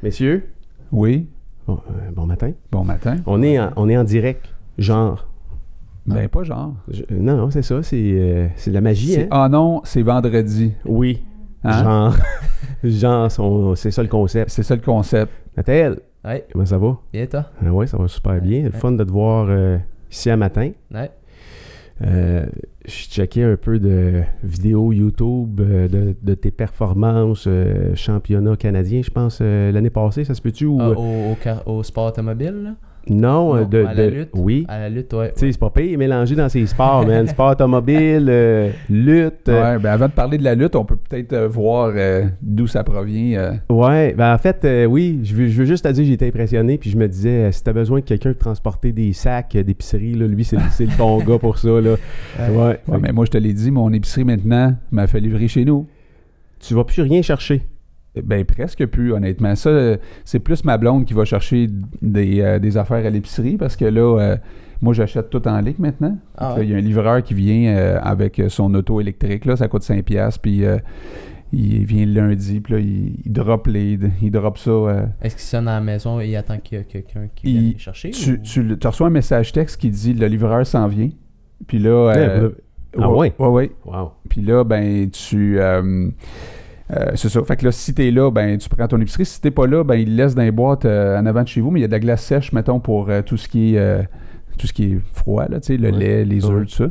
Messieurs, Oui. bon matin. Bon matin. On est en direct, genre. Ben, pas genre. Non, c'est ça, c'est de la magie, hein? Ah non, c'est vendredi. Oui, Hein? c'est ça le concept. C'est ça le concept. Nathalie, Ouais, comment ça va? bien toi? Ah ouais, ça va super bien. Le fun de te voir ici à matin. Ouais. Je checkais un peu de vidéos YouTube de tes performances, championnat canadien, je pense, l'année passée, ça se peut-tu? Ou, Au sport automobile, là? non, à la lutte? Oui. À la lutte, ouais. Tu sais, c'est pas pire mélangé dans ces sports, man. Sport automobile, lutte. Ouais, ben avant de parler de la lutte, on peut peut-être voir d'où ça provient. Ouais, ben en fait, oui, je veux juste te dire que j'ai été impressionné, puis je me disais, si t'as besoin de quelqu'un de transporter des sacs d'épicerie, là, lui, c'est le bon gars pour ça, là. Ouais. Ouais, mais moi, je te l'ai dit, mon épicerie maintenant m'a fait livrer chez nous. Tu vas plus rien chercher. Ben, presque plus, honnêtement. Ça, c'est plus ma blonde qui va chercher des affaires à l'épicerie parce que là, moi, j'achète tout en ligne maintenant. Ah Donc, là, ouais? il y a un livreur qui vient avec son auto électrique. Là, ça coûte 5$. Puis il vient le lundi. Puis là, il drop ça. Est-ce qu'il sonne à la maison et il attend qu'il y ait quelqu'un qui vienne les chercher? Tu reçois un message texte qui dit le livreur s'en vient. Puis là. Ouais. Ouais. Wow. Puis là, ben, c'est ça. Fait que là, si t'es là, ben, tu prends ton épicerie. Si t'es pas là, ben, il le laisse dans les boîtes en avant de chez vous. Mais il y a de la glace sèche, mettons, pour tout ce qui est froid, là, tu sais, le lait, les œufs, tout ça.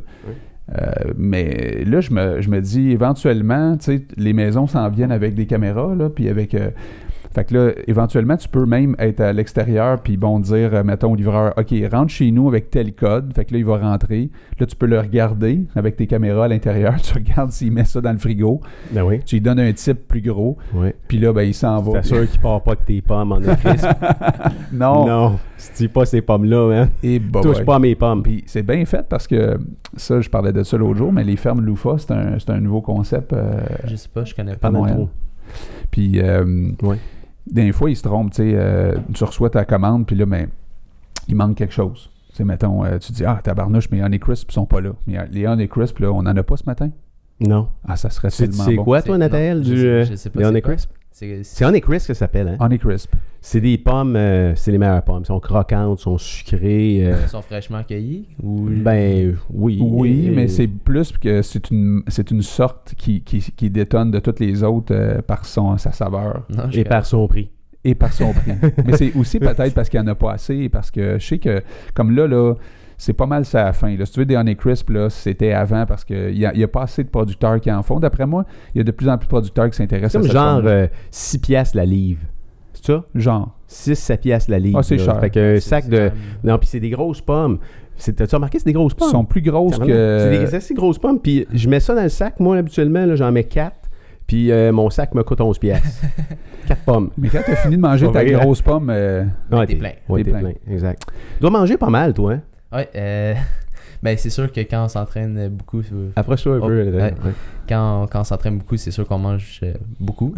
Mais là, je me dis, éventuellement, tu sais, les maisons s'en viennent avec des caméras, là, puis avec... fait que là, éventuellement, tu peux même être à l'extérieur puis bon, dire, mettons au livreur, OK, rentre chez nous avec tel code. Fait que là, il va rentrer. Là, tu peux le regarder avec tes caméras à l'intérieur. Tu regardes s'il met ça dans le frigo. Ben oui. Tu lui donnes un type plus gros. Ouais. Puis là, ben, il s'en va. T'assures qu'il part pas avec tes pommes en crisp. Non. Non. Si tu dis pas ces pommes-là, man. Et bah, Touche ouais. pas à mes pommes. Puis c'est bien fait parce que ça, je parlais de ça l'autre jour, mais les fermes Loufa, c'est un nouveau concept. Je sais pas, je connais Pas pas. mal Montréal. trop. Puis... Ouais. des fois, ils se trompent, tu sais, tu reçois ta commande, puis là, ben, il manque quelque chose. Tu sais, mettons, tu dis, tabarnouche, mes Honey Crisp sont pas là. Mais les Honey Crisp, là, on en a pas ce matin. Non. Ah, ça serait tellement C'est bon. quoi, toi, Nathalie, je sais pas les c'est Honey quoi. Crisp? C'est C'est Honey Crisp que ça s'appelle, hein? Honey Crisp. C'est des pommes, c'est les meilleures pommes. Elles sont croquantes, sont sucrées. Ils sont fraîchement cueillis? Ou... Ben, oui. Oui, mais c'est plus que c'est une sorte qui détonne de toutes les autres par sa saveur Non, je Et par son prix. et par son prix. Mais c'est aussi peut-être parce qu'il n'y en a pas assez, parce que je sais que, comme là, c'est pas mal ça à la fin. Là. Si tu veux des Honey Crisp, là, c'était avant parce qu'il n'y a pas assez de producteurs qui en font. D'après moi, il y a de plus en plus de producteurs qui s'intéressent C'est à comme cette genre forme-là. 6 piastres la livre. C'est ça? Genre. 6-7 piastres la livre. Ah, c'est là. cher. Fait qu'un C'est- sac c'est de... quand même- Non, puis c'est des grosses pommes. T'as-tu remarqué, c'est des grosses Ils pommes? sont plus grosses C'est que... des assez grosses pommes. Puis je mets ça dans le sac. Moi, habituellement, là, j'en mets 4. Puis mon sac me coûte 11 piastres. 4 pommes. Mais quand tu as fini de manger ta Ouais, grosse pomme... Ouais, t'es plein. Ouais, T'es t'es plein. plein. Exact. Tu dois manger pas mal, toi, hein? Ouais, ben c'est sûr que quand on s'entraîne beaucoup, Approche-toi un peu. Là, ouais. Quand on s'entraîne beaucoup, c'est sûr qu'on mange beaucoup.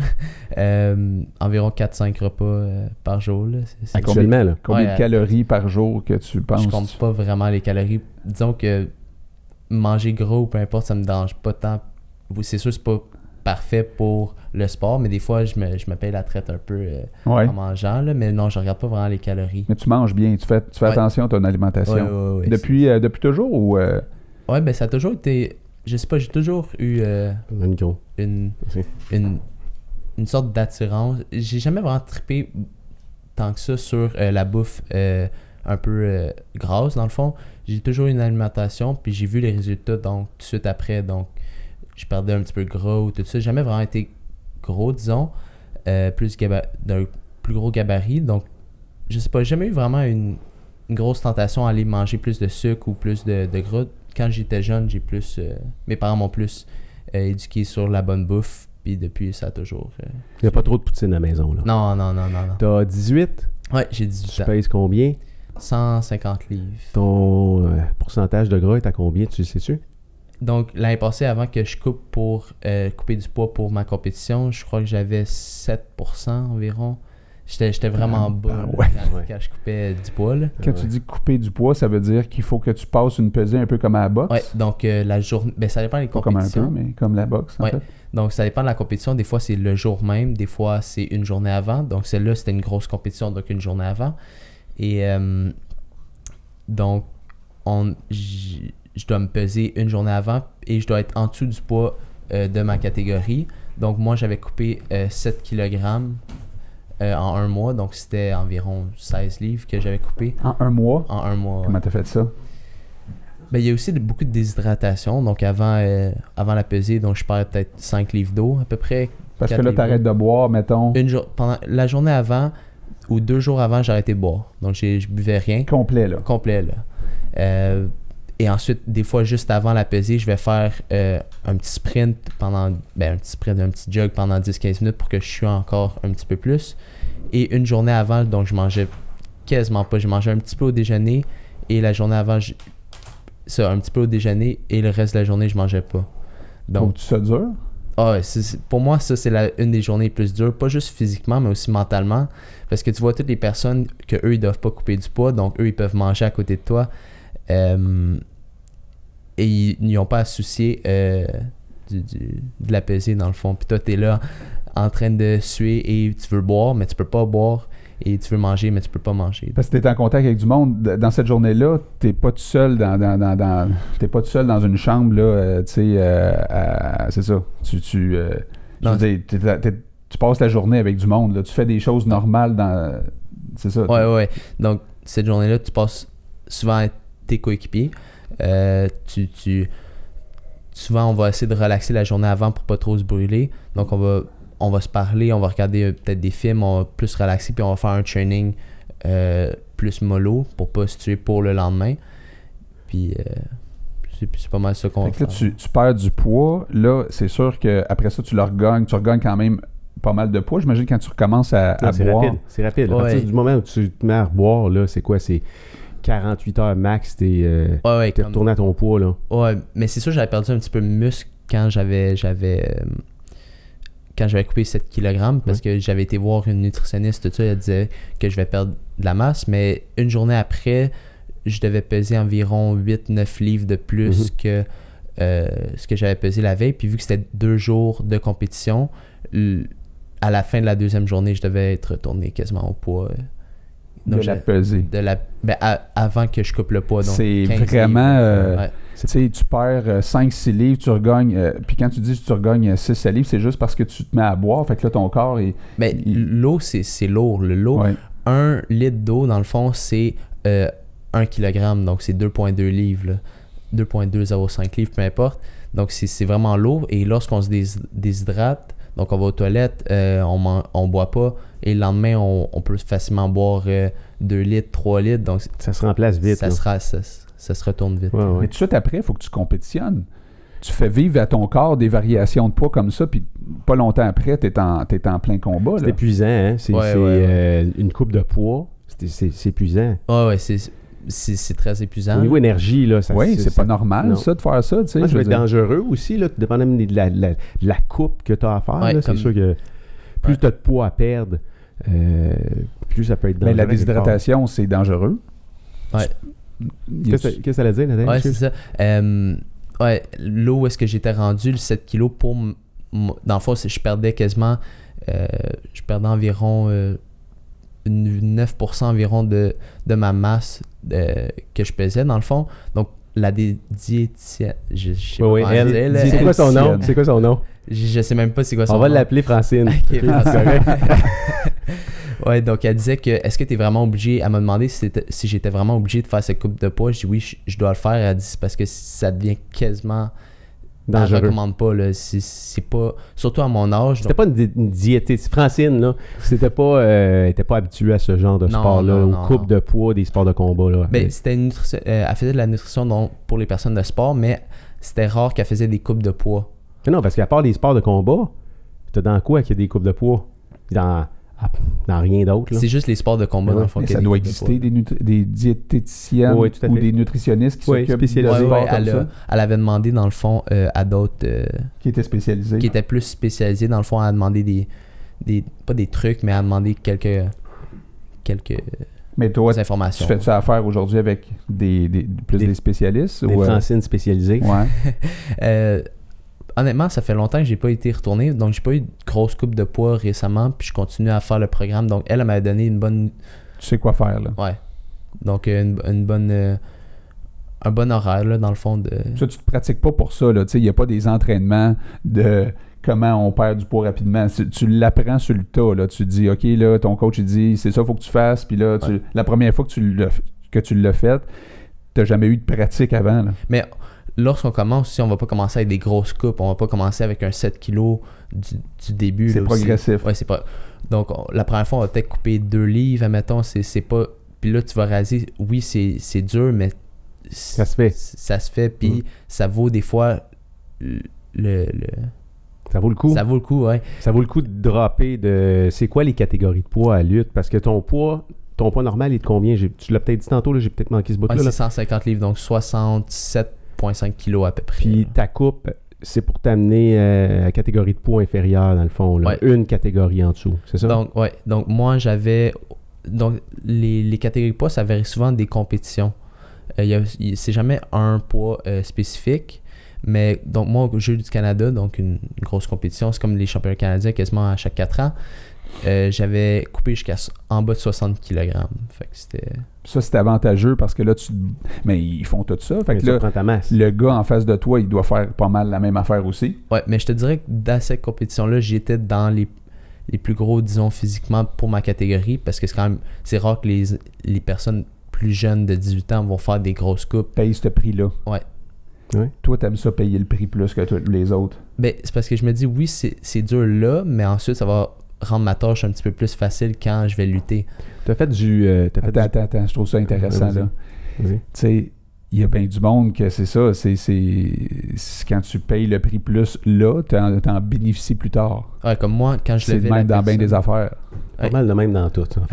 Environ 4-5 repas par jour. Là. C'est- Actuellement, là. Combien Ouais, de calories par jour que tu penses? Je compte pas vraiment les calories. Disons que manger gros ou peu importe, ça me dérange pas tant. Oui, c'est sûr, c'est pas parfait pour le sport, mais des fois, je me paye la traite un peu Ouais. en mangeant. Là, mais non, je regarde pas vraiment les calories. Mais tu manges bien, tu fais Ouais. attention à ton alimentation. Ouais, Depuis toujours ou... Ouais, ben ça a toujours été... Je sais pas, j'ai toujours eu Un micro. une sorte d'attirance. J'ai jamais vraiment trippé tant que ça sur la bouffe un peu grasse, dans le fond. J'ai toujours eu une alimentation, puis j'ai vu les résultats donc tout de suite après. Donc, je perdais un petit peu gras ou tout ça. J'ai jamais vraiment été gros, disons, d'un plus gros gabarit. Donc, je sais pas, j'ai jamais eu vraiment une grosse tentation à aller manger plus de sucre ou plus de gras. Quand j'étais jeune, mes parents m'ont plus éduqué sur la bonne bouffe, puis depuis, ça a toujours... Il n'y a pas trop de poutine à la maison, là. Non. T'as 18? Ouais, j'ai 18 Tu ans. pèses combien? 150 livres. Ton pourcentage de gras est à combien, tu le sais-tu? Donc, l'année passée, avant que je coupe pour couper du poids pour ma compétition, je crois que j'avais 7% environ. J'étais vraiment bas ouais. quand je coupais du poids. Là. Quand tu dis couper du poids, ça veut dire qu'il faut que tu passes une pesée un peu comme à la boxe? Ouais, donc la journée... Ben, ça dépend des compétitions. Pas comme un peu, mais comme la boxe, en fait. Donc, ça dépend de la compétition. Des fois, c'est le jour même. Des fois, c'est une journée avant. Donc, celle-là, c'était une grosse compétition, donc une journée avant. Et donc, je dois me peser une journée avant et je dois être en dessous du poids de ma catégorie. Donc, moi, j'avais coupé 7 kg en un mois. Donc, c'était environ 16 livres que j'avais coupé. En un mois? En un mois, Comment t'as fait ça? Ben, il y a aussi beaucoup de déshydratation. Donc, avant la pesée, donc je perds peut-être 5 livres d'eau à peu près. Parce que là, t'arrêtes de boire, mettons. Pendant la journée avant ou 2 jours avant, j'ai arrêté de boire. Donc, je buvais rien. Complet, là. Complet, là. Et ensuite, des fois, juste avant la pesée, je vais faire un petit sprint un petit jog pendant 10-15 minutes pour que je suie encore un petit peu plus. Et une journée avant, donc je mangeais quasiment pas. J'ai mangé un petit peu au déjeuner et la journée avant, un petit peu au déjeuner et le reste de la journée, je mangeais pas. Donc, faut-tu ça dure? Pour moi, ça, c'est une des journées les plus dures, pas juste physiquement, mais aussi mentalement. Parce que tu vois toutes les personnes qu'eux, ils doivent pas couper du poids, donc eux, ils peuvent manger à côté de toi. Et ils n'ont pas à se soucier de la pesée, dans le fond. Puis toi, t'es là en train de suer et tu veux boire, mais tu peux pas boire. Et tu veux manger, mais tu peux pas manger. Parce que tu es en contact avec du monde. Dans cette journée-là, t'es pas tout seul t'es pas tout seul dans une chambre, là, tu sais, c'est ça. Je veux dire, tu passes la journée avec du monde, là. Tu fais des choses normales c'est ça. Ouais. Donc, cette journée-là, tu passes souvent avec tes coéquipiers. Souvent, on va essayer de relaxer la journée avant pour pas trop se brûler. Donc, on va se parler, on va regarder peut-être des films, on va plus relaxer, puis on va faire un training plus mollo pour pas se tuer pour le lendemain. Puis c'est pas mal ça qu'on va faire. Là, tu perds du poids. Là, c'est sûr qu'après ça, tu regagnes quand même pas mal de poids. J'imagine quand tu recommences à boire. C'est rapide. À partir du moment où tu te mets à reboire, là, c'est quoi? C'est 48 heures max, t'es retourné à ton poids, là. Ouais, mais c'est sûr j'avais perdu un petit peu de muscle quand j'avais coupé 7 kg parce que j'avais été voir une nutritionniste, tout ça, elle disait que je vais perdre de la masse, mais une journée après, je devais peser environ 8-9 livres de plus que ce que j'avais pesé la veille, puis vu que c'était 2 jours de compétition, à la fin de la deuxième journée, je devais être retourné quasiment au poids. Donc, de la pesée. Avant que je coupe le poids. Donc c'est vraiment... tu sais, tu perds 5-6 livres, tu regagnes... puis quand tu dis que tu regagnes 6 livres, c'est juste parce que tu te mets à boire. Fait que là, ton corps... l'eau, c'est lourd. L'eau, 1 litre d'eau, dans le fond, c'est 1 kg. Donc, c'est 2,2 livres. 2,205 livres, peu importe. Donc, c'est vraiment lourd. Et lorsqu'on se déshydrate, donc on va aux toilettes, on boit pas. Et le lendemain, on peut facilement boire 2 litres, 3 litres. Donc, ça se remplace vite. Ça se retourne vite. Ouais. Mais tout de suite après, il faut que tu compétitionnes. Tu fais vivre à ton corps des variations de poids comme ça, puis pas longtemps après, t'es en plein combat. C'est épuisant, hein? C'est une coupe de poids. C'est épuisant. Ouais, c'est très épuisant. Au niveau énergie, là, c'est pas normal, ça, de faire ça. Tu sais, ça peut être dangereux aussi, là, dépendamment de la coupe que tu as à faire. Là, c'est sûr que plus tu as de poids à perdre, plus ça peut être dangereux. Mais la déshydratation, c'est dangereux. Ouais. Qu'est-ce que ça allait dire, Nathan? Ouais, c'est ça. L'eau, où est-ce que j'étais rendu, le 7 kilos, dans le fond, je perdais quasiment... je perdais environ 9% environ de ma masse que je pesais, dans le fond. Donc, la diététicienne... Je sais pas comment dire. C'est quoi son nom? Je sais même pas c'est quoi son nom. On va l'appeler Francine. Ok, Francine. Ouais, donc elle disait que est-ce que tu es vraiment obligé, elle m'a demandé si j'étais vraiment obligé de faire cette coupe de poids. Je dis oui, je dois le faire. Elle dit c'est parce que ça devient quasiment dangereux. Elle recommande pas, là. C'est pas, surtout à mon âge. C'était pas une diététicienne. Francine, là, elle était pas habituée à ce genre de sport-là, aux coupes de poids, des sports de combat, là. Ben, c'était une nutrition, elle faisait de la nutrition pour les personnes de sport, mais c'était rare qu'elle faisait des coupes de poids. Non, parce qu'à part des sports de combat, t'as dans quoi qu'il y a des coupes de poids? Dans rien d'autre. Là. C'est juste les sports de combat, dans le fond. Ça doit exister des diététiciennes ou des nutritionnistes qui s'occupent de sport comme ça. Elle avait demandé, dans le fond, à d'autres... qui étaient spécialisés. Qui étaient plus spécialisés. Dans le fond, elle a demandé pas des trucs, mais à demander quelques Mais toi, informations. Tu fais-tu affaire aujourd'hui avec des spécialistes? Des Francines spécialisées. Ouais. Honnêtement, ça fait longtemps que j'ai pas été retourné, donc j'ai pas eu de grosse coupe de poids récemment, puis je continue à faire le programme. Donc elle m'a donné une bonne... Tu sais quoi faire, là. Ouais. Donc une bonne... un bon horaire, là, dans le fond. Ça, tu te pratiques pas pour ça, là. Tu sais, il n'y a pas des entraînements de comment on perd du poids rapidement. Tu l'apprends sur le tas, là. Tu te dis, OK, là, ton coach, il dit, c'est ça, il faut que tu fasses. Puis là, la première fois que tu l'as fait, tu n'as jamais eu de pratique avant, là. Mais lorsqu'on commence aussi, on va pas commencer avec des grosses coupes. On va pas commencer avec un 7 kg du début. C'est progressif. Ouais, c'est pas... Donc, la première fois, on va peut-être couper 2 livres, admettons. C'est pas... Puis là, tu vas raser. Oui, c'est dur, mais... Ça se fait. Ça se fait, puis ça vaut des fois Ça vaut le coup. Ça vaut le coup, ouais. Ça vaut le coup de dropper de... C'est quoi les catégories de poids à lutte? Parce que ton poids normal est de combien? Tu l'as peut-être dit tantôt, là, j'ai peut-être manqué ce bout-là. Ouais, c'est 150 livres, donc 67,5 kilos à peu près. Puis ta coupe, c'est pour t'amener à catégorie de poids inférieure, dans le fond. Là. Ouais. Une catégorie en dessous, c'est ça? Donc, ouais. Donc, moi, j'avais... Donc, les catégories de poids, ça varie souvent des compétitions. C'est jamais un poids spécifique. Mais donc, moi, au Jeux du Canada, donc une grosse compétition, c'est comme les championnats canadiens quasiment à chaque 4 ans. J'avais coupé jusqu'à en bas de 60 kg. Fait que c'était... Ça, c'est avantageux parce que là, mais ils font tout ça. Fait que là, prends ta masse. Le gars en face de toi, il doit faire pas mal la même affaire aussi. Ouais, mais je te dirais que dans cette compétition-là, j'étais dans les plus gros, disons, physiquement pour ma catégorie parce que c'est rare que les personnes plus jeunes de 18 ans vont faire des grosses coupes. Paye ce prix-là. Ouais. Ouais. Toi, t'aimes ça payer le prix plus que les autres? Ben, c'est parce que je me dis, oui, c'est dur là, mais ensuite, ça va rendre ma tâche un petit peu plus facile quand je vais lutter. T'as fait du... Attends, je trouve ça intéressant, là. Vas-y. Tu sais, il y a bien du monde que c'est ça, c'est quand tu payes le prix plus là, t'en bénéficies plus tard. Ouais, comme moi, quand je C'est levais de même la dans bien personne- des affaires. Pas mal de même dans tout, en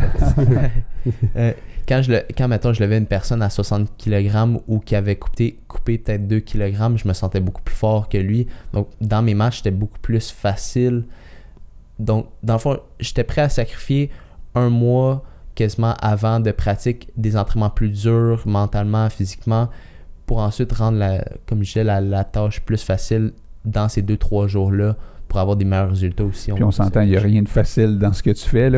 fait. Quand mettons, je levais une personne à 60 kg ou qui avait coupé peut-être 2 kg, je me sentais beaucoup plus fort que lui. Donc, dans mes matchs, c'était beaucoup plus facile. Donc, dans le fond, j'étais prêt à sacrifier un mois quasiment avant de pratique des entraînements plus durs, mentalement, physiquement, pour ensuite rendre, comme je disais, la tâche plus facile dans ces 2-3 jours-là pour avoir des meilleurs résultats aussi. Puis on s'entend, il n'y a rien de facile dans ce que tu fais, là.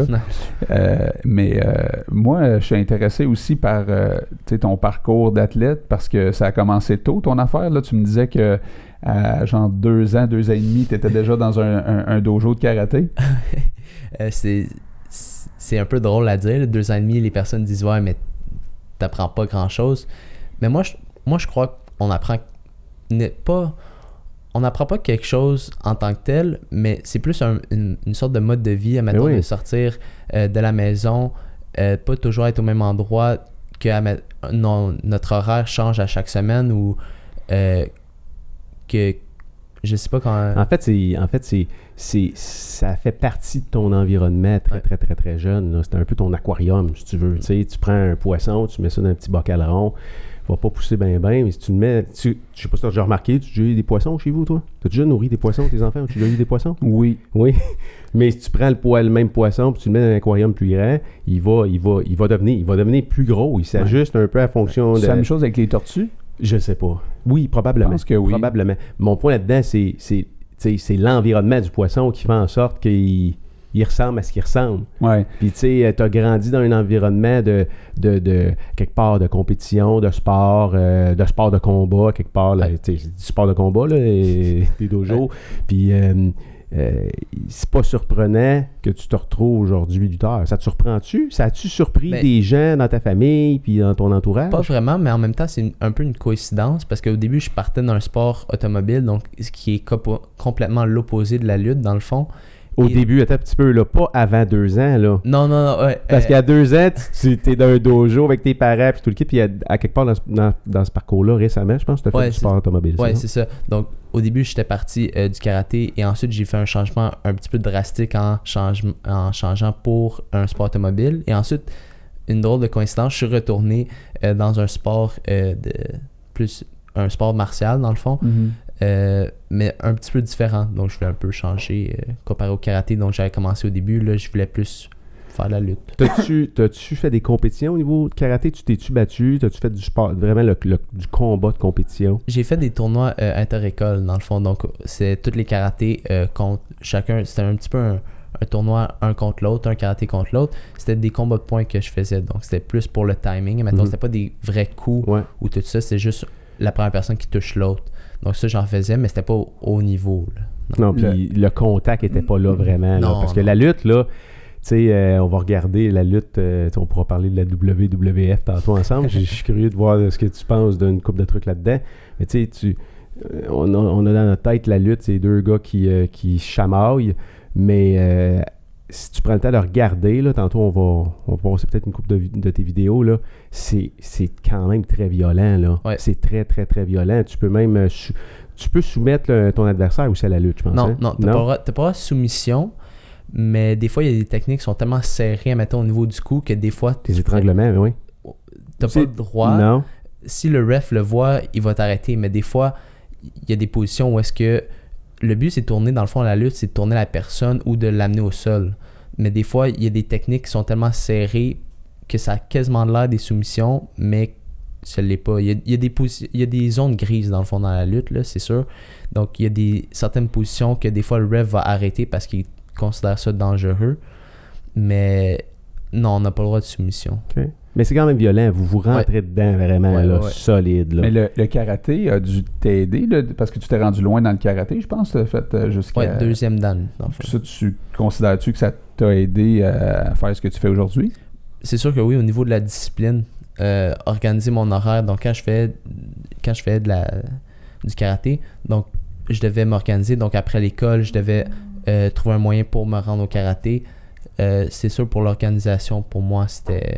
Mais moi, je suis intéressé aussi par ton parcours d'athlète parce que ça a commencé tôt, ton affaire. Là, tu me disais que à genre 2 ans, 2 ans et demi, tu étais déjà dans un dojo de karaté. C'est un peu drôle à dire. 2 ans et demi, les personnes disent « Ouais, mais t'apprends pas grand-chose. » Mais moi, je crois qu'on apprend on n'apprend pas quelque chose en tant que tel, mais c'est plus une sorte de mode de vie, admettons, de sortir de la maison, pas toujours être au même endroit, que notre horaire change à chaque semaine ou que je sais pas quand... En fait, ça fait partie de ton environnement très, très, très, très jeune. Là. C'est un peu ton aquarium, si tu veux. Tu sais, tu prends un poisson, tu mets ça dans un petit bocal rond. Il va pas pousser bien, mais si tu le mets... je sais pas si tu as déjà remarqué, tu as déjà eu des poissons chez vous, toi? Tu as déjà nourri des poissons, tes enfants? Tu as déjà eu des poissons? Oui. Oui. Mais si tu prends le même poisson puis tu le mets dans un aquarium plus grand, il va devenir plus gros. Il s'ajuste un peu à fonction de... C'est la même chose avec les tortues? Je sais pas. Oui, probablement. Je pense que oui. Probablement. Mon point là-dedans, c'est l'environnement du poisson qui fait en sorte qu'il ressemble à ce qu'il ressemble. Ouais. Puis tu sais, tu as grandi dans un environnement de quelque part de compétition, de sport de combat, quelque part, là, tu sais, du sport de combat, là, des dojos. Puis c'est pas surprenant que tu te retrouves aujourd'hui lutteur. Ça te surprend-tu? Ça a-tu surpris des gens dans ta famille puis dans ton entourage? Pas vraiment, mais en même temps, c'est un peu une coïncidence parce qu'au début, je partais d'un sport automobile, donc ce qui est complètement l'opposé de la lutte, dans le fond. Au début, attends un petit peu, là, pas avant 2 ans, là. Non, ouais. Parce qu'à 2 ans, tu es dans un dojo avec tes parents puis tout le kit, puis à quelque part dans ce parcours-là, récemment, je pense que tu as fait du sport automobile. Oui, c'est ça. Donc, au début, j'étais parti du karaté et ensuite, j'ai fait un changement un petit peu drastique en changeant pour un sport automobile. Et ensuite, une drôle de coïncidence, je suis retourné dans un sport un sport martial, dans le fond. mais un petit peu différent. Donc, je voulais un peu changer comparé au karaté. Donc, j'avais commencé au début. Là, je voulais plus faire de la lutte. T'as-tu fait des compétitions au niveau de karaté? Tu t'es-tu battu? T'as-tu fait du sport, vraiment du combat de compétition? J'ai fait des tournois inter-écoles, dans le fond. Donc, c'est tous les karatés contre chacun. C'était un petit peu un tournoi un contre l'autre, un karaté contre l'autre. C'était des combats de points que je faisais. Donc, c'était plus pour le timing. Maintenant, c'était pas des vrais coups ou tout ça. C'est juste la première personne qui touche l'autre. Donc, ça, j'en faisais, mais c'était pas au haut niveau. Là. Non, puis le contact était pas là vraiment. Non, là, parce que la lutte, là, tu sais, on va regarder la lutte, on pourra parler de la WWF tantôt ensemble. Je suis curieux de voir ce que tu penses d'une couple de trucs là-dedans. Mais tu sais, on a dans notre tête la lutte, c'est deux gars qui chamaillent, mais si tu prends le temps de regarder, là, tantôt on va passer peut-être une couple de tes vidéos, là, c'est quand même très violent. Là. Ouais. C'est très, très, très violent. Tu peux même tu peux soumettre ton adversaire aussi à la lutte, je pense. Non, hein? non, t'as pas le droit de soumission. Mais des fois, il y a des techniques qui sont tellement serrées, mettons, au niveau du cou, que des fois... Des étranglements, mais oui. T'as pas le droit. Non. Si le ref le voit, il va t'arrêter. Mais des fois, il y a des positions où est-ce que... Le but, c'est de tourner, dans le fond, la lutte, c'est de tourner la personne ou de l'amener au sol. Mais des fois, il y a des techniques qui sont tellement serrées que ça a quasiment l'air des soumissions, mais ça ne l'est pas. Il y a des zones grises, dans le fond, dans la lutte, là, c'est sûr. Donc, il y a certaines positions que des fois, le ref va arrêter parce qu'il considère ça dangereux, mais non, on n'a pas le droit de soumission. Okay. Mais c'est quand même violent, vous rentrez dedans vraiment solide. Là. Mais le karaté a dû t'aider, là, parce que tu t'es rendu loin dans le karaté, je pense, tu as fait jusqu'à... Oui, deuxième dan, dans le fond. Ça, tu considères-tu que ça t'a aidé à faire ce que tu fais aujourd'hui? C'est sûr que oui, au niveau de la discipline, organiser mon horaire, donc quand je fais du karaté, donc je devais m'organiser, donc après l'école, je devais trouver un moyen pour me rendre au karaté. C'est sûr, pour l'organisation, pour moi, c'était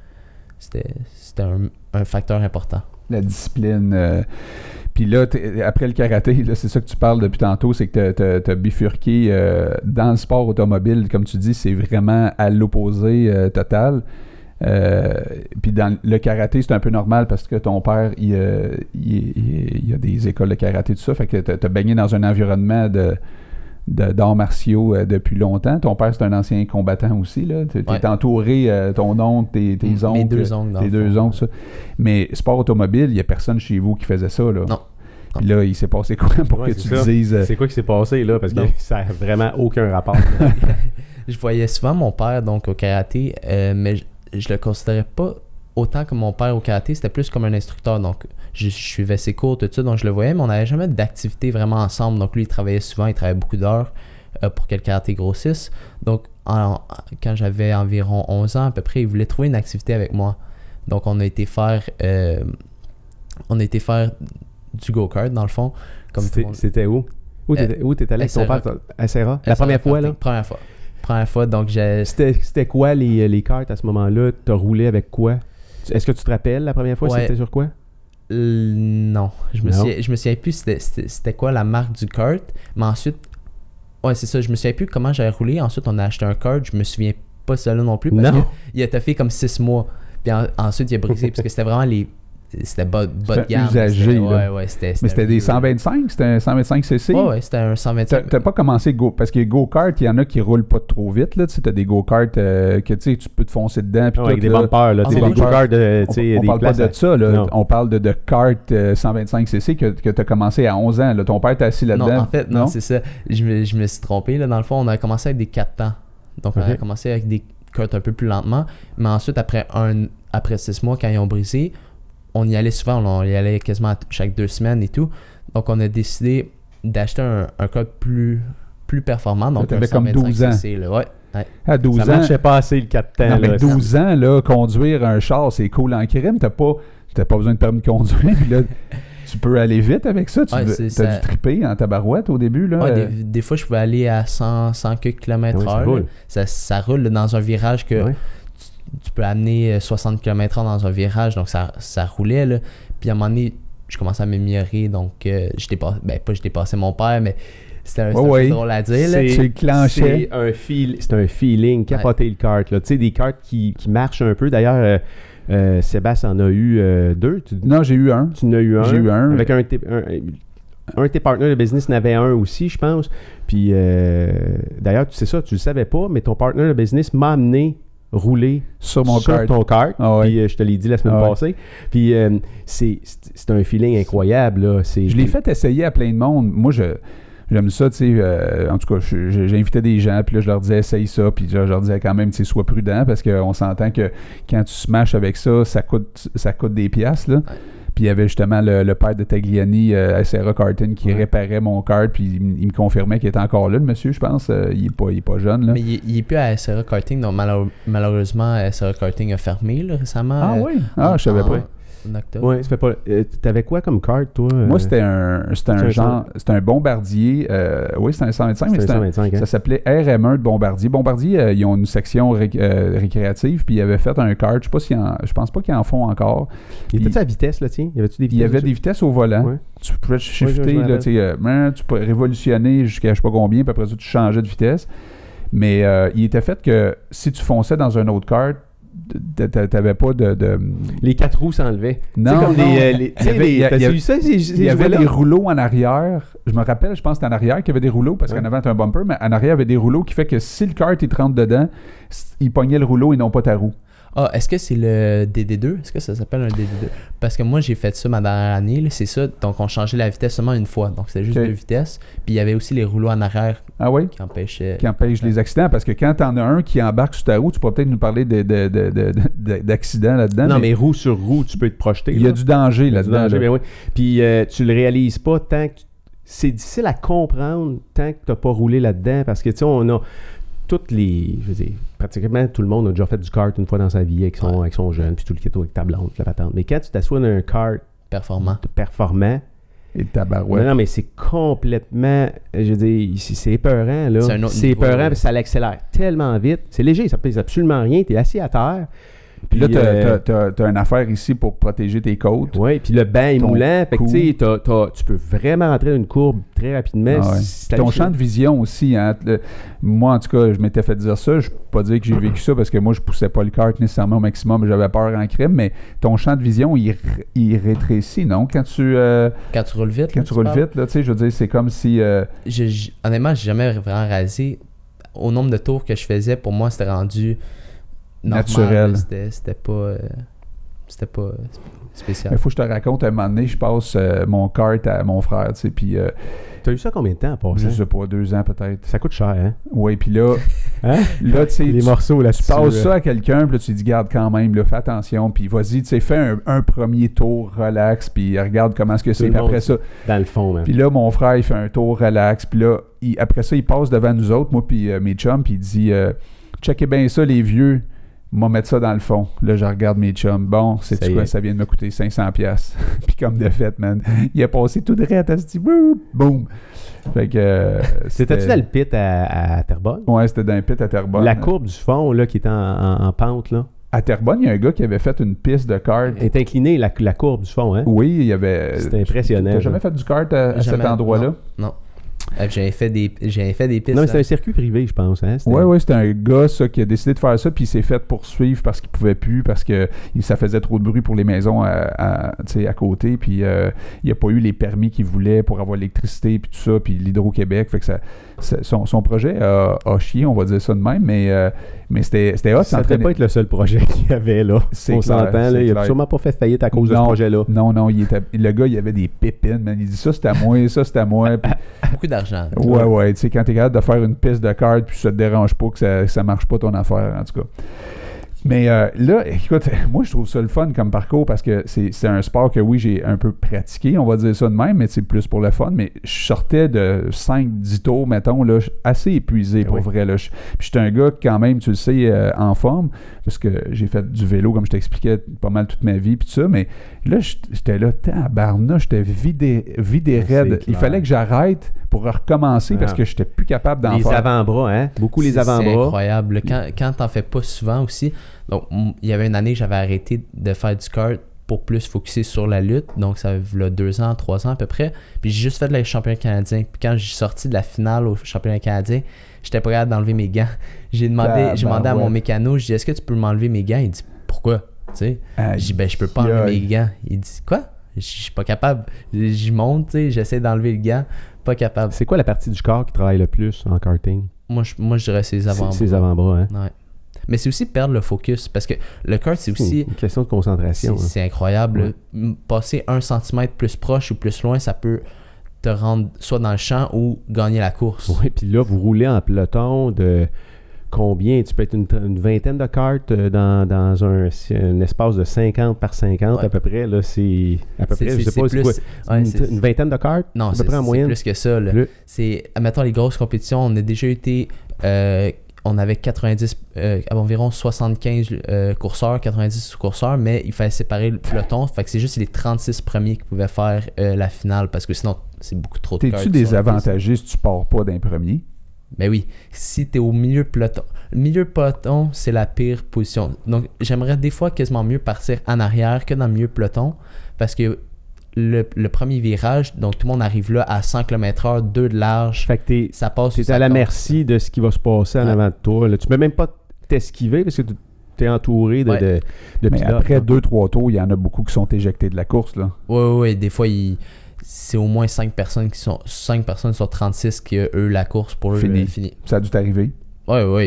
un facteur important. La discipline. Puis là, après le karaté, là, c'est ça que tu parles depuis tantôt, c'est que tu as bifurqué dans le sport automobile, comme tu dis, c'est vraiment à l'opposé total. Puis dans le karaté, c'est un peu normal parce que ton père, il y a des écoles de karaté, tout ça, fait que tu as baigné dans un environnement d'arts martiaux depuis longtemps. Ton père, c'est un ancien combattant aussi. Tu es entouré, ton oncle, tes oncles. Mes deux oncles. Tes deux oncles, ça. Mais sport automobile, il n'y a personne chez vous qui faisait ça. Là. Non. Puis là, il s'est passé quoi pour que tu dises... C'est quoi qui s'est passé, là? Parce que ça n'a vraiment aucun rapport. Je voyais souvent mon père donc au karaté, mais je le considérais pas autant que mon père au karaté. C'était plus comme un instructeur. Donc, je suivais ses cours, tout ça, donc je le voyais, mais on n'avait jamais d'activité vraiment ensemble. Donc lui, il travaillait souvent, il travaillait beaucoup d'heures pour que le karaté grossisse. Donc quand j'avais environ 11 ans à peu près, il voulait trouver une activité avec moi. Donc on a été faire du go-kart dans le fond. C'était où? Où t'étais allé avec ton père? À Serra? La première fois, là? Première fois, donc j'ai... C'était quoi les karts à ce moment-là? T'as roulé avec quoi? Est-ce que tu te rappelles la première fois? Ouais. C'était sur quoi? Non, je me souviens plus c'était quoi la marque du kart, mais ensuite c'est ça, je me souviens plus comment j'avais roulé. Ensuite on a acheté un kart, je me souviens pas cela non plus parce qu'il a taffé comme 6 mois, puis ensuite il a brisé parce que c'était vraiment c'était bas de gamme. Usagé, c'était des 125, c'était un 125 cc. Ouais, c'était un 125. T'as pas commencé parce que go-kart, il y en a qui roulent pas trop vite là, tu sais, t'as des go-kart que tu peux te foncer dedans puis avec des bumpers là, des go-kart on parle pas de ça là, on parle de kart 125 cc que t'as commencé à 11 ans là, ton père t'a assis là-dedans. Non, en fait, non, c'est ça. Je me suis trompé là, dans le fond, on a commencé avec des 4 temps. Donc on a commencé avec des karts un peu plus lentement, mais ensuite après 6 mois quand ils ont brisé, on y allait souvent, on y allait quasiment chaque 2 semaines et tout. Donc, on a décidé d'acheter un code plus performant. Donc, un 125 cc. Ouais. À 12 ans. Ça marchait pas assez le 4 temps. Non, mais 12 ans, là, conduire un char, c'est cool en crime. T'as pas besoin de permis de conduire. Puis là, tu peux aller vite avec ça. T'as dû triper en tabarouette au début. Là. Ouais, des fois, je pouvais aller à 100 km/h. Ça roule dans un virage que... Ouais. Tu peux amener 60 km/h dans un virage, donc ça roulait, là. Puis à un moment donné, je commençais à m'améliorer, donc je dépassais mon père, mais c'était un peu drôle à dire. C'est un feeling, capoter le kart. Tu sais, des karts qui marchent un peu. D'ailleurs, Sébastien en a eu 2. Non, j'ai eu un. Tu en as eu un. J'ai eu un. Avec un de tes partenaires de business en avait un aussi, je pense. Puis d'ailleurs, tu sais ça, tu le savais pas, mais ton partenaire de business m'a amené rouler sur kart. ton kart. Ah ouais. Puis je te l'ai dit la semaine passée. Puis c'est un feeling incroyable. Là. Je l'ai fait essayer à plein de monde. Moi, j'aime ça, tu sais. En tout cas, j'invitais des gens, puis là, je leur disais, essaye ça. Puis là, je leur disais quand même, tu sais, sois prudent, parce qu'on s'entend que quand tu smashes avec ça, ça coûte des piastres, là. Ouais. Puis il y avait justement le père de Tagliani à Serra Karting qui réparait mon kart, puis il me confirmait qu'il était encore là, le monsieur, je pense. Il est pas jeune, là. Mais il est plus à Serra Karting, donc malheureusement, Serra Karting a fermé là, récemment. Ah oui? Ah, je savais pas. En octobre. Oui, ça fait pas. T'avais quoi comme kart, toi? Moi, c'était un Bombardier. Oui, c'était un 125, mais ça s'appelait RM1 de Bombardier. Bombardier, ils ont une section récréative, puis ils avaient fait un kart. Je pense pas qu'ils en font encore. Il était-tu à vitesse, là, tiens? Il y avait des vitesses au volant. Ouais. Tu pouvais shifter, là, tu pouvais révolutionner jusqu'à je sais pas combien, puis après ça, tu changeais de vitesse. Mais il était fait que si tu fonçais dans un autre kart, t'avais pas de... Les 4 roues s'enlevaient. Non, comme il y avait des rouleaux en arrière. Je me rappelle, je pense que c'était en arrière qu'il y avait des rouleaux, parce qu'en avant, t'as un bumper, mais en arrière, il y avait des rouleaux qui fait que si le kart, il te rentre dedans, il pognait le rouleau et non pas ta roue. Ah, est-ce que c'est le DD2? Est-ce que ça s'appelle un DD2? Parce que moi, j'ai fait ça ma dernière année, là, c'est ça. Donc, on changeait la vitesse seulement une fois. Donc, c'était juste 2 vitesses. Puis, il y avait aussi les rouleaux en arrière qui empêchaient... Qui empêchent les accidents. Parce que quand t'en as un qui embarque sur ta roue, tu pourrais peut-être nous parler d'accidents là-dedans. Non, mais roue sur roue, tu peux te projeter. Il y a du danger là-dedans. Ben oui. Puis, tu le réalises pas tant que... C'est difficile à comprendre tant que t'as pas roulé là-dedans. Parce que, tu sais, on a... pratiquement tout le monde a déjà fait du kart une fois dans sa vie avec son jeune, puis tout le keto avec ta blonde, la patente. Mais quand tu t'assois dans un kart performant et tabarouette. Non, mais c'est complètement, je veux dire, c'est épeurant, là. C'est épeurant, parce que ça l'accélère tellement vite. C'est léger, ça pèse absolument rien. Tu es assis à terre. Puis là, t'as une affaire ici pour protéger tes côtes. Oui, puis le banc est moulant. Fait que tu sais, tu peux vraiment rentrer dans une courbe très rapidement. Ah ouais. Ton champ de vision aussi. Hein, moi, en tout cas, je m'étais fait dire ça. Je peux pas dire que j'ai vécu ça parce que moi, je poussais pas le kart nécessairement au maximum. J'avais peur en crème. Mais ton champ de vision, il rétrécit, non? Quand tu roules vite. Quand tu roules vite, là, tu sais, je veux dire, c'est comme si... Honnêtement, j'ai jamais vraiment réalisé. Au nombre de tours que je faisais, pour moi, c'était rendu... naturel. C'était pas spécial. Il faut que je te raconte, à un moment donné, je passe mon kart à mon frère, tu sais, puis... T'as eu ça combien de temps à passer? Je sais pas, 2 ans peut-être. Ça coûte cher, hein? Oui, puis là... Là, tu sais... Les morceaux, là, tu passes ça à quelqu'un, puis là, tu dis, garde quand même, là, fais attention, puis vas-y, tu sais, fais un premier tour relax, puis regarde comment est-ce que c'est, puis après ça... Dans le fond, même. Puis là, mon frère, il fait un tour relax, puis là, après ça, il passe devant nous autres, moi puis mes chums, puis il dit, checkez bien ça, les vieux... M'a mettre ça dans le fond. Là, je regarde mes chums. Bon, c'est quoi? Ça vient de me coûter 500$. Puis comme de fait, man, il a passé tout droit à ce petit boum. Fait que... C'était-tu dans le pit à Terrebonne? Ouais, c'était dans le pit à Terrebonne. La courbe du fond, là, qui était en pente, là. À Terrebonne, il y a un gars qui avait fait une piste de kart. Elle est inclinée, la courbe du fond, hein? Oui, il y avait... C'était impressionnant. T'as jamais fait du kart à cet endroit-là? Non. J'avais fait des pistes. Non, mais c'était un circuit privé, je pense. Hein? Oui, c'était un gars qui a décidé de faire ça, puis il s'est fait poursuivre parce qu'il pouvait plus, parce que ça faisait trop de bruit pour les maisons à côté, puis il n'a pas eu les permis qu'il voulait pour avoir l'électricité, puis tout ça, puis l'Hydro-Québec. Fait que son projet a chié, on va dire ça de même, mais c'était hot. Ça ne devait pas être le seul projet qu'il y avait, là. On s'entend, là. Il n'a sûrement pas fait faillite à cause de ce projet-là. Non, le gars, il avait des pépines, man. Il dit ça, c'est à moi, ça, c'est à moi. Puis, beaucoup d'argent. Ouais. Tu sais, quand t'es capable de faire une piste de kart, puis ça te dérange pas que ça marche pas ton affaire, en tout cas. Mais là, écoute, moi, je trouve ça le fun comme parcours parce que c'est un sport que, oui, j'ai un peu pratiqué, on va dire ça de même, mais c'est plus pour le fun. Mais je sortais de 5-10 tours, mettons, là, assez épuisé pour vrai. Là. Puis j'étais un gars, quand même, tu le sais, en forme, parce que j'ai fait du vélo, comme je t'expliquais, pas mal toute ma vie, puis tout ça. Mais là, j'étais là, tabarnouche, j'étais vidé raide. Il fallait que j'arrête pour recommencer parce que j'étais plus capable d'en faire. Les avant-bras, hein? Beaucoup les avant-bras. C'est incroyable. Quand t'en fais pas souvent aussi... Donc, il y avait une année, j'avais arrêté de faire du kart pour plus focusser sur la lutte. Donc, ça fait 2 ans, 3 ans à peu près. Puis, j'ai juste fait le championnat canadien. Puis, quand j'ai sorti de la finale au championnat canadien, j'étais pas capable d'enlever mes gants. J'ai demandé à mon mécano, j'ai dit, est-ce que tu peux m'enlever mes gants? Il dit, pourquoi? Tu sais, j'ai dit, je peux pas enlever mes gants. Il dit, quoi? Je suis pas capable. J'y monte, tu sais, j'essaie d'enlever le gant. Pas capable. C'est quoi la partie du corps qui travaille le plus en karting? Moi, je dirais ses avant-bras. C'est ses avant-bras, hein? Ouais. Mais c'est aussi perdre le focus parce que le kart, c'est aussi. Une question de concentration. C'est incroyable. Passer 1 centimètre plus proche ou plus loin, ça peut te rendre soit dans le champ ou gagner la course. Oui, puis là, vous roulez en peloton de combien? Tu peux être une vingtaine de karts dans un espace de 50 par 50 à peu près. Là, c'est à peu près, je sais pas, c'est quoi? Une vingtaine de karts? Non, à peu près en moyenne? C'est plus que ça. Là. C'est, admettons, les grosses compétitions, on a déjà été... on avait 90, environ 75 courseurs, 90 courseurs, mais il fallait séparer le peloton. Fait que c'est juste les 36 premiers qui pouvaient faire la finale parce que sinon, c'est beaucoup trop de T'es-tu désavantagé si tu pars pas d'un premier? Ben oui. Si t'es au milieu peloton. Le milieu peloton, c'est la pire position. Donc, j'aimerais des fois quasiment mieux partir en arrière que dans le milieu peloton parce que le premier virage, donc tout le monde arrive là à 100 km/h, 2 de large. Fait que ça passe. T'es à la merci de ce qui va se passer en avant de toi. Là. Tu peux même pas t'esquiver parce que t'es entouré de mais pilotes. Après 2-3 tours, il y en a beaucoup qui sont éjectés de la course. Là. Oui. Des fois, c'est au moins 5 personnes sur 36 qui eux, la course pour eux fini. Ça a dû t'arriver? Oui.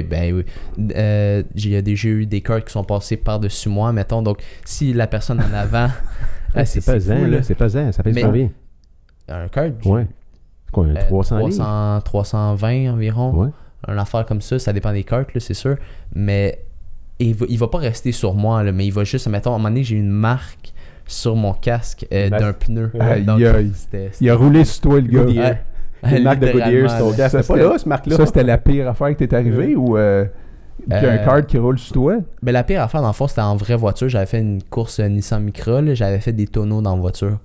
Il y a déjà eu des karts qui sont passés par-dessus moi, mettons. Donc, si la personne en avant... c'est pesant, là. C'est pesant. Ça pèse combien? Un kart? Ouais. C'est quoi, 300 320 environ. Ouais. Une affaire comme ça dépend des karts, là, c'est sûr. Mais il va pas rester sur moi, là, mais il va juste, mettons, à un moment donné, j'ai eu une marque sur mon casque d'un pneu. Donc, il a roulé sur toi, le gars. Une marque de Goodyear sur ton casque. C'était pas là, ce marque-là. Ça, c'était la pire affaire qui t'est arrivée ou qu'un kart qui roule sur toi? Ben, la pire affaire, dans le fond, c'était en vraie voiture. J'avais fait une course Nissan Micra. Là, j'avais fait des tonneaux dans la voiture.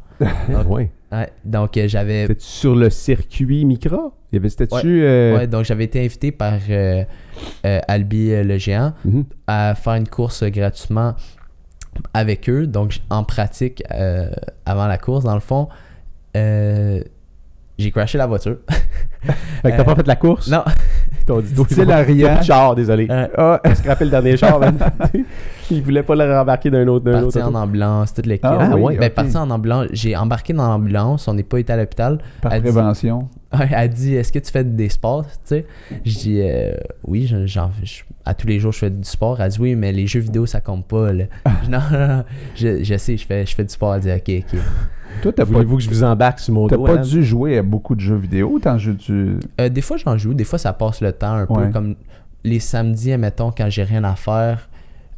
Donc, j'avais... C'était sur le circuit Micra? C'était-tu... Ouais, donc j'avais été invité par Albi le géant à faire une course gratuitement avec eux. Donc, en pratique, avant la course, dans le fond, j'ai crashé la voiture. Fait que t'as pas fait la course? Non. T'as dit, c'est l'arrière. Char, désolé. Scrappé le dernier char, man. Il voulait pas le rembarquer d'un autre. Parti en ambulance, toute l'équipe. Parti en ambulance. J'ai embarqué dans l'ambulance. On n'est pas été à l'hôpital. Par prévention. Elle dit, est-ce que tu fais des sports? Tu sais? Je dis, oui, à tous les jours, je fais du sport. Elle dit, oui, mais les jeux vidéo, ça compte pas. Là. Non, je sais, je fais du sport. Elle dit, OK. Toi, voulez-vous que je vous embarque sur mon dos? T'as pas dû jouer à beaucoup de jeux vidéo? Des fois, j'en joue. Des fois, ça passe le temps un peu. Comme les samedis, admettons, quand j'ai rien à faire,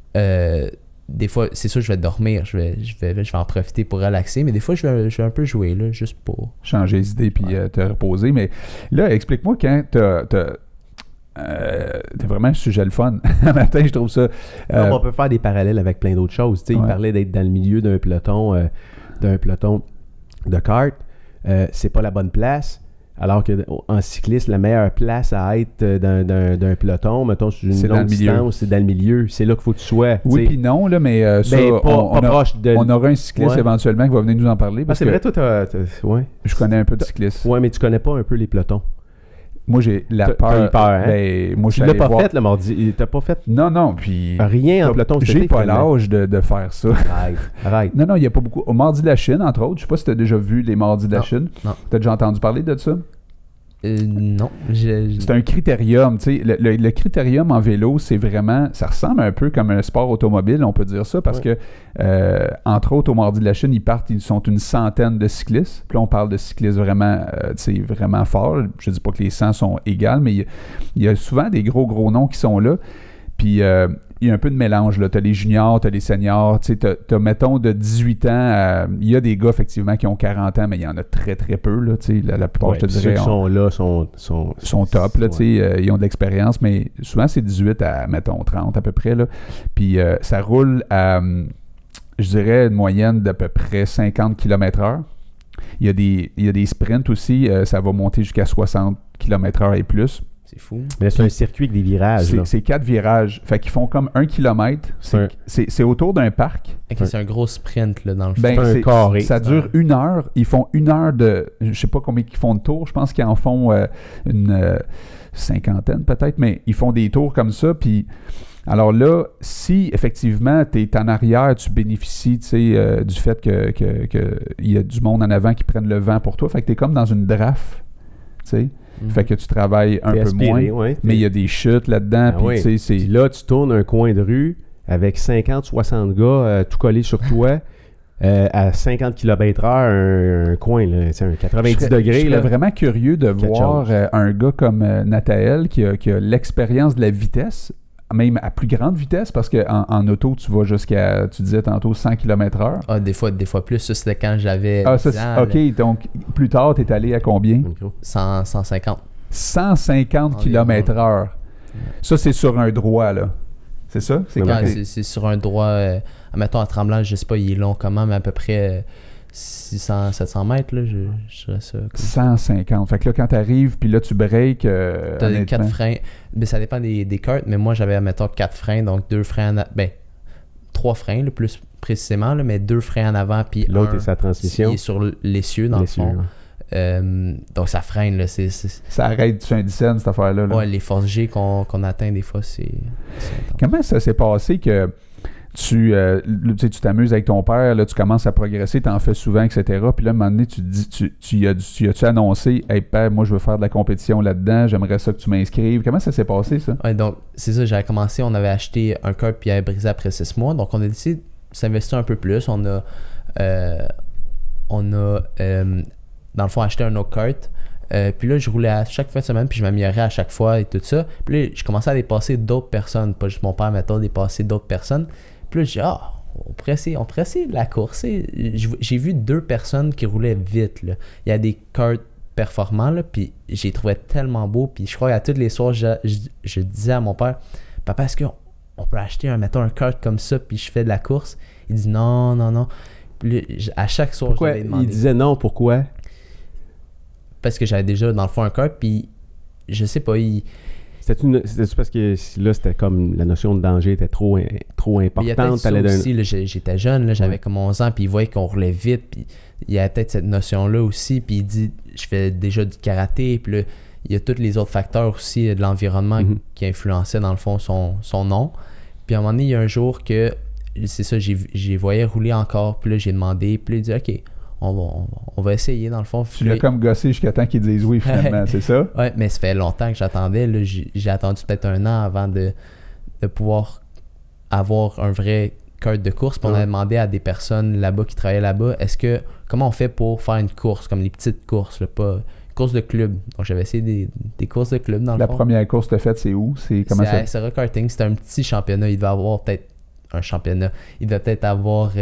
des fois, c'est sûr, je vais dormir. Je vais en profiter pour relaxer. Mais des fois, je vais un peu jouer, là, juste pour... changer les idées puis te reposer. Mais là, explique-moi quand t'as vraiment un sujet le fun. Le matin, je trouve ça... On peut faire des parallèles avec plein d'autres choses. Il parlait d'être dans le milieu d'un peloton de kart. C'est pas la bonne place. Alors qu'en cycliste, la meilleure place à être d'un peloton, mettons, sur une longue distance, c'est dans le milieu. C'est là qu'il faut que tu sois. Oui, puis non, là, mais ça, on aura un cycliste éventuellement qui va venir nous en parler. Parce c'est vrai, toi, je connais un peu de cycliste. Oui, mais tu connais pas un peu les pelotons. Moi, j'ai la peur. Hein? Ben, moi, tu l'as pas fait le mardi. T'as pas fait Non, puis... rien en peloton. J'ai pas l'âge de faire ça. Arrête. Non, il n'y a pas beaucoup. Au Mardi de la Chine, entre autres, je sais pas si tu as déjà vu les Mardis de la Chine. Non. Tu as déjà entendu parler de ça? Non. C'est un critérium. Tu sais, le critérium en vélo, c'est vraiment... Ça ressemble un peu comme un sport automobile, on peut dire ça, parce que, entre autres, au Mardi de la Chine, ils sont une centaine de cyclistes. Puis là, on parle de cyclistes vraiment, vraiment forts. Je ne dis pas que les 100 sont égales, mais il y a souvent des gros noms qui sont là. Puis... il y a un peu de mélange, là. Tu as les juniors, tu as les seniors, tu as, mettons, de 18 ans, il y a des gars, effectivement, qui ont 40 ans, mais il y en a très, très peu, là, tu sais, la plupart, je te dirais... Ceux qui sont là sont top, là, tu sais, ils ont de l'expérience, mais souvent, c'est 18 à, mettons, 30 à peu près, là. Puis ça roule à, je dirais, une moyenne d'à peu près 50 km/h. Il y a des sprints aussi, ça va monter jusqu'à 60 km/h et plus. C'est fou. Mais c'est un circuit avec des virages. C'est 4 virages. Fait qu'ils font comme 1 km. C'est autour d'un parc. Okay, c'est un gros sprint, là, dans le fond. Ben, c'est un carré. Ça dure 1 heure. Ils font 1 heure de... Je sais pas combien ils font de tours. Je pense qu'ils en font une cinquantaine peut-être. Mais ils font des tours comme ça. Puis Alors là, si effectivement tu es en arrière, tu bénéficies du fait que y a du monde en avant qui prennent le vent pour toi. Fait que tu es comme dans une draft. Fait que tu travailles un peu moins. Ouais, mais il y a des chutes là-dedans. Puis là, tu tournes un coin de rue avec 50-60 gars tout collés sur toi. À 50 km/h, un coin, là, c'est un 90 degrés. Je serais là. vraiment curieux de voir un gars comme Nathaël qui a l'expérience de la vitesse, même à plus grande vitesse, parce qu'en auto, tu vas jusqu'à, tu disais tantôt, 100 km/h. Ah, des fois plus. Ça, c'était quand j'avais 10 ans. OK, donc plus tard, tu es allé à combien? 150. 150 km/h. Ça, c'est sur un droit, là. C'est ça? C'est sur un droit, admettons, à Tremblant, je sais pas, il est long comment, mais à peu près 600-700 mètres, là, je dirais ça. 150. Fait que là, quand t'arrives, puis là, tu breaks... T'as des 4 freins. Ben, ça dépend des cartes, mais moi, j'avais, admettons, 4 freins, donc 2 freins... 3 freins, le plus précisément, là, mais 2 freins en avant, puis l'autre est sa transmission. Il est sur l'essieu, dans le fond. Donc ça freine là, ça arrête sur un dixaine cette affaire-là. Ouais, les forces G qu'on atteint des fois, c'est comment ça s'est passé que tu t'amuses avec ton père, là, tu commences à progresser, tu en fais souvent, etc. Puis là, à un moment donné, tu te dis, tu as-tu annoncé, hey père, moi je veux faire de la compétition là-dedans, j'aimerais ça que tu m'inscrives. Comment ça s'est passé, ça? Ouais, donc c'est ça, j'avais commencé, on avait acheté un kart puis il avait brisé après 6 mois, donc on a décidé de s'investir un peu plus. On a dans le fond, acheté un autre kart. Puis là, je roulais à chaque fin de semaine, puis je m'améliorais à chaque fois et tout ça. Puis là, je commençais à dépasser d'autres personnes, pas juste mon père, mais dépasser d'autres personnes. Puis là, je dis, on pourrait essayer de la course. J'ai vu 2 personnes qui roulaient vite, là. Il y a des karts performants, là, puis j'ai trouvé tellement beau. Puis je crois qu'à tous les soirs, je disais à mon père, papa, est-ce qu'on peut acheter un kart comme ça, puis je fais de la course? Il dit non. Puis là, à chaque soir, pourquoi je lui demandé. Il disait non, pourquoi? Parce que j'avais déjà dans le fond un kart, puis je sais pas, C'était parce que là, c'était comme la notion de danger était trop importante. Il y a peut-être ça aussi, là, j'étais jeune, là, j'avais comme 11 ans, puis il voyait qu'on roulait vite, puis il y a peut-être cette notion-là aussi, puis il dit, je fais déjà du karaté, puis là, il y a tous les autres facteurs aussi de l'environnement qui influençaient dans le fond son nom. Puis à un moment donné, il y a un jour que, c'est ça, j'ai voyé rouler encore, puis là, j'ai demandé, puis là, il dit, OK, on va essayer dans le fond. Tu l'as comme gossé jusqu'à temps qu'ils disent oui finalement, c'est ça? Ouais, mais ça fait longtemps que j'attendais. Là, j'ai attendu peut-être 1 an avant de pouvoir avoir un vrai kart de course. Puis on a demandé à des personnes là-bas qui travaillaient là-bas, comment on fait pour faire une course, comme les petites courses, là, pas une course de club. Donc j'avais essayé des courses de club dans le fond. La première course que tu as faite, c'est où? C'est à SRA Karting. C'était un petit championnat. Il devait avoir peut-être un championnat. Il devait peut-être avoir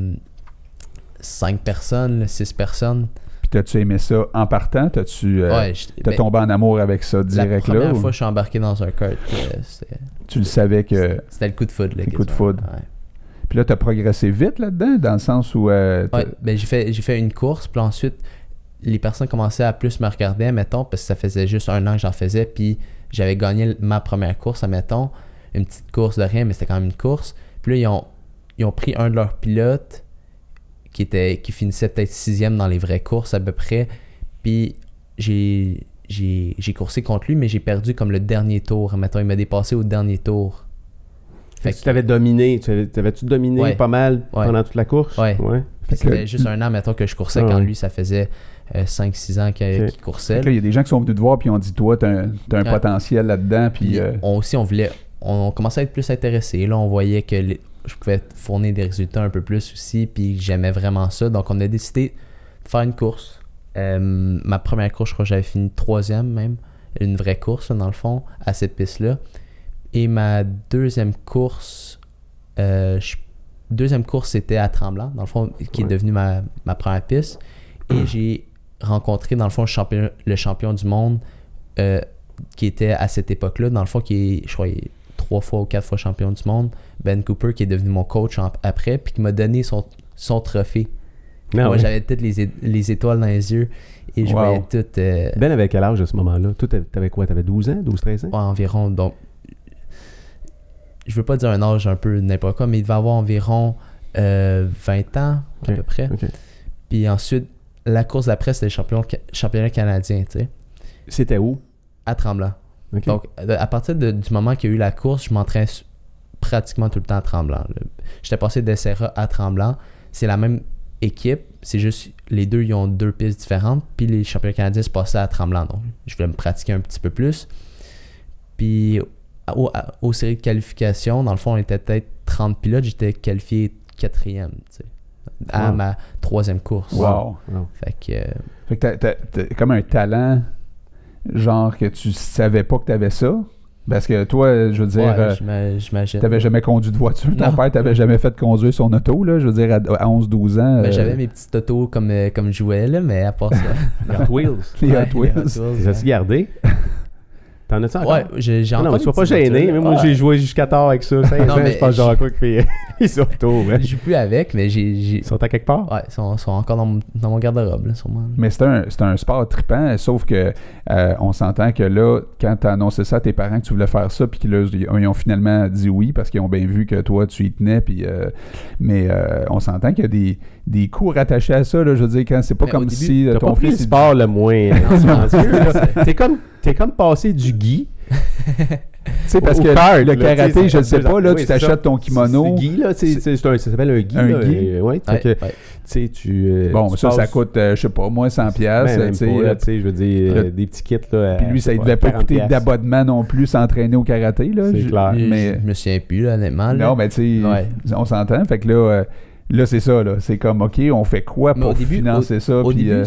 5 personnes, 6 personnes. Puis t'as-tu aimé ça en partant? T'as tombé en amour avec ça direct là? La première fois que je suis embarqué dans un kart, tu le savais que... C'était le coup de foudre. Le coup de foudre. Ouais. Puis là, t'as progressé vite là-dedans, dans le sens où... j'ai fait une course, puis ensuite, les personnes commençaient à plus me regarder, mettons, parce que ça faisait juste 1 an que j'en faisais, puis j'avais gagné ma première course, admettons, une petite course de rien, mais c'était quand même une course. Puis là, ils ont pris un de leurs pilotes qui finissait peut-être 6e dans les vraies courses à peu près. Puis j'ai coursé contre lui, mais j'ai perdu comme le dernier tour. Mettons, il m'a dépassé au dernier tour. Fait que tu t'avais dominé. T'avais-tu dominé pas mal pendant toute la course? Ouais. Ça fait juste 1 an, mettons, que je coursais quand lui, ça faisait 5-6 ans qu'il coursait. Il y a des gens qui sont venus te voir puis ont dit, toi, t'as un potentiel là-dedans. Puis on commençait à être plus intéressés. Là, on voyait que je pouvais fournir des résultats un peu plus aussi, puis j'aimais vraiment ça. Donc, on a décidé de faire une course. Ma première course, je crois que j'avais fini 3e même, une vraie course, dans le fond, à cette piste-là. Et ma deuxième course, c'était à Tremblant, dans le fond, qui est devenue ma première piste. Et j'ai rencontré, dans le fond, le champion du monde qui était à cette époque-là, dans le fond, qui est, je crois, 3 fois ou 4 fois champion du monde, Ben Cooper, qui est devenu mon coach après, puis qui m'a donné son trophée. Moi, j'avais toutes les étoiles dans les yeux et je voyais tout. Ben avait quel âge à ce moment-là? Toi, t'avais quoi? T'avais 12 ans? 12-13 ans? Ouais, environ. Donc, je veux pas dire un âge un peu n'importe quoi, mais il devait avoir environ 20 ans, à peu près. Okay. Puis ensuite, la course d'après, c'était le championnat canadien, tu sais. C'était où? À Tremblant. Okay. Donc, à partir du moment qu'il y a eu la course, je m'entraînais pratiquement tout le temps à Tremblant. Là. J'étais passé d'Essera à Tremblant. C'est la même équipe, c'est juste les deux, ils ont 2 pistes différentes. Puis les championnats canadiens se passaient à Tremblant. Donc, je voulais me pratiquer un petit peu plus. Puis aux séries de qualification, dans le fond, on était peut-être 30 pilotes. J'étais qualifié 4e, tu sais, à ma 3e course. Wow. Fait que t'as comme un talent, genre que tu savais pas que t'avais ça. Parce que toi, je veux dire, j'imagine. T'avais jamais conduit de voiture. Ton père t'avait jamais fait conduire son auto, là. Je veux dire, à 11-12 ans. J'avais mes petites autos comme je jouais, là, mais à part ça. Les Hot Wheels. Les Hot Wheels. Les as-tu gardé? T'en as-tu encore? Ouais, j'ai encore. Non, sois pas gêné. Même moi, j'ai joué jusqu'à tard avec ça. 5 ans, je pense genre quoi que fait les autos. Je joue plus avec, mais Ils sont à quelque part? Ouais, ils sont encore dans mon garde-robe, là, sûrement. Mais c'est un sport trippant, sauf que on s'entend que là, quand t'as annoncé ça à tes parents que tu voulais faire ça, puis qu'ils ont finalement dit oui parce qu'ils ont bien vu que toi, tu y tenais, puis mais on s'entend qu'il y a des coûts rattachés à ça, là, je veux dire, quand c'est pas comme si t'as ton pas pris fils... le sport le moins T'es comme passé du gi. Tu sais, parce que le karaté, je ne sais pas, là, tu t'achètes ton kimono. C'est gi, là, ça s'appelle un gi. Un gi. Ouais, tu sais, bon, ça coûte, je sais pas, moins 100$. Tu sais, je veux dire, des petits kits, là. Puis lui, ça ne devait pas coûter d'abonnement non plus s'entraîner au karaté, là. C'est clair. Mais je me souviens plus, là, honnêtement. Là. Non, mais tu sais, on s'entend. Fait que là, c'est ça, là. C'est comme, OK, on fait quoi pour financer ça?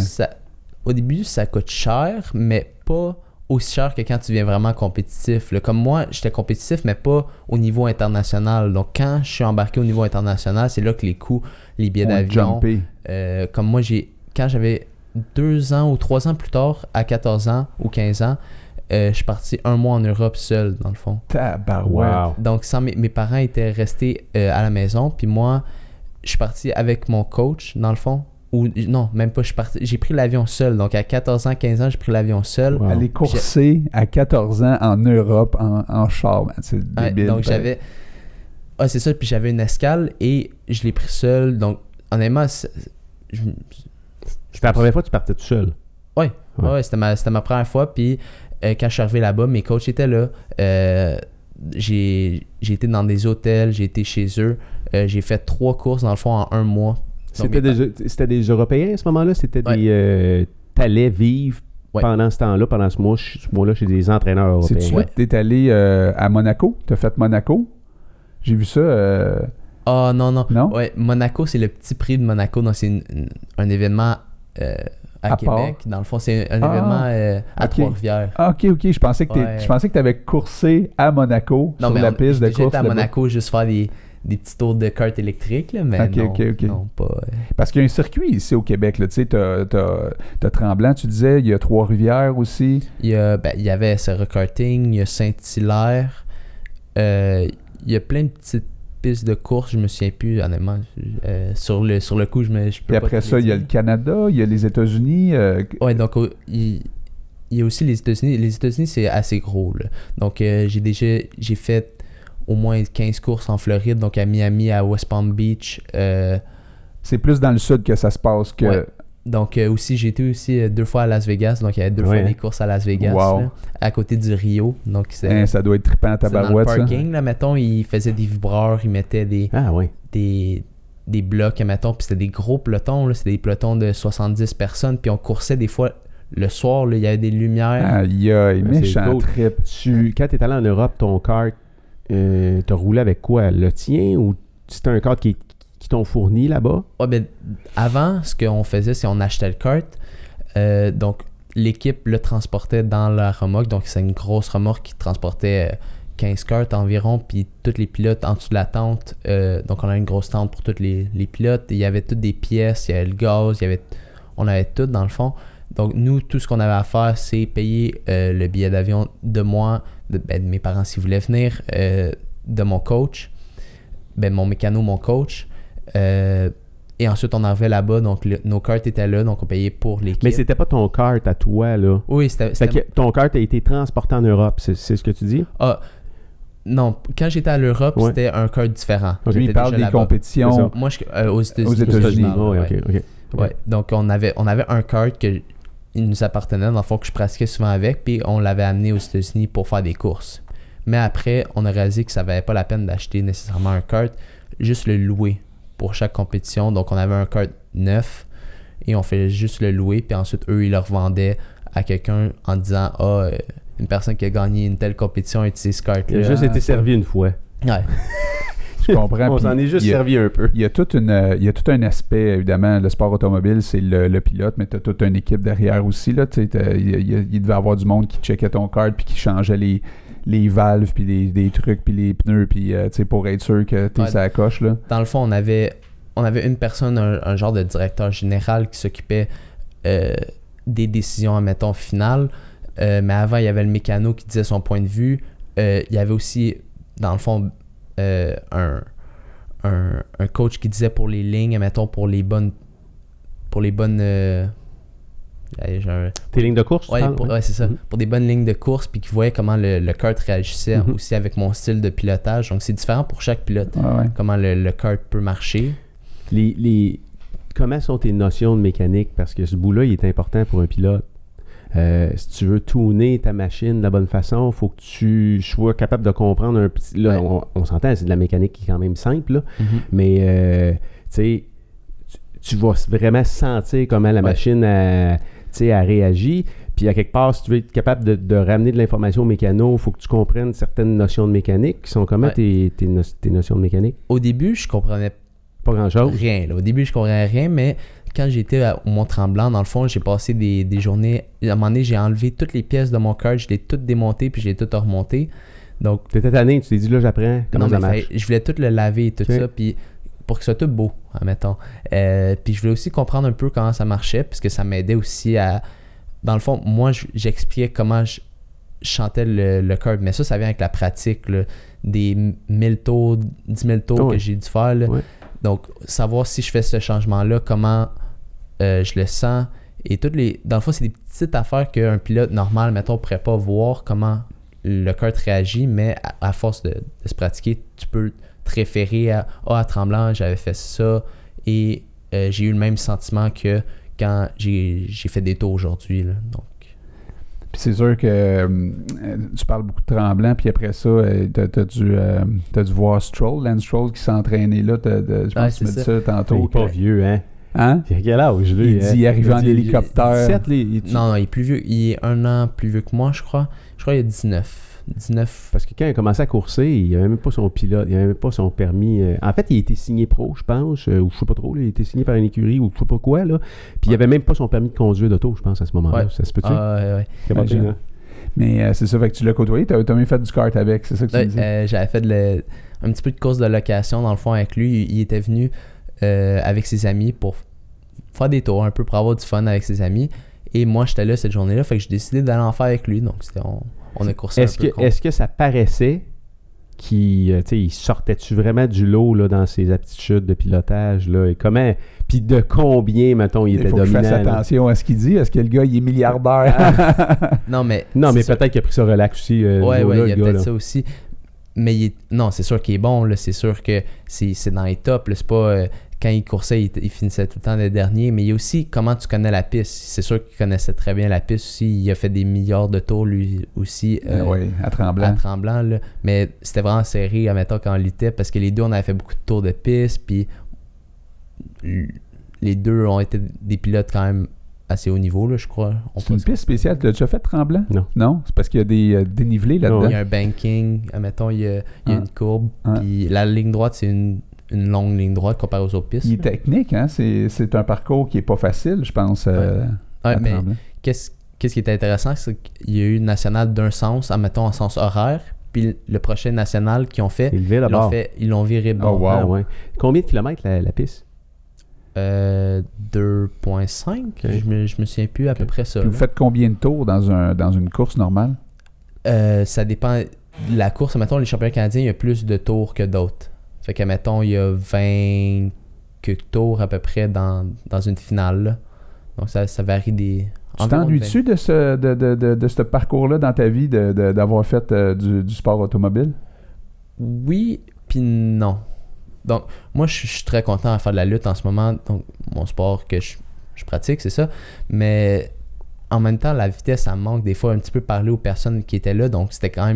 Au début, ça coûte cher, mais pas aussi cher que quand tu deviens vraiment compétitif. Là. Comme moi, j'étais compétitif, mais pas au niveau international. Donc, quand je suis embarqué au niveau international, c'est là que les coûts, les billets d'avion... comme moi, quand j'avais 2 ans ou 3 ans plus tard, à 14 ans ou 15 ans, je suis parti 1 mois en Europe seul, dans le fond. Tabarouette. Wow. Donc, mes parents étaient restés à la maison, puis moi, je suis parti avec mon coach, dans le fond. Ou non, même pas, j'ai pris l'avion seul. Donc à 14 ans, 15 ans, j'ai pris l'avion seul. Wow. Aller courser à 14 ans en Europe en char, man, c'est débile. Donc j'avais... Ah, c'est ça, puis j'avais une escale et je l'ai pris seul. Donc honnêtement, c'était la première fois que tu partais tout seul? Oui, c'était ma première fois. Puis quand je suis arrivé là-bas, mes coachs étaient là. J'ai été dans des hôtels, j'ai été chez eux. J'ai fait 3 courses dans le fond en 1 mois. C'était des Européens à ce moment-là? C'était des... T'allais vivre pendant ce temps-là, pendant ce mois-là, chez des entraîneurs européens. T'es allé à Monaco? T'as fait Monaco? J'ai vu ça... Ah non? Ouais, Monaco, c'est le petit prix de Monaco. Donc, c'est un événement à Québec. Part. Dans le fond, c'est un événement à Trois-Rivières. Ah, OK. Je pensais que tu avais coursé à Monaco sur la piste de course. J'étais à Monaco juste faire des petits tours de kart électrique, là, mais non, pas... Parce qu'il y a un circuit ici au Québec, tu sais, t'as Tremblant, tu disais, il y a Trois-Rivières aussi. Il y avait Serra Karting, il y a Saint-Hilaire, il y a plein de petites pistes de course, je me souviens plus, honnêtement, sur le coup, je peux pas... Puis après ça, il y a le Canada, il y a les États-Unis... Ouais, donc il y a aussi les États-Unis. Les États-Unis, c'est assez gros, là. Donc j'ai fait au moins 15 courses en Floride, donc à Miami, à West Palm Beach. C'est plus dans le sud que ça se passe que... Ouais. Donc aussi, j'ai été aussi 2 fois à Las Vegas, donc il y avait 2 fois des courses à Las Vegas, là, à côté du Rio. Donc ça doit être trippant à tabarouette, ça. Dans le parking, là, mettons, ils faisaient des vibreurs, ils mettaient des blocs, mettons, puis c'était des gros pelotons, là, c'était des pelotons de 70 personnes, puis on coursait des fois... Le soir, là, il y avait des lumières. Aïe, méchant trip. Quand tu es allé en Europe, ton kart, t'as roulé avec quoi? Le tien ou c'était un kart qui t'ont fourni là-bas? Ouais, ben, avant, ce qu'on faisait, c'est qu'on achetait le kart. Donc, l'équipe le transportait dans la remorque. Donc, c'est une grosse remorque qui transportait 15 karts environ. Puis, tous les pilotes en dessous de la tente. Donc, on a une grosse tente pour tous les pilotes. Il y avait toutes des pièces, il y avait le gaz, on avait tout dans le fond. Donc, nous, tout ce qu'on avait à faire, c'est payer le billet d'avion de moi, de mes parents s'ils voulaient venir, de mon coach, mon mécano, mon coach. Et ensuite, on arrivait là-bas, donc nos cartes étaient là, donc on payait pour l'équipe. Mais c'était pas ton cart à toi, là? Oui, c'était... Que ton cart a été transporté en Europe, c'est ce que tu dis? Ah, non, quand j'étais à l'Europe, c'était un cart différent. Lui, il parle des compétitions. Moi, aux États-Unis. Aux États-Unis, OK. Ouais, donc on avait un cart il nous appartenait, dans le fond, que je pratiquais souvent avec, puis on l'avait amené aux États-Unis pour faire des courses. Mais après, on a réalisé que ça valait pas la peine d'acheter nécessairement un kart, juste le louer pour chaque compétition. Donc, on avait un kart neuf et on fait juste le louer. Puis ensuite, eux, ils le revendaient à quelqu'un en disant « Ah, une personne qui a gagné une telle compétition utilise ce kart-là. » Il a juste été servi une fois. Ouais. Je comprends. On s'en est juste servi un peu. Il y a tout un aspect, évidemment, le sport automobile, c'est le pilote, mais tu as toute une équipe derrière aussi. Là, il devait y avoir du monde qui checkait ton kart puis qui changeait les valves, puis des trucs, puis les pneus, puis pour être sûr que tu es sur la coche. Là. Dans le fond, on avait une personne, un genre de directeur général qui s'occupait des décisions, admettons, finales. Mais avant, il y avait le mécano qui disait son point de vue. Il y avait aussi, dans le fond, un coach qui disait pour les lignes, admettons, pour les bonnes tes lignes de course? Ouais, c'est ça. Mm-hmm. Pour des bonnes lignes de course, puis qui voyait comment le kart réagissait aussi avec mon style de pilotage. Donc, c'est différent pour chaque pilote, comment le kart peut marcher. Comment sont tes notions de mécanique? Parce que ce bout-là, il est important pour un pilote. Si tu veux tuner ta machine de la bonne façon, il faut que tu sois capable de comprendre un petit... Là, on s'entend, c'est de la mécanique qui est quand même simple, là, mais tu vas vraiment sentir comment la machine a réagi. Puis à quelque part, si tu veux être capable de ramener de l'information au mécano, il faut que tu comprennes certaines notions de mécanique qui sont comment tes notions de mécanique? Au début, je comprenais pas grand-chose. Rien. Là. Au début, je comprenais rien, mais quand j'étais au Mont-Tremblant, dans le fond, j'ai passé des journées. À un moment donné, j'ai enlevé toutes les pièces de mon kart, je l'ai toutes démontées, puis je l'ai toutes remontées. Donc, t'étais tanné, tu t'es dit là, j'apprends comment ça marche. Je voulais tout le laver et tout ça, puis pour que ce soit tout beau, admettons. Puis je voulais aussi comprendre un peu comment ça marchait, puisque ça m'aidait aussi à... Dans le fond, moi, j'expliquais comment je chantais le kart, mais ça vient avec la pratique, là, des 1000 tours, 10 000 tours que j'ai dû faire. Là. Ouais. Donc, savoir si je fais ce changement-là, comment je le sens. Et dans le fond, c'est des petites affaires qu'un pilote normal, mettons, ne pourrait pas voir comment le kart réagit, mais à force de se pratiquer, tu peux te référer à Tremblant, j'avais fait ça et j'ai eu le même sentiment que quand j'ai fait des tours aujourd'hui. Là, donc. Puis c'est sûr que tu parles beaucoup de Tremblant, puis après ça, t'as dû voir Lance Stroll qui s'est entraîné là. Je pense que tu m'as dit ça tantôt. Il n'est pas vieux, hein? Hein? Il a quel âge, lui? Il dit il arrive en hélicoptère. 17, non, il est plus vieux. Il est 1 an plus vieux que moi, je crois. Je crois qu'il a 19. Parce que quand il a commencé à courser, il n'avait même pas son pilote, il n'avait même pas son permis. En fait, il a été signé pro, je pense, ou je sais pas trop, là, il a été signé par une écurie ou je sais pas quoi, là. Puis il n'avait même pas son permis de conduire d'auto, je pense, à ce moment-là. Ouais. Ça se peut-tu? Ouais. Mais c'est ça, fait que tu l'as côtoyé, tu as même fait du kart avec, c'est ça que tu me dis? J'avais fait un petit peu de course de location, dans le fond, avec lui. Il était venu avec ses amis pour faire des tours un peu, pour avoir du fun avec ses amis. Et moi, j'étais là cette journée-là, fait que j'ai décidé d'aller en faire avec lui. Donc, on a coursé un peu. Est-ce que ça paraissait qu'il sortait-tu vraiment du lot là, dans ses aptitudes de pilotage? Là, et comment, puis de combien, mettons, il était dominant? Il faut qu'il fasse attention à ce qu'il dit. Est-ce que le gars, il est milliardaire? Non, mais peut-être qu'il a pris ça relax aussi. Oui, il y a peut-être ça aussi. Mais non, c'est sûr qu'il est bon. Là, c'est sûr que c'est dans les tops. Là, c'est pas... quand il coursait, il finissait tout le temps les derniers. Mais il y a aussi comment tu connais la piste. C'est sûr qu'il connaissait très bien la piste aussi. Il a fait des milliards de tours, lui aussi. Oui, à Tremblant. À Tremblant, là. Mais c'était vraiment serré, admettons, quand on luttait. Parce que les deux, on avait fait beaucoup de tours de piste. Puis les deux ont été des pilotes quand même assez haut niveau, là, je crois. C'est une piste spéciale. Tu l'as déjà fait, Tremblant? Non. Non? C'est parce qu'il y a des dénivelés là-dedans? Il y a un banking. Admettons, il y a une courbe. Puis la ligne droite, c'est une longue ligne droite comparée aux autres pistes. Il est technique, hein? C'est un parcours qui n'est pas facile, je pense. Mais qu'est-ce qui est intéressant, c'est qu'il y a eu une nationale d'un sens, admettons en sens horaire, puis le prochain national qu'ils ont fait, ils l'ont viré de bord. Oh, wow. Ah, ouais. Combien de kilomètres la piste? 2,5. Okay. Je me souviens plus à peu près ça. Puis vous faites combien de tours dans une course normale? Ça dépend de la course. Mettons, les championnats canadiens, il y a plus de tours que d'autres. Fait que, mettons, il y a 20 tours à peu près dans une finale. Là. Donc, ça varie des... Tu t'ennuies-tu de ce parcours-là dans ta vie, d'avoir fait du sport automobile? Oui, puis non. Donc, moi, je suis très content à faire de la lutte en ce moment. Donc, mon sport que je pratique, c'est ça. Mais en même temps, la vitesse, ça me manque des fois un petit peu parler aux personnes qui étaient là. Donc, c'était quand même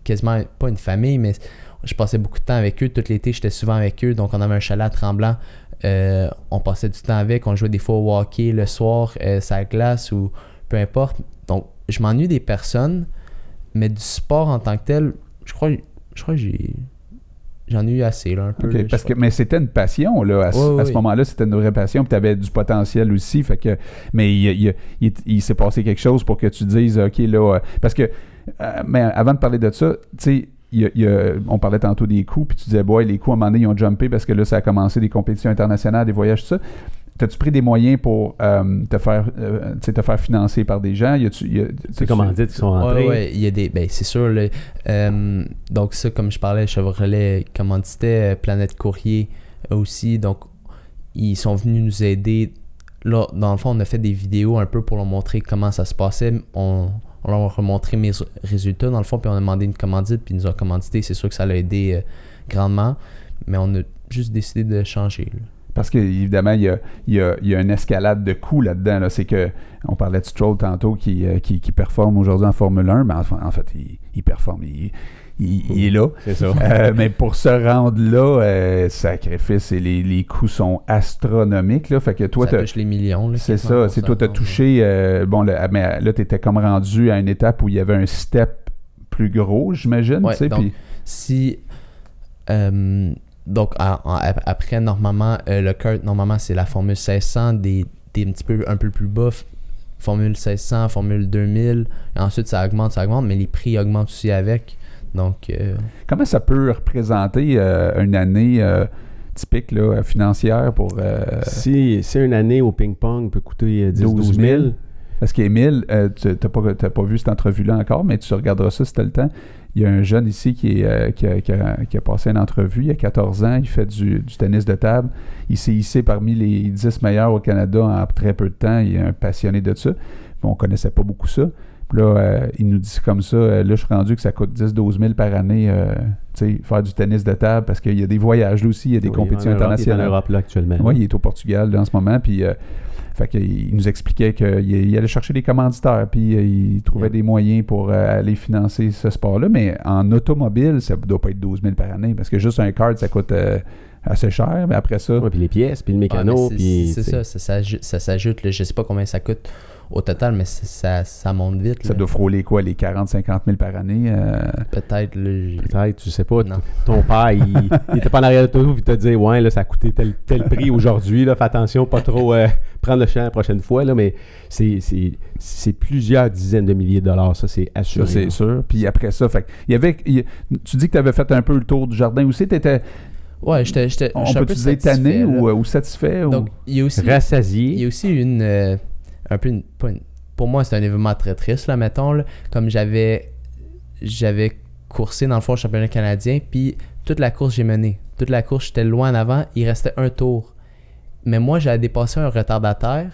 quasiment pas une famille, mais je passais beaucoup de temps avec eux. Tout l'été, j'étais souvent avec eux. Donc, on avait un chalet à Tremblant. On passait du temps avec. On jouait des fois au hockey le soir, sur la glace ou peu importe. Donc, je m'ennuie des personnes, mais du sport en tant que tel, je crois que j'en ai eu assez, là, un peu. Okay, mais c'était une passion, là. À ce moment-là, c'était une vraie passion, puis tu avais du potentiel aussi. Fait que, mais il s'est passé quelque chose pour que tu dises, OK, là... parce que, mais avant de parler de ça, tu sais, on parlait tantôt des coûts, puis tu disais, boy, les coûts, à un moment donné, ils ont jumpé parce que là, ça a commencé des compétitions internationales, des voyages, tout ça. T'as-tu pris des moyens pour te faire financer par des gens? C'est commandites qui sont entrés? Oui, il y a des... Ben, c'est sûr. Là, donc ça, comme je parlais, Chevrolet commanditait, Planète Courrier aussi. Donc, ils sont venus nous aider. Là, dans le fond, on a fait des vidéos un peu pour leur montrer comment ça se passait. On leur a montré mes résultats, dans le fond, puis on a demandé une commandite, puis ils nous ont commandité. C'est sûr que ça l'a aidé grandement, mais on a juste décidé de changer, là. Parce qu'évidemment, il y a une escalade de coûts là-dedans. Là. C'est que, on parlait de Stroll tantôt qui performe aujourd'hui en Formule 1, mais en fait, il performe. Il est là. C'est ça. Mais pour se rendre là, sacrifice, et les coûts sont astronomiques. Là. Fait que toi, ça touche les millions. Là, c'est ça. C'est toi, tu as touché... mais là, tu étais comme rendu à une étape où il y avait un step plus gros, j'imagine. Ouais, donc, puis... si... Donc, après, normalement, le kart, normalement, c'est la Formule 1600, des un peu plus bas, Formule 1600, Formule 2000, et ensuite, ça augmente, mais les prix augmentent aussi avec. Donc... Comment ça peut représenter une année typique là, financière pour... Si une année au ping-pong peut coûter 10-12 000... Parce qu'Émile, tu n'as pas vu cette entrevue-là encore, mais tu regarderas ça si tu as le temps. Il y a un jeune ici qui a passé une entrevue il y a 14 ans. Il fait du tennis de table. Il s'est hissé parmi les 10 meilleurs au Canada en très peu de temps. Il est un passionné de ça. On ne connaissait pas beaucoup ça. Puis là, il nous dit comme ça, là, je suis rendu que ça coûte 10-12 000 par année, faire du tennis de table, parce qu'il y a des voyages là aussi, il y a des compétitions internationales. Il est en Europe là actuellement. Oui, il est au Portugal là, en ce moment, puis... fait qu'il nous expliquait qu'il allait chercher des commanditaires, puis il trouvait des moyens pour aller financer ce sport-là. Mais en automobile, ça ne doit pas être 12 000 par année, parce que juste un kart, ça coûte assez cher. Mais après ça... Oui, puis les pièces, puis le mécano. C'est ça s'ajoute. Là, je ne sais pas combien ça coûte au total, mais ça monte vite. Ça doit frôler quoi, les 40-50 000 par année? Peut-être. Peut-être, tu sais pas. Ton père, il était pas en arrière de toi, puis il t'a dit, ouais, là, ça a coûté tel prix aujourd'hui, là, fais attention, pas trop prendre le champ la prochaine fois, là, mais c'est plusieurs dizaines de milliers de dollars, ça, c'est assuré. Ça, c'est sûr. Puis après ça, fait, tu dis que tu avais fait un peu le tour du jardin aussi, tu étais... Ouais, j'étais on peut te dire tanné ou satisfait? Donc, il y a aussi... Rassasié. Il y a aussi pour moi, c'est un événement très triste, là, mettons, là. Comme j'avais coursé, dans le fond, au championnat canadien, puis toute la course, j'ai mené. Toute la course, j'étais loin en avant, il restait un tour. Mais moi, j'avais dépassé un retardataire,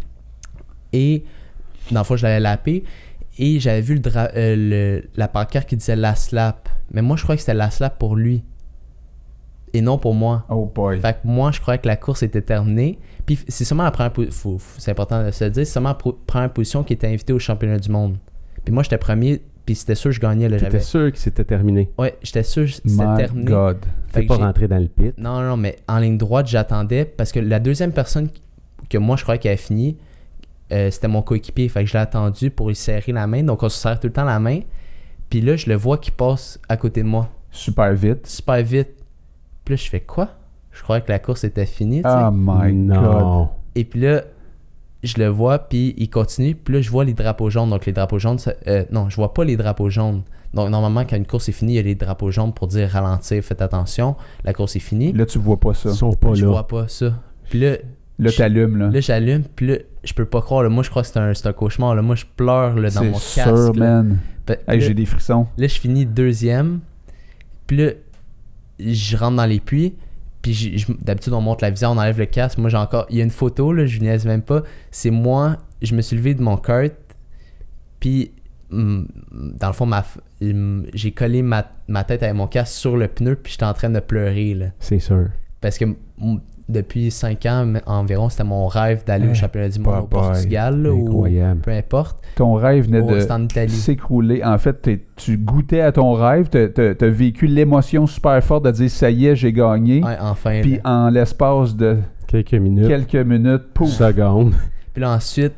et, dans le fond, je l'avais lapé, et j'avais vu la pancarte qui disait « Last lap ». Mais moi, je croyais que c'était « Last lap » pour lui. Et non pour moi. Oh boy. Fait que moi, je croyais que la course était terminée. Puis c'est seulement la première position, c'est important de se le dire, c'est seulement la première position qui était invitée au championnat du monde. Puis moi, j'étais premier, puis c'était sûr que je gagnais. T'étais sûr que c'était terminé? Ouais, j'étais sûr que c'était terminé. My God. T'es pas rentré dans le pit? Non, mais en ligne droite, j'attendais, parce que la deuxième personne que moi, je croyais qu'elle avait fini, c'était mon coéquipier. Fait que je l'ai attendu pour lui serrer la main. Donc, on se serre tout le temps la main. Puis là, je le vois qui passe à côté de moi. Super vite. Puis là, je fais quoi? Je croyais que la course était finie, tu sais. Oh my God. Et puis là, je le vois, puis il continue. Puis là, je vois les drapeaux jaunes. Donc, les drapeaux jaunes... non, je vois pas les drapeaux jaunes. Donc, normalement, quand une course est finie, il y a les drapeaux jaunes pour dire ralentir, faites attention. La course est finie. Là, tu vois pas ça. Ils sont pas je là. vois pas ça. Puis là... Là, t'allumes, là. Là, j'allume, puis là, je peux pas croire. Là, moi, je crois que c'est un cauchemar. Là. Moi, je pleure là, dans mon casque. C'est sûr, man. Hey, j'ai des frissons. Là, je finis deuxième. Puis là, je rentre dans les puits. Puis d'habitude, on monte la visière, on enlève le casque. Moi, j'ai encore... Il y a une photo, là, je niaise même pas. C'est moi, je me suis levé de mon kart. Puis, dans le fond, j'ai collé ma tête avec mon casque sur le pneu. Puis, j'étais en train de pleurer, là. C'est sûr. Parce que depuis 5 ans environ, c'était mon rêve d'aller au championnat du monde au Portugal là, ou peu importe. Ton rêve venait de s'écrouler. En fait, tu goûtais à ton rêve, t'as vécu l'émotion super forte de dire ça y est, j'ai gagné. Ouais, enfin. Puis en l'espace de quelques minutes, pouf. Secondes. Puis là ensuite,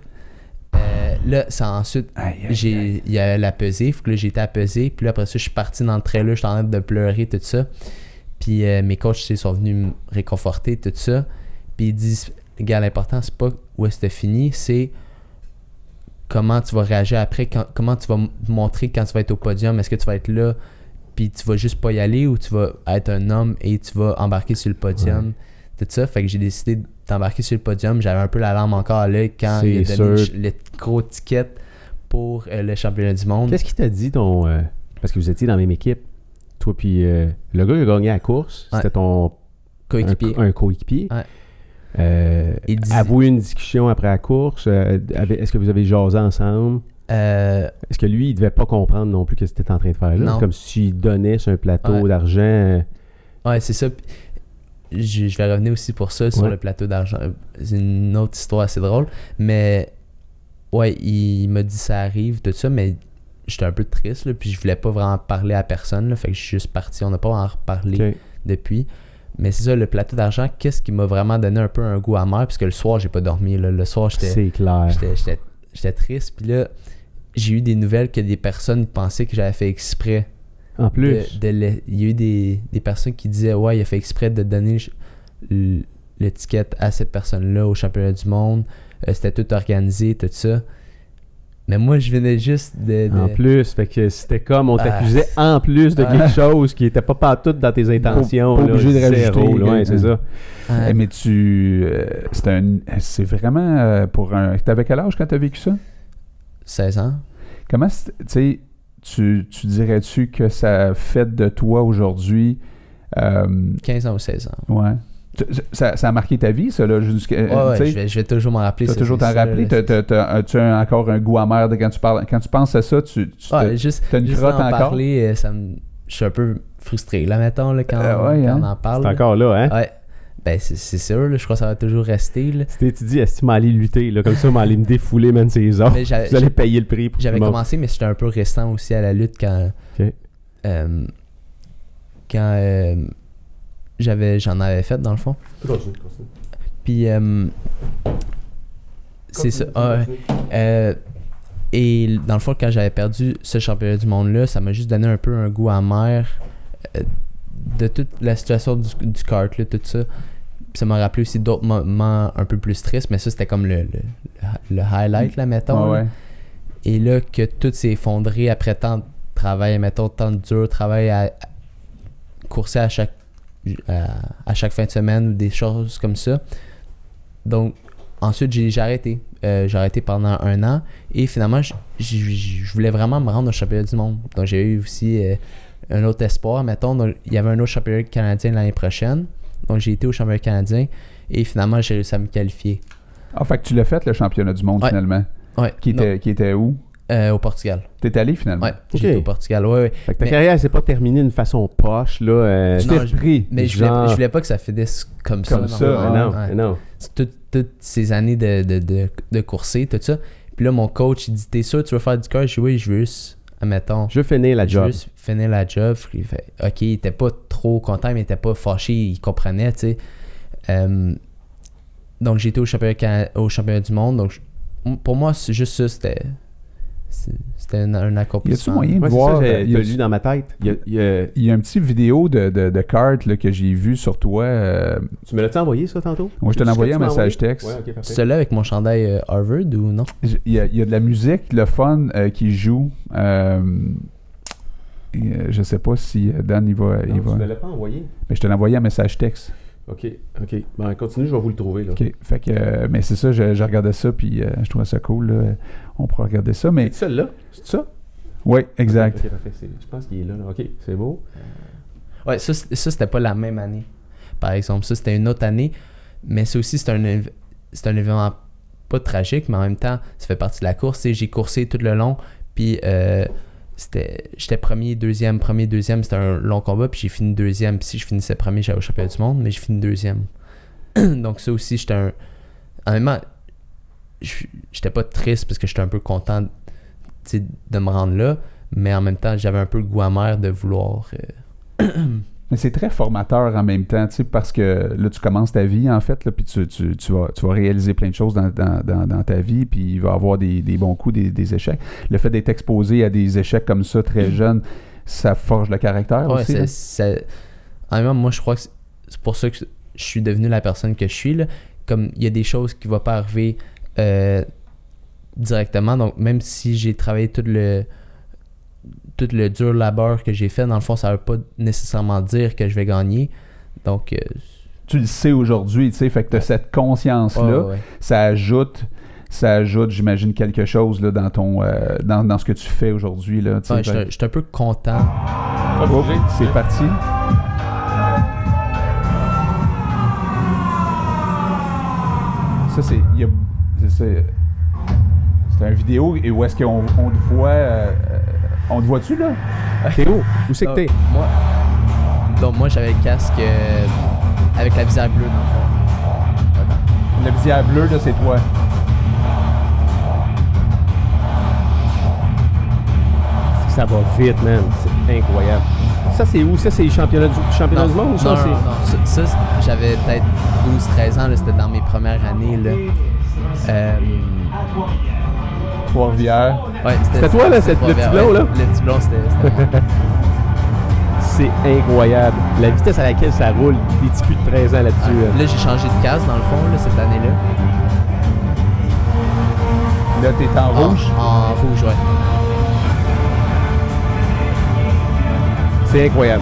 il y a la pesée, faut que là j'ai été à peser. Puis là après ça, je suis parti dans le trailer, j'étais en train de pleurer, tout ça. Puis mes coachs sont venus me réconforter, tout ça. Puis ils disent, gars, l'important, c'est pas où est-ce que t'as fini, c'est comment tu vas réagir après, comment tu vas montrer quand tu vas être au podium. Est-ce que tu vas être là, puis tu vas juste pas y aller, ou tu vas être un homme et tu vas embarquer sur le podium, tout ça. Fait que j'ai décidé d'embarquer sur le podium. J'avais un peu la larme encore à l'œil quand il a donné le gros ticket pour le championnat du monde. Qu'est-ce qu'il t'a dit parce que vous étiez dans la même équipe? Toi puis le gars qui a gagné la course, c'était ton coéquipier. Un coéquipier. Avez-vous eu une discussion après la course? Est-ce que vous avez jasé ensemble? Est-ce que lui, il devait pas comprendre non plus ce que c'était en train de faire là? C'est comme s'il donnait sur un plateau d'argent. Ouais, c'est ça. Je vais revenir aussi pour ça sur le plateau d'argent. C'est une autre histoire assez drôle. Mais ouais, il m'a dit ça arrive, tout ça, mais j'étais un peu triste, là, puis je voulais pas vraiment parler à personne, là, fait que je suis juste parti. On n'a pas vraiment reparlé depuis. Mais c'est ça, le plateau d'argent, qu'est-ce qui m'a vraiment donné un peu un goût amer, parce que le soir, j'ai pas dormi. Là. Le soir, c'est clair. J'étais triste, puis là, j'ai eu des nouvelles que des personnes pensaient que j'avais fait exprès. En plus. Il y a eu des personnes qui disaient, ouais, il a fait exprès de donner l'étiquette à cette personne-là au championnat du monde. C'était tout organisé, tout ça. Mais moi, je venais juste de... En plus, fait que c'était comme on t'accusait en plus de quelque chose qui n'était pas partout dans tes intentions. Pas obligé de rajouter. Ouais, c'est ça. Mais c'est vraiment pour un... T'avais quel âge quand t'as vécu ça? 16 ans. Comment, tu sais, tu dirais-tu que ça fait de toi aujourd'hui... 15 ans ou 16 ans. Ouais. Ça a marqué ta vie, ça, là? Je vais toujours m'en rappeler. Tu vas toujours t'en rappeler? Tu as encore un goût amer de quand tu parles. Quand tu penses à ça, tu as une crotte encore? Parler, je suis un peu frustré, là, mettons, là, quand on en parle. C'est encore là, hein? Ouais. Ben, c'est sûr, là, je crois que ça va toujours rester. Là. Tu dis, est-ce que tu m'as allé lutter, là, comme ça, m'allais me défouler, même ces heures. Vous allez payer le prix pour j'avais commencé, mais j'étais un peu restant aussi à la lutte quand... j'en avais fait, dans le fond. Continue. Puis, c'est ça. Et dans le fond, quand j'avais perdu ce championnat du monde-là, ça m'a juste donné un peu un goût amer de toute la situation du kart, là, tout ça. Puis ça m'a rappelé aussi d'autres moments un peu plus tristes, mais ça, c'était comme le highlight, là, mettons. Ouais. Et là, que tout s'est effondré après tant de travail, mettons, tant de dur travail à courser à chaque fin de semaine ou des choses comme ça. Donc, ensuite, j'ai arrêté. J'ai arrêté pendant 1 an et finalement, je voulais vraiment me rendre au championnat du monde. Donc, j'ai eu aussi un autre espoir, mettons. Donc, il y avait un autre championnat canadien l'année prochaine. Donc, j'ai été au championnat canadien et finalement, j'ai réussi à me qualifier. Ah, fait que tu l'as fait, le championnat du monde, finalement? Ouais. Qui était où? Au Portugal. T'es allé finalement? Ouais, j'étais au Portugal, ouais. Fait que ta carrière s'est pas terminée d'une façon poche, là. Tu t'es repris. Mais je voulais pas que ça finisse comme ça. Non. Toutes ces années de courser, tout ça. Puis là, mon coach, il dit, t'es sûr tu veux faire du kart? Je dis, oui, je veux juste, admettons. Je veux finir la job. Je veux juste finir la job. Il fait, OK, il était pas trop content, mais il était pas fâché, il comprenait, tu sais. Donc, j'ai été au championnat du monde. Donc, pour moi, c'est juste ça, c'était un accomplissement. Y a-tu moyen de voir? J'ai lu dans ma tête. Il y a un petit vidéo de kart là, que j'ai vu sur toi. Tu me l'as-tu envoyé ça tantôt? Moi, je te l'ai envoyé un message texte. Ouais, okay, parfait. Celui-là avec mon chandail Harvard ou non? Il y a de la musique, le fun qui joue. Je sais pas si Dan il va. Tu me l'as pas envoyé? Mais je te l'ai envoyé un message texte. OK. Ben, continue, je vais vous le trouver. Là. OK. Fait que, mais c'est ça, je regardais ça, puis je trouvais ça cool. Là. On pourra regarder ça. Mais... C'est celle-là? C'est ça? Oui, exact. OK, parfait. Je pense qu'il est là. OK, c'est beau. Ouais, ça, c'était pas la même année. Par exemple, ça, c'était une autre année. Mais ça aussi, c'est un événement pas tragique, mais en même temps, ça fait partie de la course. Et j'ai coursé tout le long, puis j'étais premier, deuxième, c'était un long combat, puis j'ai fini deuxième. Puis si je finissais premier, j'allais au championnat du monde, mais j'ai fini deuxième. Donc ça aussi, honnêtement, j'étais pas triste parce que j'étais un peu content, tu sais, de me rendre là, mais en même temps, j'avais un peu le goût amer de vouloir... Mais c'est très formateur en même temps, tu sais, parce que là, tu commences ta vie, en fait, là, puis tu vas réaliser plein de choses dans ta vie, puis il va y avoir des bons coups, des échecs. Le fait d'être exposé à des échecs comme ça, très jeune, ça forge le caractère aussi. Honnêtement, moi, je crois que c'est pour ça que je suis devenu la personne que je suis, là. Comme il y a des choses qui ne vont pas arriver directement, donc même si j'ai travaillé tout le dur labeur que j'ai fait, dans le fond, ça ne veut pas nécessairement dire que je vais gagner. Donc, tu le sais aujourd'hui, tu sais, fait que tu as cette conscience-là, ça ajoute, j'imagine, quelque chose là, dans ton dans ce que tu fais aujourd'hui. Là, je suis un peu content. Oh, c'est parti. Ça, c'est une vidéo et où est-ce qu'on te voit... on te voit-tu, là? T'es où? Où c'est que t'es? Moi, j'avais le casque avec la visière bleue, dans le fond. La visière bleue, là, c'est toi. Ça va vite, man. C'est incroyable. Ça, c'est où? Ça, c'est les championnats du monde? Non, ça, j'avais peut-être 12-13 ans, là, c'était dans mes premières années, là. Trois-Rivières. Ouais, c'était toi, là? Le petit blond, là? Le petit blond, c'était moi. C'est incroyable. La vitesse à laquelle ça roule, des petits culs de 13 ans là-dessus. Là, j'ai changé de case, dans le fond, là, cette année-là. Là, t'es en rouge? En rouge, ouais. C'est incroyable.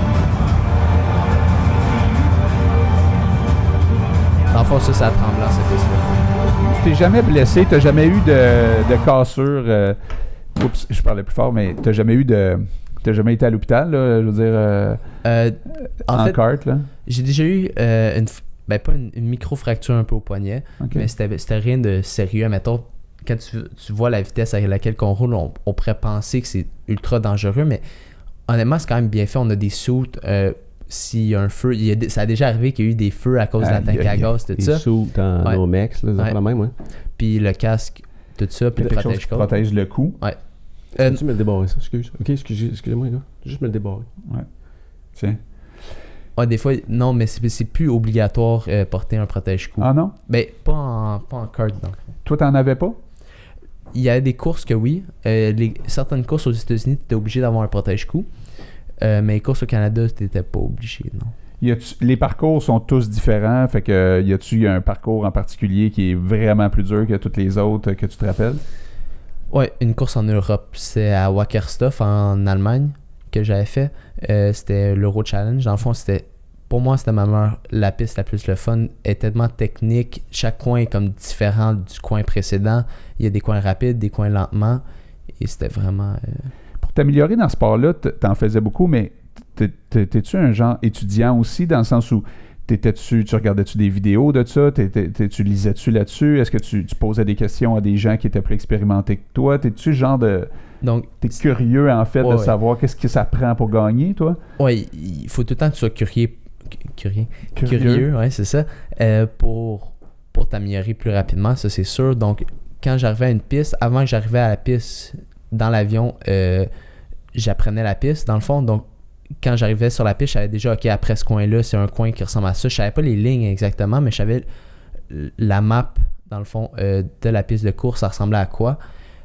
Dans le fond, ça a tremblant, cette piste-là. Tu t'es jamais blessé, t'as jamais eu de cassure. Oups, je parlais plus fort, mais t'as jamais été à l'hôpital, là, je veux dire, en fait, kart, là? J'ai déjà eu pas une micro-fracture un peu au poignet, mais c'était rien de sérieux. Mettons, quand tu vois la vitesse à laquelle on roule, on pourrait penser que c'est ultra dangereux, mais honnêtement, c'est quand même bien fait. On a des soutes. S'il y a un feu, ça a déjà arrivé qu'il y a eu des feux à cause de la tank à gaz, tout ça. Des soutes en Nomex, là, la même, ouais. Puis le casque, tout ça, puis le protège-corps. Protège le cou. Ouais. Tu me le débarrer, ça? Excusez-moi, gars. Juste me le débarrer. Ouais. Tiens. Ouais, des fois, non, mais c'est plus obligatoire porter un protège-cou. Ah non? Ben, pas en kart, donc. Toi, t'en avais pas? Il y a des courses que oui. Certaines courses aux États-Unis, tu étais obligé d'avoir un protège-cou. Mais les courses au Canada, tu n'étais pas obligé, non. Les parcours sont tous différents. Fait que y a-tu un parcours en particulier qui est vraiment plus dur que tous les autres que tu te rappelles? Ouais, une course en Europe. C'est à Wackersdorf, en Allemagne, que j'avais fait. C'était l'Euro Challenge. Dans le fond, pour moi, c'était la piste la plus le fun. Elle est tellement technique. Chaque coin est comme différent du coin précédent. Il y a des coins rapides, des coins lentement. Et c'était vraiment... Pour t'améliorer dans ce sport-là, t'en faisais beaucoup, mais t'es-tu un genre étudiant aussi, dans le sens où tu regardais-tu des vidéos de ça? Tu lisais-tu là-dessus? Est-ce que tu posais des questions à des gens qui étaient plus expérimentés que toi? T'es-tu le genre de... Donc, t'es curieux, en fait, de savoir qu'est-ce que ça prend pour gagner, toi? Oui, il faut tout le temps que tu sois curieux, ouais, c'est ça, pour t'améliorer plus rapidement, ça c'est sûr. Donc, quand j'arrivais à une piste, avant que j'arrivais à la piste dans l'avion, j'apprenais la piste, dans le fond. Donc, quand j'arrivais sur la piste, je savais déjà, OK, après ce coin-là, c'est un coin qui ressemble à ça. Je savais pas les lignes exactement, mais je savais la map, dans le fond, de la piste de course, ça ressemblait à quoi.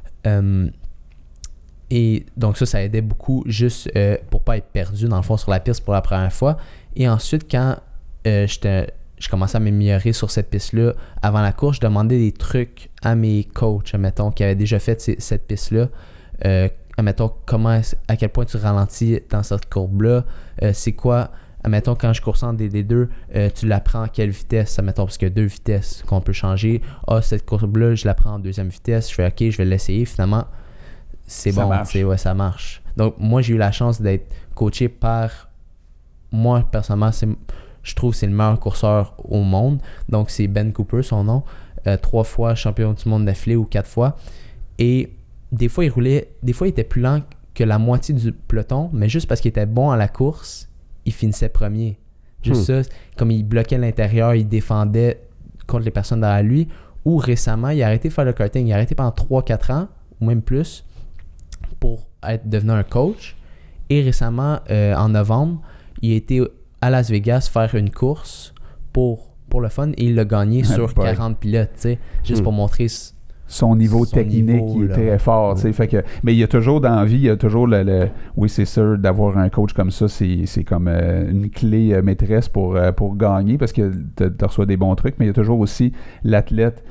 Et donc ça aidait beaucoup juste pour pas être perdu, dans le fond, sur la piste pour la première fois. Et ensuite, quand je commençais à m'améliorer sur cette piste-là, avant la course, je demandais des trucs à mes coachs, admettons, qui avaient déjà fait cette piste-là. Admettons, à quel point tu ralentis dans cette courbe-là, c'est quoi, admettons, quand je course en DD2, tu la prends à quelle vitesse, admettons, parce qu'il y a 2 vitesses qu'on peut changer. Cette courbe-là, je la prends en 2e vitesse, je fais OK, je vais l'essayer, finalement, c'est ça bon, marche. Ça marche. Donc, moi, j'ai eu la chance d'être coaché par, moi, personnellement, je trouve que c'est le meilleur courseur au monde. Donc, c'est Ben Cooper, son nom, 3 fois champion du monde d'affilée ou 4 fois. Et des fois, il était plus lent que la moitié du peloton, mais juste parce qu'il était bon à la course, il finissait premier. Juste ça, comme il bloquait l'intérieur, il défendait contre les personnes derrière lui. Ou récemment, il a arrêté de faire le karting. Il a arrêté pendant 3-4 ans, ou même plus, pour devenir un coach. Et récemment, en novembre, il a été à Las Vegas faire une course pour le fun et il l'a gagné sur 40 pilotes, tu sais, juste pour montrer son niveau technique qui est très fort, tu sais, fait que, mais il y a toujours dans la vie, il y a toujours oui, c'est sûr, d'avoir un coach comme ça, c'est comme une clé maîtresse pour gagner, parce que tu reçois des bons trucs, mais il y a toujours aussi l'athlète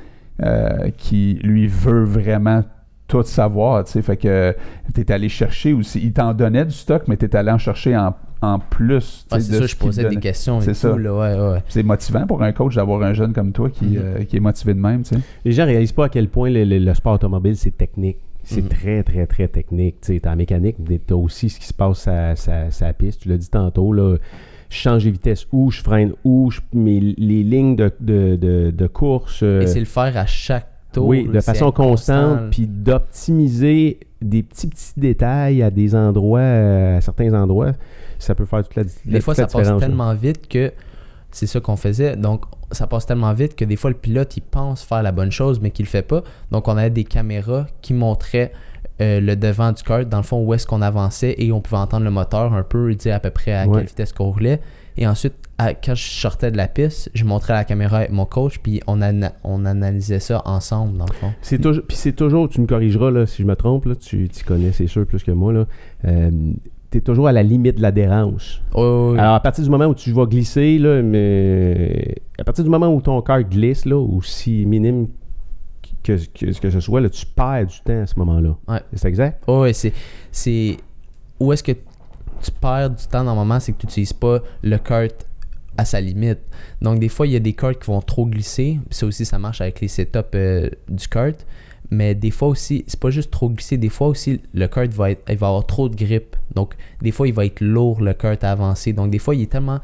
qui, lui, veut vraiment tout savoir, tu sais, fait que t'es allé chercher aussi, il t'en donnait du stock, mais t'es allé en chercher en plus. C'est ça, je posais des questions et tout, là, ouais. C'est motivant pour un coach d'avoir un jeune comme toi qui est motivé de même, tu sais. Les gens réalisent pas à quel point le sport automobile, c'est technique. C'est très, très, très technique. Tu sais, t'as la mécanique, mais t'as aussi ce qui se passe à la piste. Tu l'as dit tantôt, là, je change de vitesse où, je freine où, mais les lignes de course... Et c'est le faire à chaque tour. Oui, de façon constante, puis d'optimiser des petits détails à des endroits, à certains endroits, ça peut faire toute la différence. Des fois, ça passe tellement vite que c'est ça qu'on faisait. Donc, ça passe tellement vite que des fois, le pilote, il pense faire la bonne chose, mais qu'il le fait pas. Donc, on avait des caméras qui montraient le devant du kart, dans le fond, où est-ce qu'on avançait et on pouvait entendre le moteur un peu, dire à peu près à quelle vitesse qu'on roulait. Et ensuite, quand je sortais de la piste, je montrais à la caméra avec mon coach, puis on analysait ça ensemble, dans le fond. Puis c'est toujours, tu me corrigeras là, si je me trompe, là, tu connais, c'est sûr, plus que moi, là. Tu es toujours à la limite de l'adhérence. Oui. Alors, à partir du moment où tu vas glisser, là, mais à partir du moment où ton cœur glisse, là, aussi minime que ce soit, là, tu perds du temps à ce moment-là. Ouais. C'est exact? Oui, c'est... Où est-ce que tu perds du temps normalement, c'est que tu n'utilises pas le kart à sa limite. Donc, des fois, il y a des karts qui vont trop glisser. Ça aussi, ça marche avec les setups du kart. Mais des fois aussi, c'est pas juste trop glisser. Des fois aussi, le kart il va avoir trop de grip. Donc, des fois, il va être lourd, le kart à avancer. Donc, des fois, il y a tellement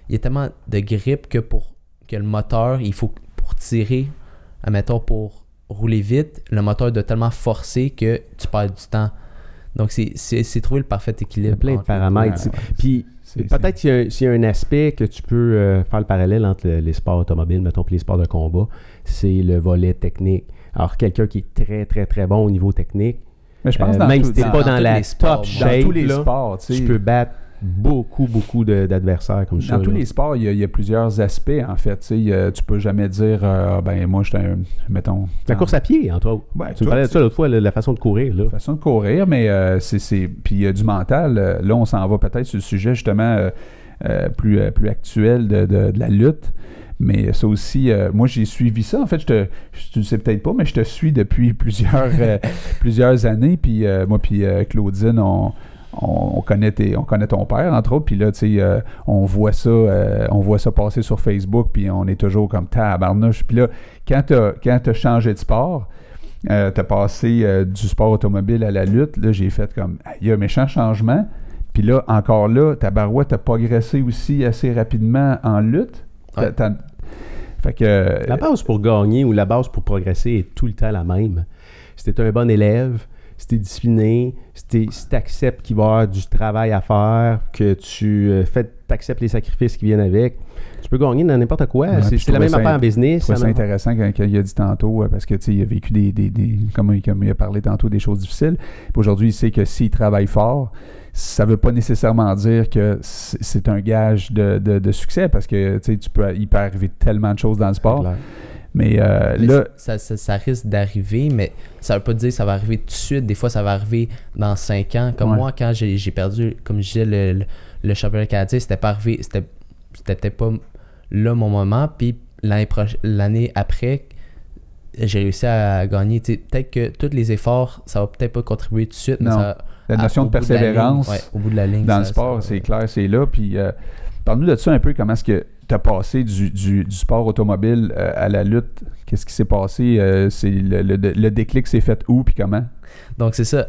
de grip que que le moteur, il faut, pour tirer, admettons, pour rouler vite, le moteur doit tellement forcer que tu perds du temps. Donc, c'est trouver le parfait équilibre. Il y a plein de paramètres. Puis, peut-être qu'il y a un aspect que tu peux faire le parallèle entre les sports automobiles, mettons, et les sports de combat, c'est le volet technique. Alors, quelqu'un qui est très, très, très bon au niveau technique, mais je pense même si tu n'es pas dans la top shape, dans tous les sports, tu peux battre beaucoup d'adversaires comme ça. Dans tous les sports, il y a plusieurs aspects, en fait. Tu peux jamais dire, moi, j'étais un, mettons... La course à pied, entre autres. Ouais, tu me parlais de ça l'autre fois, la façon de courir. La façon de courir, mais puis il y a du mental. Là, on s'en va peut-être sur le sujet, justement, plus actuel de la lutte. Mais ça aussi, moi, j'ai suivi ça. En fait, tu ne sais peut-être pas, mais je te suis depuis plusieurs années. Puis moi, puis Claudine, on connaît ton père, entre autres. Puis là, tu sais, on voit ça passer sur Facebook. Puis on est toujours comme tabarnouche. Puis là, quand tu as changé de sport, tu as passé du sport automobile à la lutte. Là, j'ai fait comme, il y a un méchant changement. Puis là, encore là, ta barouette a progressé aussi assez rapidement en lutte. Ouais. Fait que, la base pour gagner ou la base pour progresser est tout le temps la même. Si tu es un bon élève, si tu es discipliné, si tu acceptes qu'il va y avoir du travail à faire, que tu acceptes les sacrifices qui viennent avec, tu peux gagner dans n'importe quoi. Ouais, c'est la même affaire en business. C'est intéressant quand il a dit tantôt, parce que il a vécu comme il a parlé tantôt, des choses difficiles. Puis aujourd'hui, il sait que s'il travaille fort, ça ne veut pas nécessairement dire que c'est un gage de succès, parce que il peut arriver tellement de choses dans le sport. Mais là... Ça risque d'arriver, mais ça ne veut pas dire que ça va arriver tout de suite. Des fois, ça va arriver dans 5 ans. Comme moi, quand j'ai perdu, comme je disais, le championnat canadien, c'était pas arrivé, c'était peut-être pas là mon moment. Puis l'année après, j'ai réussi à gagner. Peut-être que tous les efforts, ça va peut-être pas contribuer tout de suite, mais ça... La notion de persévérance au bout de la ligne, dans le sport, c'est clair, c'est là. Puis parle-nous de ça un peu, comment est-ce que tu as passé du sport automobile à la lutte? Qu'est-ce qui s'est passé? C'est le déclic s'est fait où puis comment? Donc c'est ça.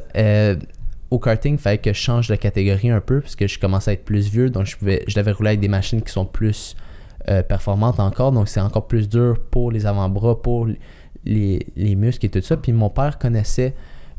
Au karting, il fallait que je change de catégorie un peu parce que je commençais à être plus vieux. Donc je devais rouler avec des machines qui sont plus performantes encore. Donc c'est encore plus dur pour les avant-bras, pour les muscles et tout ça. Puis mon père connaissait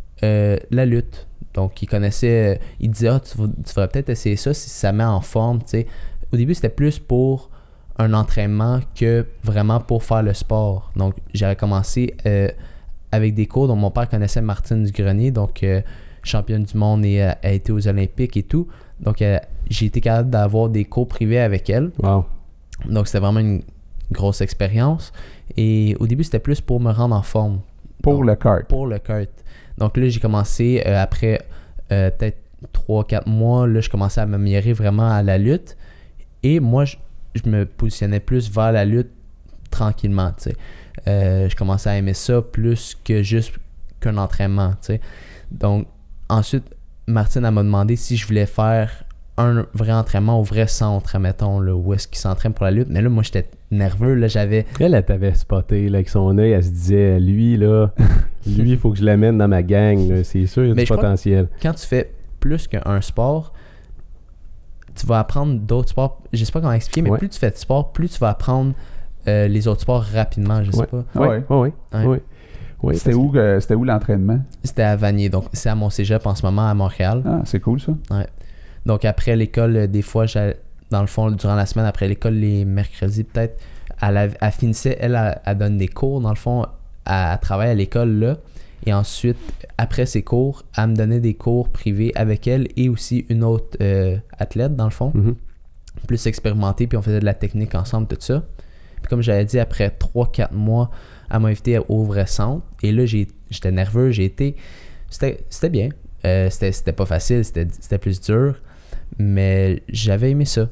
la lutte. Donc, il connaissait, il disait, tu devrais peut-être essayer ça si ça met en forme, tu sais, au début, c'était plus pour un entraînement que vraiment pour faire le sport. Donc, j'avais commencé avec des cours dont mon père connaissait Martine Dugrenier, donc championne du monde et a été aux Olympiques et tout. Donc, j'ai été capable d'avoir des cours privés avec elle. Wow. Donc, c'était vraiment une grosse expérience. Et au début, c'était plus pour me rendre en forme. Pour Donc, le kart. Pour le kart. Donc là, j'ai commencé après peut-être 3-4 mois, là, je commençais à m'améliorer vraiment à la lutte. Et moi, je me positionnais plus vers la lutte tranquillement, tu sais. Je commençais à aimer ça plus que juste qu'un entraînement, tu sais. Donc, ensuite, Martine, elle m'a demandé si je voulais faire un vrai entraînement au vrai centre, admettons, là, où est-ce qu'il s'entraîne pour la lutte. Mais là, moi, j'étais nerveux, là, j'avais... Elle t'avait spoté là, avec son œil, elle se disait, lui, il faut que je l'amène dans ma gang, là. C'est sûr, il y a du potentiel. Quand tu fais plus qu'un sport, tu vas apprendre d'autres sports. Je sais pas comment expliquer, mais plus tu fais de sport, plus tu vas apprendre les autres sports rapidement, je sais pas. Oui. C'était où l'entraînement? C'était à Vanier, donc c'est à mon cégep en ce moment à Montréal. Ah, c'est cool ça. Ouais. Donc après l'école, des fois, dans le fond, durant la semaine, après l'école, les mercredis peut-être, elle finissait, elle donne des cours, dans le fond, elle travaille à l'école là. Et ensuite, après ses cours, elle me donnait des cours privés avec elle et aussi une autre athlète, dans le fond. Mm-hmm. Plus expérimentée, puis on faisait de la technique ensemble, tout ça. Puis comme j'avais dit, après 3-4 mois, elle m'a invité au vrai centre. Et là, j'étais nerveux, C'était bien. C'était pas facile, c'était plus dur. Mais j'avais aimé ça.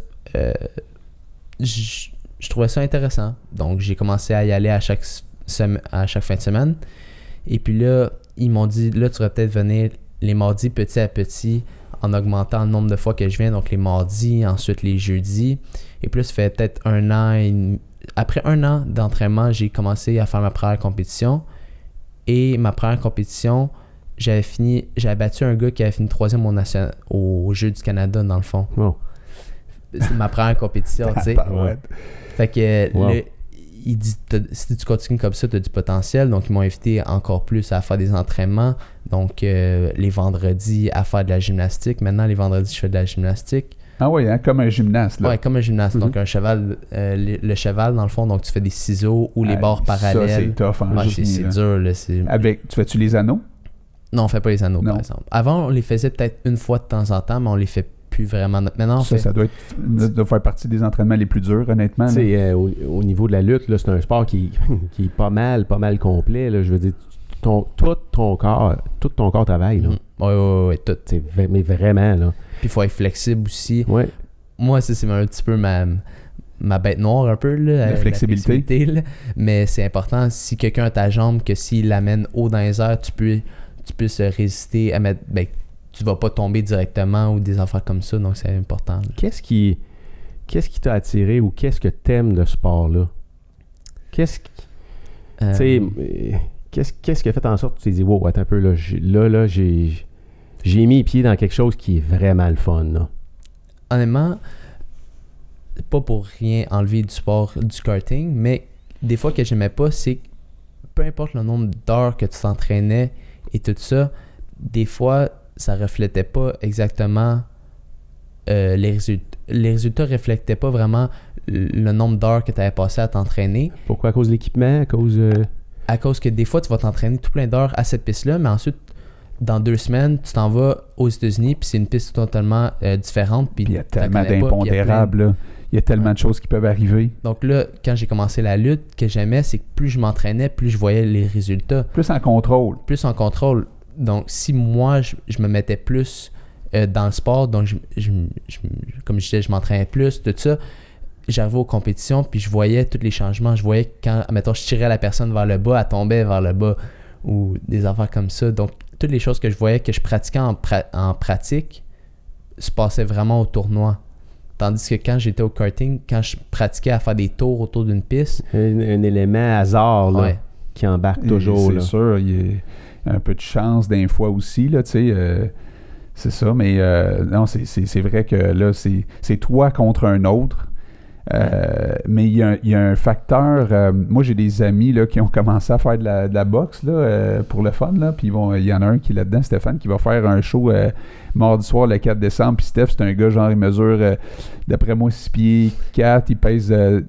Je trouvais ça intéressant. Donc, j'ai commencé à y aller à chaque fin de semaine. Et puis là, ils m'ont dit, là, tu vas peut-être venir les mardis petit à petit en augmentant le nombre de fois que je viens. Donc, les mardis, ensuite les jeudis. Et puis là, ça fait peut-être un an. Après un an d'entraînement, j'ai commencé à faire ma première compétition. Et ma première compétition, j'avais battu un gars qui avait fini 3e au Jeux du Canada, dans le fond. Oh. C'est ma première compétition, tu sais. Ouais. Fait que là, il dit, si tu continues comme ça, tu as du potentiel. Donc, ils m'ont invité encore plus à faire des entraînements. Donc, les vendredis, à faire de la gymnastique. Maintenant, les vendredis, je fais de la gymnastique. Ah oui, hein, comme un gymnaste. Là. Ouais, comme un gymnaste. Mm-hmm. Donc, un cheval, le cheval, dans le fond, donc tu fais des ciseaux ou les barres parallèles. Ça, c'est tough en gym, c'est dur. Là, tu fais-tu les anneaux? Non, on fait pas les anneaux, par exemple. Avant, on les faisait peut-être une fois de temps en temps, mais on les fait plus vraiment. Maintenant, ça doit faire partie des entraînements les plus durs, honnêtement. Tu sais, au niveau de la lutte, là, c'est un sport qui est pas mal complet. Là. Je veux dire, tout ton corps travaille. Là. Oui, tout. Mais vraiment, là. Puis il faut être flexible aussi. Ouais. Moi, c'est un petit peu ma bête noire un peu, là, la flexibilité là. Mais c'est important, si quelqu'un a ta jambe, que s'il l'amène haut dans les airs, tu puisses résister à mettre... Ben, tu vas pas tomber directement ou des affaires comme ça, donc c'est important. Là. Qu'est-ce qui t'a attiré ou qu'est-ce que t'aimes de ce sport-là? Qu'est-ce qui a fait en sorte que tu t'es dit, wow, attends un peu, là, j'ai mis les pieds dans quelque chose qui est vraiment le fun, là. Honnêtement, pas pour rien enlever du sport du karting, mais des fois que j'aimais pas, c'est que peu importe le nombre d'heures que tu t'entraînais et tout ça, des fois, ça reflétait pas exactement les résultats. Les résultats reflétaient pas vraiment le nombre d'heures que tu avais passé à t'entraîner. Pourquoi? À cause de l'équipement? À cause que des fois, tu vas t'entraîner tout plein d'heures à cette piste-là, mais ensuite, dans 2 semaines, tu t'en vas aux États-Unis, puis c'est une piste totalement différente. Puis il y a tellement d'impondérables. Il y a tellement de choses qui peuvent arriver. Donc là, quand j'ai commencé la lutte, que j'aimais, c'est que plus je m'entraînais, plus je voyais les résultats. Plus en contrôle. Donc, si moi, je me mettais plus dans le sport, donc comme je disais, je m'entraînais plus, tout ça, j'arrivais aux compétitions, puis je voyais tous les changements. Je voyais quand, mettons, je tirais la personne vers le bas, elle tombait vers le bas, ou des affaires comme ça. Donc, toutes les choses que je voyais, que je pratiquais en pratique, se passaient vraiment au tournoi. Tandis que quand j'étais au karting, quand je pratiquais à faire des tours autour d'une piste... Un élément hasard là, qui embarque toujours. C'est sûr, il y a un peu de chance d'un fois aussi, là, tu sais... c'est ça, mais non, c'est vrai que là, c'est toi contre un autre Mais il y a un facteur. Moi, j'ai des amis là, qui ont commencé à faire de la boxe là, pour le fun. Là, puis il y en a un qui est là-dedans, Stéphane, qui va faire un show mardi soir le 4 décembre. Puis Steph, c'est un gars, genre, il mesure, d'après moi, 6 pieds 4. Il pèse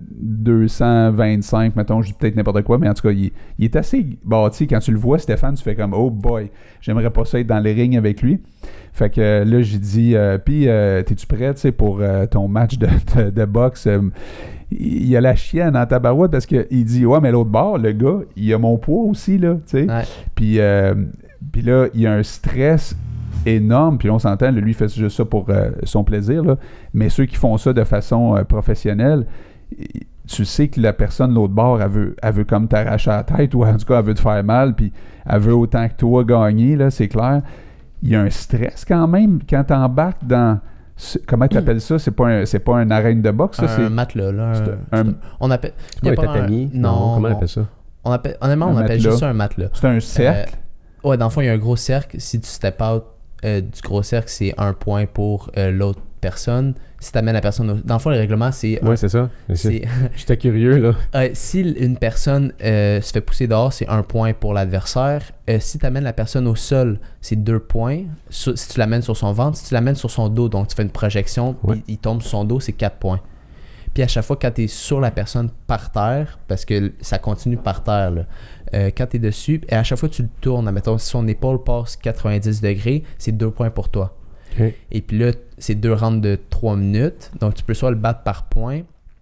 225, mettons, je dis peut-être n'importe quoi. Mais en tout cas, il est assez bâti. Quand tu le vois, Stéphane, tu fais comme, oh boy, j'aimerais pas ça être dans les rings avec lui. Fait que là, j'ai dit, puis t'es-tu prêt, tu sais, pour ton match de boxe? Il y a la chienne dans ta barouette parce qu'il dit, ouais, mais l'autre bord, le gars, il a mon poids aussi, là, tu sais. Ouais. Puis là, il y a un stress énorme, puis on s'entend, lui, il fait juste ça pour son plaisir, là. Mais ceux qui font ça de façon professionnelle, tu sais que la personne de l'autre bord, elle veut comme t'arracher la tête, ou en tout cas, elle veut te faire mal, puis elle veut autant que toi gagner, là, c'est clair. Il y a un stress quand même quand tu embarques dans... Comment tu appelles ça? C'est pas un arène de boxe, ça? Un matelas, là. On appelle... C'est pas un tatami? Non. Comment on appelle ça? Honnêtement, on appelle juste ça un matelas. C'est un cercle? Ouais, dans le fond, il y a un gros cercle. Si tu step out du gros cercle, c'est 1 point pour l'autre personne. Si tu amènes la personne... Dans le fond, le règlement, c'est... Oui, c'est ça. J'étais curieux, là. Si une personne se fait pousser dehors, c'est 1 point pour l'adversaire. Si tu amènes la personne au sol, c'est 2 points. Si tu l'amènes sur son ventre, si tu l'amènes sur son dos, donc tu fais une projection, il tombe sur son dos, c'est 4 points. Puis à chaque fois, quand tu es sur la personne par terre, parce que ça continue par terre, là, quand tu es dessus, et à chaque fois que tu le tournes, admettons, si son épaule passe 90 degrés, c'est 2 points pour toi. Okay. Et puis là, c'est 2 rounds de 3 minutes. Donc, tu peux soit le battre par point,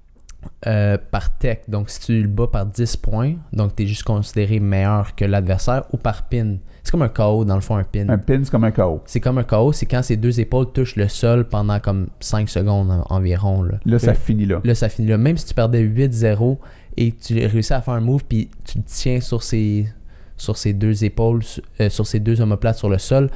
par tech. Donc, si tu le bats par 10 points, donc tu es juste considéré meilleur que l'adversaire, ou par pin. C'est comme un KO, dans le fond, un pin. Un pin, c'est comme un KO. C'est comme un KO, c'est quand ces 2 épaules touchent le sol pendant comme 5 secondes environ. Là, ça finit là. Là, ça finit là. Même si tu perdais 8-0 et tu réussis à faire un move, puis tu te tiens sur ces 2 épaules, sur ces 2 omoplates sur le sol,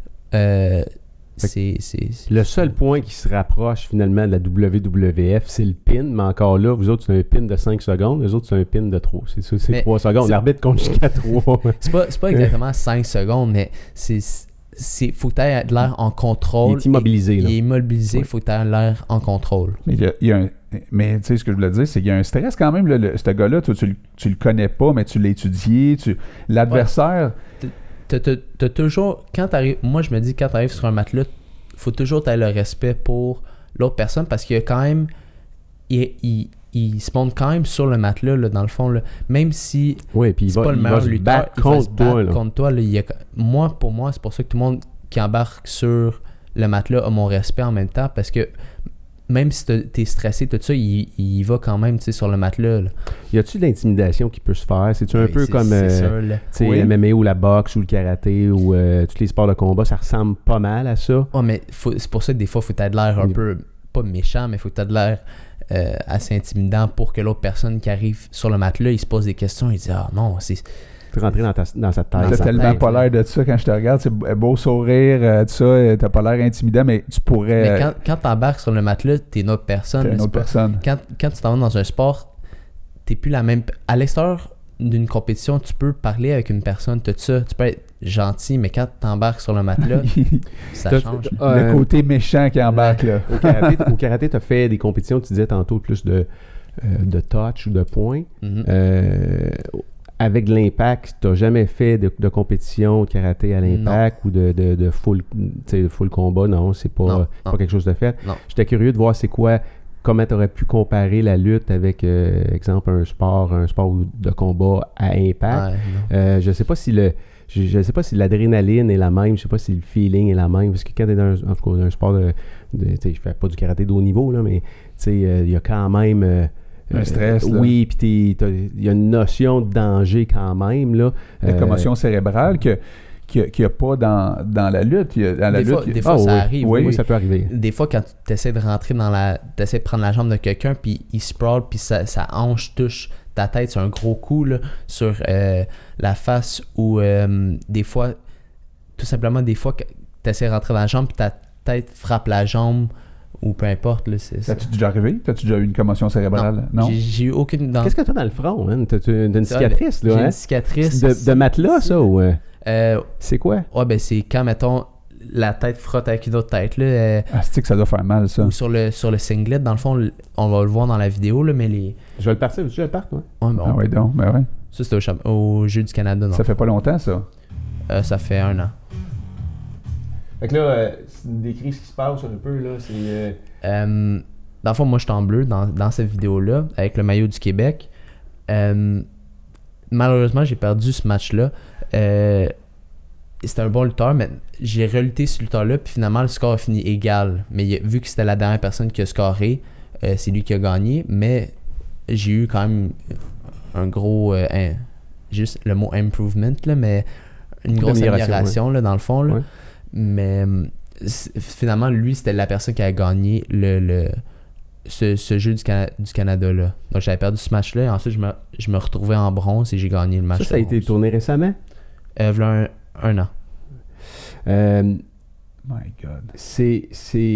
c'est... Le seul point qui se rapproche finalement de la WWF, c'est le pin, mais encore là, vous autres, c'est un pin de 5 secondes, les autres, c'est un pin de 3. C'est 3 secondes. L'arbitre compte jusqu'à 3. C'est pas exactement 5 secondes, mais faut que tu aies l'air en contrôle. Il est immobilisé. Il est immobilisé, il faut que tu aies l'air en contrôle. Mais tu sais, ce que je voulais dire, c'est qu'il y a un stress quand même. Ce gars-là, toi, tu le connais pas, mais tu l'as étudié. L'adversaire... Ouais. T'as toujours, quand t'arrives, moi je me dis, quand t'arrives sur un matelas, faut toujours t'avoir le respect pour l'autre personne parce qu'il y a quand même, il se monte quand même sur le matelas, là, dans le fond, là, même si puis c'est pas le meilleur lutteur, il va se battre contre toi. Là, pour moi, c'est pour ça que tout le monde qui embarque sur le matelas a mon respect en même temps parce que même si t'es stressé, tout ça, il va quand même sur le matelas. Là. Y a-tu de l'intimidation qui peut se faire? C'est-tu un peu comme MMA ou la boxe ou le karaté ou tous les sports de combat, ça ressemble pas mal à ça? Ouais, mais c'est pour ça que des fois, il faut que tu aies de l'air un peu, pas méchant, mais il faut que tu aies de l'air assez intimidant pour que l'autre personne qui arrive sur le matelas, il se pose des questions, il dit « Ah non, c'est... » rentrer dans sa tête. T'as tellement pas l'air de ça quand je te regarde. C'est beau sourire, tout ça. T'as pas l'air intimidant, mais tu pourrais... Mais quand t'embarques sur le matelas, t'es une autre personne. T'es une autre personne. Quand tu t'en vas dans un sport, t'es plus la même... À l'extérieur d'une compétition, tu peux parler avec une personne, tout ça. Tu peux être gentil, mais quand t'embarques sur le matelas, ça change. Le côté méchant qui embarque, là. Au karaté, t'as fait des compétitions, tu disais tantôt, plus de touch ou de points. Avec de l'impact, tu n'as jamais fait de compétition karaté à l'impact ou de full combat, non, c'est pas quelque chose de fait. J'étais curieux de voir comment tu aurais pu comparer la lutte avec, exemple, un sport de combat à impact. Je sais pas si je sais pas si l'adrénaline est la même, je sais pas si le feeling est la même, parce que quand tu es dans un sport je fais pas du karaté de haut niveau, là, mais il y a quand même... un stress. Oui, puis il y a une notion de danger quand même. Là. La commotion cérébrale qu'il n'y a pas dans la lutte. Des fois, ça arrive. Oui, ça peut arriver. Des fois, quand tu essaies de rentrer tu essaies de prendre la jambe de quelqu'un, puis il sprawl, puis sa hanche touche ta tête, c'est un gros coup là, sur la face, ou des fois, tout simplement, tu essaies de rentrer dans la jambe, puis ta tête frappe la jambe, ou peu importe. Là, T'as-tu déjà arrivé? T'as-tu déjà eu une commotion cérébrale? Non? J'ai eu aucune... Qu'est-ce que t'as dans le front? Hein? T'as une cicatrice? Là, j'ai une cicatrice. De matelas, ça? Ou, c'est quoi? Ouais, ben c'est quand, mettons, la tête frotte avec une autre tête. Là, c'est que ça doit faire mal, ça. ou sur le singlet, dans le fond, on va le voir dans la vidéo, là, mais les... Je vais le partir, veux-tu que je le parte, moi? Ouais, bon, Ah oui, donc, ben ouais. ça, c'était au Jeux du Canada. Ça fait pas longtemps, ça. Ça fait 1 an. Fait que là, décris ce qui se passe un peu, là, c'est... Dans le fond, moi, je suis en bleu dans cette vidéo-là, avec le maillot du Québec. Malheureusement, j'ai perdu ce match-là. C'était un bon lutteur, mais j'ai relutté ce lutteur-là, puis finalement, le score a fini égal. Mais vu que c'était la dernière personne qui a scoré, c'est lui qui a gagné, mais j'ai eu quand même un gros... juste le mot « improvement », là, mais une grosse amélioration, là, dans le fond. Là. Ouais. Mais finalement, lui, c'était la personne qui a gagné ce jeu du Canada là. Donc j'avais perdu ce match là et ensuite je me retrouvais en bronze et j'ai gagné le match. Ça a été tourné récemment? Voilà un an. My God. C'est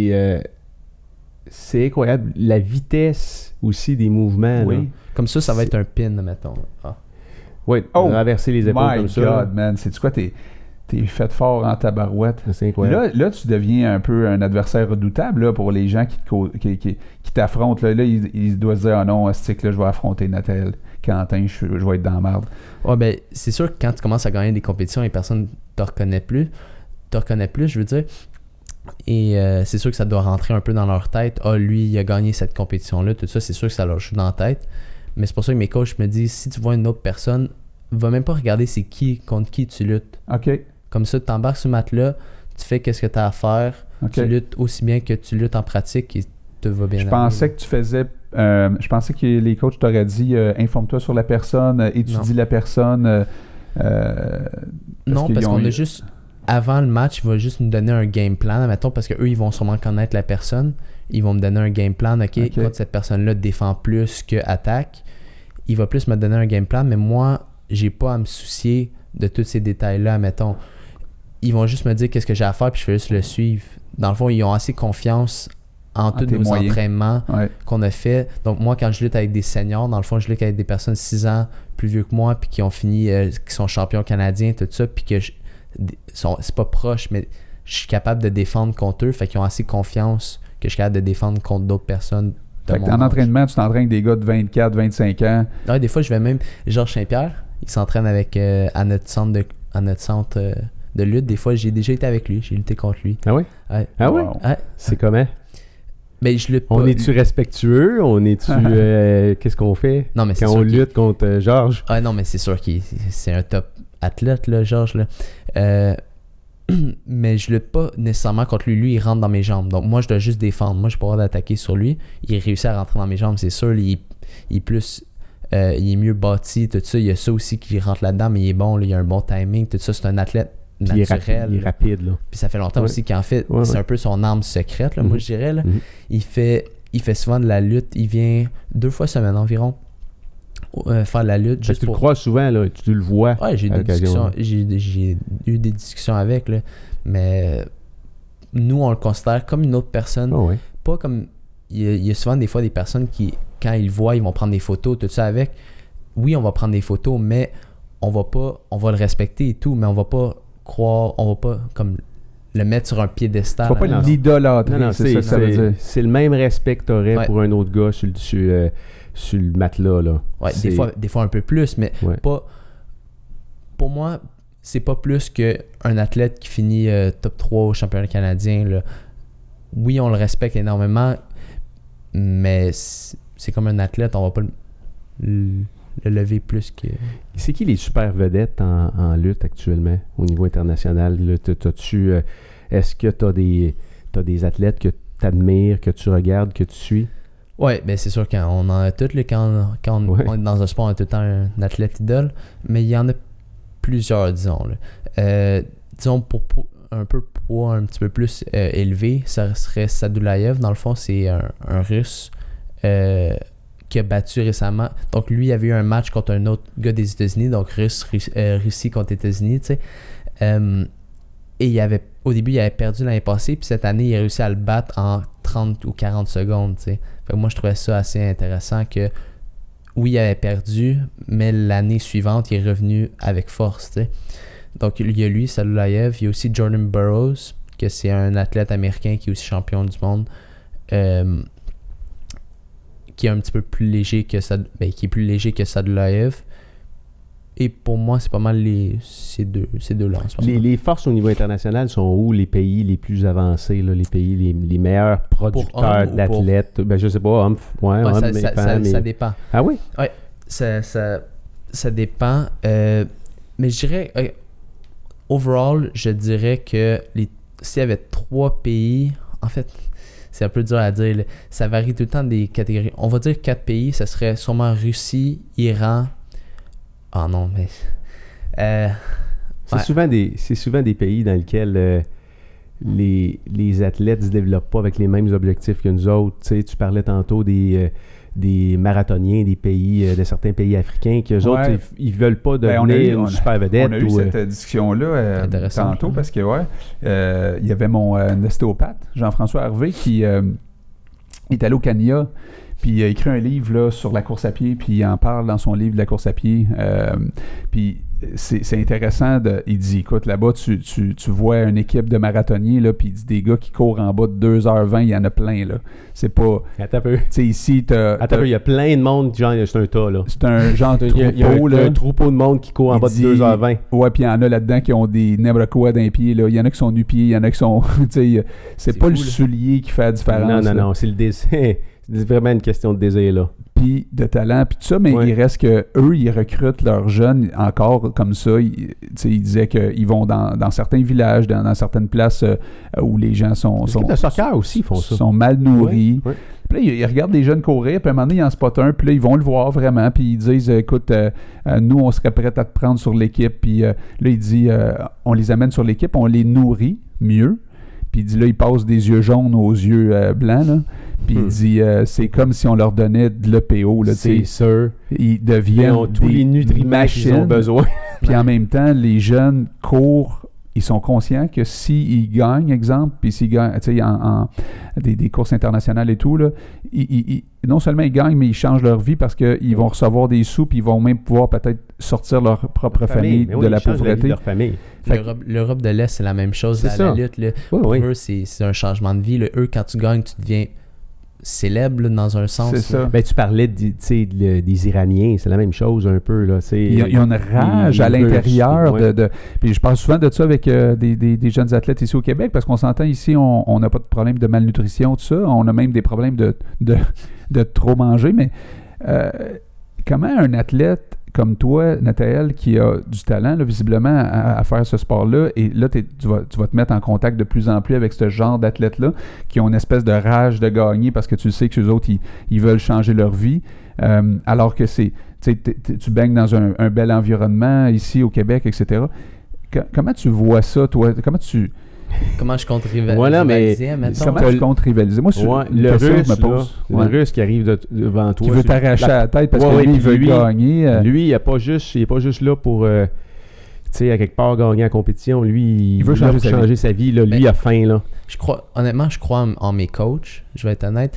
incroyable. La vitesse aussi des mouvements. Oui. Là. Comme ça va être un pin, mettons. Ah. Oui, traverser les épaules comme ça. My God, man. C'est-tu quoi? T'es fait fort en tabarouette. C'est incroyable. Là, tu deviens un peu un adversaire redoutable là, pour les gens qui t'affrontent. Là, ils doivent se dire « Ah non, c'est que là, je vais affronter Nathalie Quentin, je vais être dans la merde. » Ouais, ben, c'est sûr que quand tu commences à gagner des compétitions, les personnes te reconnaissent plus, je veux dire. Et c'est sûr que ça doit rentrer un peu dans leur tête. « Ah, lui, il a gagné cette compétition-là. » Tout ça, c'est sûr que ça leur joue dans la tête. Mais c'est pour ça que mes coachs me disent « Si tu vois une autre personne, va même pas regarder c'est qui contre qui tu luttes. » OK. Comme ça, tu embarques sur ce mat-là, tu fais qu'est-ce que tu as à faire, tu luttes aussi bien que tu luttes en pratique et tout va bien. Je pensais que tu faisais... je pensais que les coachs t'auraient dit informe-toi sur la personne, étudie la personne. Non, parce qu'on a juste... Avant le match, il va juste nous donner un game plan, admettons, parce qu'eux, ils vont sûrement connaître la personne. Ils vont me donner un game plan. OK. Quand cette personne-là défend plus qu'attaque, il va plus me donner un game plan, mais moi, j'ai pas à me soucier de tous ces détails-là, admettons. Ils vont juste me dire qu'est-ce que j'ai à faire, puis je vais juste le suivre. Dans le fond, ils ont assez confiance en tous nos entraînements qu'on a fait. Donc, moi, quand je lutte avec des seniors, dans le fond, je lutte avec des personnes 6 ans plus vieux que moi, puis qui ont fini, qui sont champions canadiens, tout ça, puis que c'est pas proche, mais je suis capable de défendre contre eux. Fait qu'ils ont assez confiance que je suis capable de défendre contre d'autres personnes. Fait que en entraînement, tu t'entraînes avec des gars de 24, 25 ans. Ouais, des fois, je vais même... Georges Saint-Pierre, il s'entraîne avec à notre centre de lutte. Des fois, j'ai déjà été avec lui. J'ai lutté contre lui. Ah oui? Ouais. Ah oui? Ouais. C'est comment? Ben, je lutte pas. On est-tu respectueux? On est-tu... qu'est-ce qu'on fait non, mais quand on lutte contre Georges? Ah non, mais c'est sûr qu'il c'est un top athlète, là, Georges. Là. Mais je lutte pas nécessairement contre lui. Lui, il rentre dans mes jambes. Donc, moi, je dois juste défendre. Moi, je peux pas d'attaquer sur lui. Il réussit à rentrer dans mes jambes, c'est sûr. Il est plus... il est mieux bâti, tout ça. Il y a ça aussi qui rentre là-dedans, mais il est bon. Là, il a un bon timing, tout ça. C'est un athlète naturel. Il est rapide, là. Puis ça fait longtemps aussi qu'en fait, c'est un peu son arme secrète, là, moi, je dirais. Là. Il fait souvent de la lutte. Il vient 2 fois semaine environ faire de la lutte. Juste tu le crois souvent, là. Tu le vois. Ouais, j'ai eu des discussions avec, là. Mais nous, on le considère comme une autre personne. Oh, pas comme... Il y a souvent des fois des personnes qui, quand ils le voient, ils vont prendre des photos, tout ça avec. Oui, on va prendre des photos, mais on va le respecter et tout, mais on va pas croire, on va pas comme le mettre sur un piédestal. Faut pas l'idolâtrer, non, c'est ça que ça veut dire. C'est le même respect que t'aurais pour un autre gars sur le matelas, là. Ouais, des fois un peu plus, mais pas... Pour moi, c'est pas plus qu'un athlète qui finit top 3 au championnat canadien, là. Oui, on le respecte énormément, mais c'est comme un athlète, on va pas le lever plus que... C'est qui les super vedettes en lutte actuellement au niveau international? Là, est-ce que t'as des athlètes que tu admires, que tu regardes, que tu suis? Oui, ben c'est sûr qu'on en a tous. Quand on est dans un sport, on a tout le temps un athlète idole, mais il y en a plusieurs, disons. Là. Disons, pour un poids un petit peu plus élevé, ça serait Sadoulayev. Dans le fond, c'est un Russe qui a battu récemment. Donc, lui, il avait eu un match contre un autre gars des États-Unis, donc Russie contre États-Unis, tu sais. Et au début, il avait perdu l'année passée, puis cette année, il a réussi à le battre en 30 ou 40 secondes, tu sais. Fait que moi, je trouvais ça assez intéressant que, oui, il avait perdu, mais l'année suivante, il est revenu avec force, tu sais. Donc, il y a lui, Sadoulayev, il y a aussi Jordan Burroughs, que c'est un athlète américain qui est aussi champion du monde, qui est un petit peu plus léger que qui est plus léger que Sadulaev. Et pour moi, c'est pas mal ces deux-là. Les forces au niveau international sont où les pays les plus avancés, là, les pays les meilleurs producteurs d'athlètes? Ben, je sais pas, hommes, ça dépend. Ah oui? Oui, ça dépend. Mais je dirais, overall, je dirais que s'il y avait 3 pays, en fait, c'est un peu dur à dire, là, ça varie tout le temps des catégories. On va dire 4 pays, ça serait sûrement Russie, Iran. Ah non, mais... c'est souvent des pays dans lesquels les athlètes ne se développent pas avec les mêmes objectifs que nous autres. Tu sais, tu parlais tantôt des marathoniens des pays, de certains pays africains, qu'eux autres, ils veulent pas devenir une super vedette. On a eu cette discussion-là tantôt parce que, il y avait mon ostéopathe, Jean-François Hervé, qui est allé au Kenya. Puis il a écrit un livre là, sur la course à pied, puis il en parle dans son livre de la course à pied. Puis c'est intéressant. Il dit, écoute, là-bas, tu vois une équipe de marathoniens, là, puis il dit des gars qui courent en bas de 2h20, il y en a plein. Là. C'est pas... Attends un peu. Tu sais, ici, il y a plein de monde, genre, c'est un tas, là. C'est un genre de troupeau, il y a un troupeau de monde qui court en bas de 2h20. Ouais, puis il y en a là-dedans qui ont des nebrakois d'un pied, là. Il y en a qui sont nu-pieds, il y en a qui sont... tu sais, c'est pas fou, le soulier qui fait la différence. Non, c'est le dessin. C'est vraiment une question de désir, là. Puis de talent, puis tout ça, mais il reste que eux, ils recrutent leurs jeunes encore comme ça. Ils disaient qu'ils vont dans certains villages, dans certaines places où les gens sont le soccer aussi, ils font ça. Sont mal nourris. Oui. Puis là, ils regardent les jeunes courir, puis à un moment donné, ils en spotent un, puis là, ils vont le voir vraiment, puis ils disent, écoute, nous, on serait prêts à te prendre sur l'équipe. Puis là, il dit, on les amène sur l'équipe, on les nourrit mieux. Puis il dit, là, ils passent des yeux jaunes aux yeux blancs, là. Puis il dit, c'est comme si on leur donnait de l'EPO, là, c'est sûr. Ils deviennent tous les nutriments qu'ils ont besoin. Puis en même temps, les jeunes courent, ils sont conscients que s'ils gagnent, exemple, puis s'ils gagnent, tu sais, en des courses internationales et tout, là, non seulement ils gagnent, mais ils changent leur vie parce qu'ils vont recevoir des sous, puis ils vont même pouvoir peut-être sortir leur propre famille de la pauvreté. L'Europe de l'Est, c'est la même chose. La lutte, là, pour eux, c'est un changement de vie. Là. Eux, quand tu gagnes, tu deviens célèbre là, dans un sens. C'est ça. Ben, tu parlais des Iraniens, c'est la même chose un peu. Là. Il y a une rage à l'intérieur. Puis je parle souvent de ça avec des jeunes athlètes ici au Québec parce qu'on s'entend ici, on n'a pas de problème de malnutrition, tout ça. On a même des problèmes de trop manger. Mais comment un athlète comme toi, Nathaël, qui a du talent, là, visiblement, à faire ce sport-là, et là, tu vas te mettre en contact de plus en plus avec ce genre d'athlètes-là, qui ont une espèce de rage de gagner parce que tu sais que les autres, ils veulent changer leur vie, alors que tu baignes dans un bel environnement ici au Québec, etc. Comment tu vois ça, toi? Comment je compte rivaliser? Voilà, mais comment je compte rivaliser? Moi, le Russe qui arrive devant toi. Qui veut t'arracher la tête parce que lui, il veut gagner. Lui, il n'est pas juste là pour, tu sais, à quelque part gagner en compétition. Lui, il veut changer sa vie. Là. Lui, il a faim. Là. Honnêtement, je crois en mes coachs. Je vais être honnête.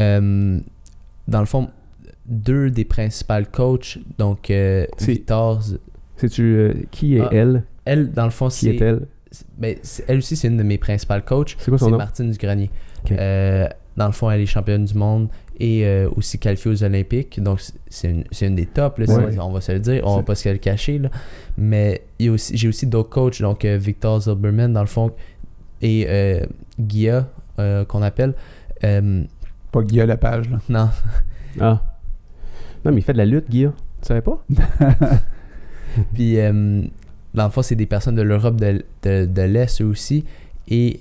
Dans le fond, 2 des principaux coachs, donc Victor... Sais-tu qui est elle? Elle, dans le fond, qui est-elle? Ben, elle aussi, c'est une de mes principales coachs. C'est quoi son nom? Martine Dugrenier. Okay. Dans le fond, elle est championne du monde et aussi qualifiée aux Olympiques. Donc, c'est une des tops, là, on va se le dire. On va pas se le cacher. Là. Mais j'ai aussi d'autres coachs, donc Victor Zilberman, dans le fond, et Guilla, qu'on appelle. Pas Guilla Lepage, là. Non. Ah. Non, mais il fait de la lutte, Guilla. Tu savais pas? Puis... dans le fond, c'est des personnes de l'Europe de l'Est eux aussi. Et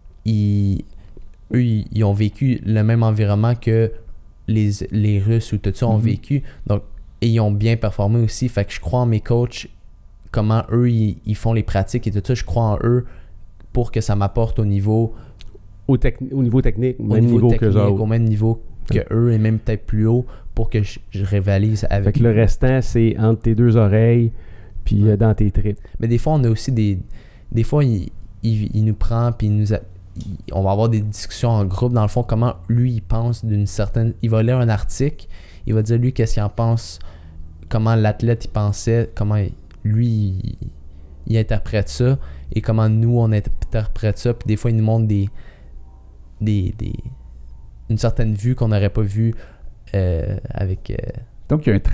eux, ils ont vécu le même environnement que les Russes ou tout ça ont vécu. Donc, et ils ont bien performé aussi. Fait que je crois en mes coachs, comment eux, ils font les pratiques et tout ça. Je crois en eux pour que ça m'apporte au niveau... Au niveau technique, au même niveau qu'eux autres. Au même niveau que eux et même peut-être plus haut pour que je rivalise avec... Fait que le restant, c'est entre tes 2 oreilles... Puis dans tes tripes. Mais des fois, on a aussi des fois, il nous prend, puis on va avoir des discussions en groupe. Dans le fond, comment lui, il pense d'une certaine... Il va lire un article, il va dire, lui, qu'est-ce qu'il en pense, comment l'athlète, il pensait, comment lui, ils interprètent ça et comment nous, on interprète ça. Puis des fois, ils nous montrent une certaine vue qu'on n'aurait pas vue avec... Donc, il y a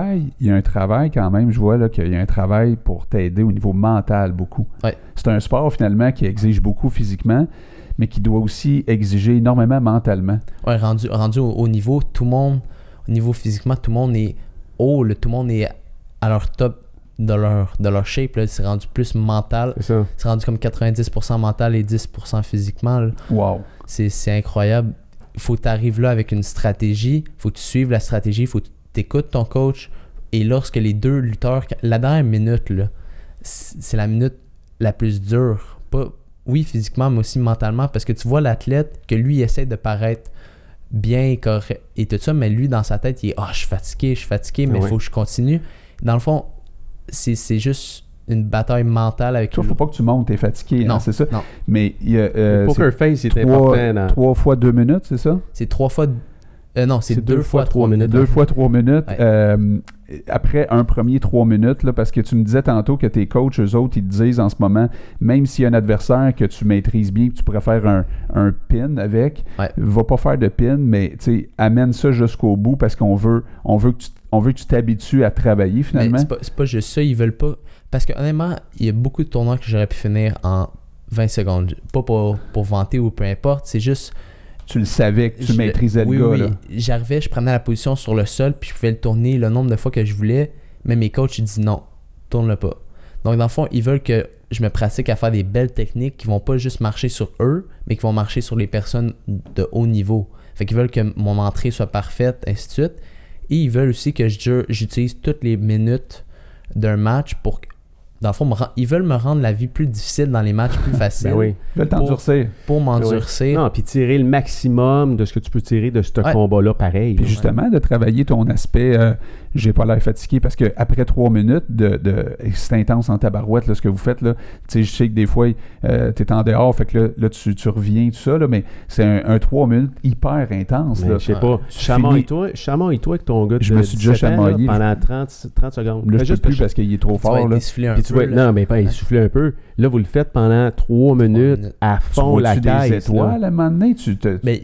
un travail quand même, je vois là, qu'il y a un travail pour t'aider au niveau mental beaucoup. Ouais. C'est un sport finalement qui exige beaucoup physiquement, mais qui doit aussi exiger énormément mentalement. Ouais, rendu au niveau, tout le monde, au niveau physiquement, tout le monde est haut, là, tout le monde est à leur top de leur shape, là. C'est rendu plus mental. C'est rendu comme 90% mental et 10% physiquement. Là. Wow. C'est incroyable. Il faut que tu arrives là avec une stratégie, il faut que tu suives la stratégie, il faut que tu écoutes ton coach. Et lorsque les deux lutteurs, la dernière minute, là, c'est la minute la plus dure. Oui, physiquement, mais aussi mentalement, parce que tu vois l'athlète que lui, il essaie de paraître bien, correct et tout ça, mais lui, dans sa tête, il est « je suis fatigué, mais il faut que je continue. » Dans le fond, c'est juste une bataille mentale avec lui. Toi, il ne faut pas que tu montes, tu es fatigué, non, c'est ça? Non. Mais il y a... le poker face, c'est important. 3 fois 2 minutes, c'est ça? C'est 3 fois... non, c'est 2 fois 3 minutes. 2 fois 3 minutes. Ouais. Après un premier 3 minutes, là, parce que tu me disais tantôt que tes coachs, eux autres, ils te disent en ce moment, même s'il y a un adversaire que tu maîtrises bien, que tu pourrais faire un pin avec, va pas faire de pin, mais amène ça jusqu'au bout parce qu'on veut que tu t'habitues à travailler finalement. Mais c'est pas juste ça, ils veulent pas... Parce que honnêtement, il y a beaucoup de tournois que j'aurais pu finir en 20 secondes. Pas pour vanter ou peu importe, c'est juste... Tu le savais que tu maîtrisais le gars. Oui. Là. J'arrivais, je prenais la position sur le sol, puis je pouvais le tourner le nombre de fois que je voulais, mais mes coachs, ils disent non, tourne-le pas. Donc, dans le fond, ils veulent que je me pratique à faire des belles techniques qui vont pas juste marcher sur eux, mais qui vont marcher sur les personnes de haut niveau. Fait qu'ils veulent que mon entrée soit parfaite, ainsi de suite. Et ils veulent aussi que j'utilise toutes les minutes d'un match pour... Dans le fond, ils veulent me rendre la vie plus difficile dans les matchs plus faciles. Ben oui. Ils veulent t'endurcir. Pour m'endurcir. Non, puis tirer le maximum de ce que tu peux tirer de ce combat-là, pareil. Puis justement, de travailler ton aspect, j'ai pas l'air fatigué, parce que après 3 minutes, c'est intense en tabarouette, là, ce que vous faites, là. Tu sais, je sais que des fois, t'es en dehors, fait que là tu reviens, tout ça, là, mais c'est un 3 minutes hyper intense. Je sais pas. Chamaille-toi avec ton gars de Je me suis déjà chamaillé. Pendant 30 secondes. Là, je peux plus parce qu'il est trop fort. Là. Non, mais pas essouffler un peu. Là, vous le faites pendant 3 minutes à fond la caisse. Des étoiles à un moment donné? Mais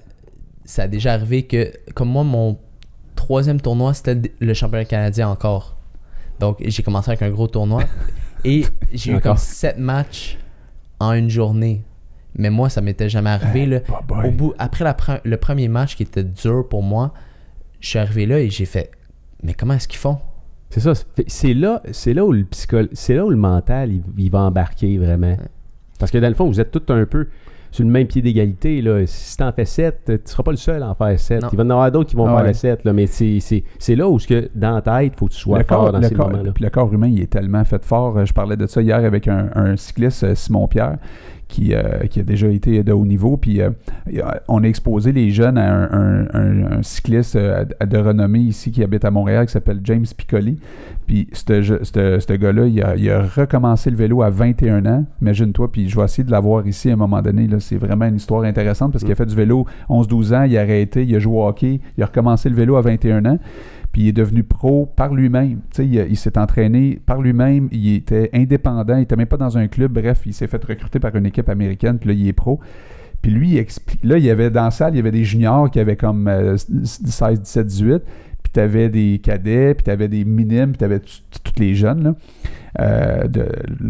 ça a déjà arrivé que, comme moi, mon 3e tournoi, c'était le championnat canadien encore. Donc, j'ai commencé avec un gros tournoi et j'ai eu comme 7 matchs en une journée. Mais moi, ça m'était jamais arrivé. Là. Après le premier match qui était dur pour moi, je suis arrivé là et j'ai fait « Mais comment est-ce qu'ils font? » C'est ça. C'est là où le mental, il va embarquer vraiment. Parce que dans le fond, vous êtes tous un peu sur le même pied d'égalité. Là. Si tu en fais 7, tu ne seras pas le seul à en faire 7. Non. Il va y en avoir d'autres qui vont faire les 7. Là, mais c'est là où dans ta tête, il faut que tu sois fort dans ces moments-là. Puis le corps humain, il est tellement fait fort. Je parlais de ça hier avec un cycliste, Simon Pierre, qui a déjà été de haut niveau. Puis on a exposé les jeunes à un cycliste de renommée ici qui habite à Montréal qui s'appelle James Piccoli. Puis ce gars-là, il a recommencé le vélo à 21 ans. Imagine-toi, puis je vais essayer de l'avoir ici à un moment donné. Là, c'est vraiment une histoire intéressante parce qu'il a fait du vélo 11-12 ans, il a arrêté, il a joué au hockey, il a recommencé le vélo à 21 ans. Puis il est devenu pro par lui-même. Tu sais, il s'est entraîné par lui-même, il était indépendant, il n'était même pas dans un club. Bref, il s'est fait recruter par une équipe américaine, puis là, il est pro. Puis lui, il explique. Là, il y avait dans la salle, il y avait des juniors qui avaient comme 16, 17, 18. Puis tu avais des cadets, puis tu avais des minimes, puis tu avais tous les jeunes, là, de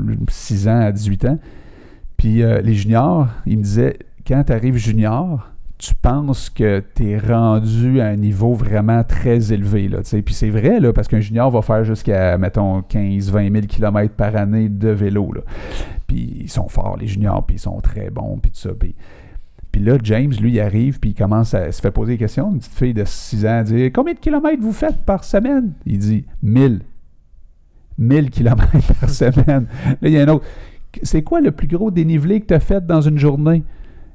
6 ans à 18 ans. Puis les juniors, il me disait, quand tu arrives junior, tu penses que tu es rendu à un niveau vraiment très élevé. Là, puis c'est vrai, là, parce qu'un junior va faire jusqu'à, mettons, 15-20 000 km par année de vélo. Là. Puis ils sont forts, les juniors, puis ils sont très bons, puis tout ça. Puis là, James, lui, il arrive, puis il commence à se faire poser des questions. Une petite fille de 6 ans dit « Combien de kilomètres vous faites par semaine? » Il dit « 1000. 1000 kilomètres par semaine. » Là, il y a un autre. « C'est quoi le plus gros dénivelé que tu as fait dans une journée? »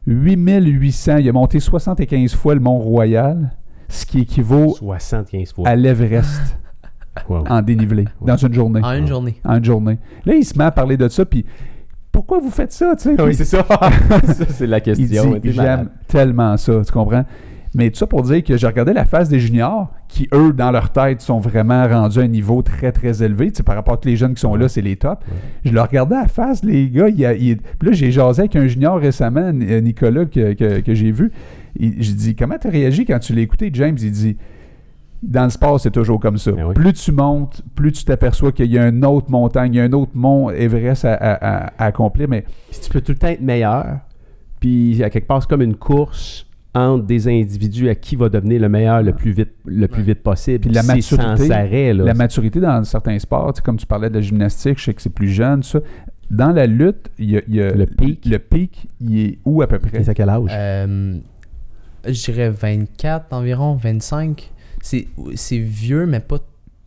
8800. Il a monté 75 fois le Mont-Royal, ce qui équivaut 75 fois. à l'Everest en dénivelé dans une journée. En une journée. En une journée. Là, il se met à parler de ça, puis pourquoi vous faites ça? Tu sais? Oui, c'est ça. Ça, c'est la question. Il dit, j'aime tellement ça, tu comprends? Mais tout ça pour dire que j'ai regardé la phase des juniors, qui, eux, dans leur tête, sont vraiment rendus à un niveau très, très élevé. Tu sais, par rapport à tous les jeunes qui sont là, c'est les tops. Je leur regardais à la phase, les gars. Puis là, j'ai jasé avec un junior récemment, Nicolas, que j'ai vu. Je dis, comment tu as réagi quand tu l'as écouté, James? Il dit, dans le sport, c'est toujours comme ça. Oui. Plus tu montes, plus tu t'aperçois qu'il y a une autre montagne, il y a un autre mont Everest à accomplir. Mais Puis tu peux tout le temps être meilleur. Puis à quelque part, c'est comme une course entre des individus à qui va devenir le meilleur le plus vite possible. Puis la c'est maturité, sans arrêt, là. la maturité dans certains sports, tu sais, comme tu parlais de la gymnastique, je sais que c'est plus jeune, ça. Dans la lutte, il y a Le pic. Le pic, il est où à peu près? C'est à quel âge? Je dirais 24 environ, 25. C'est vieux, mais pas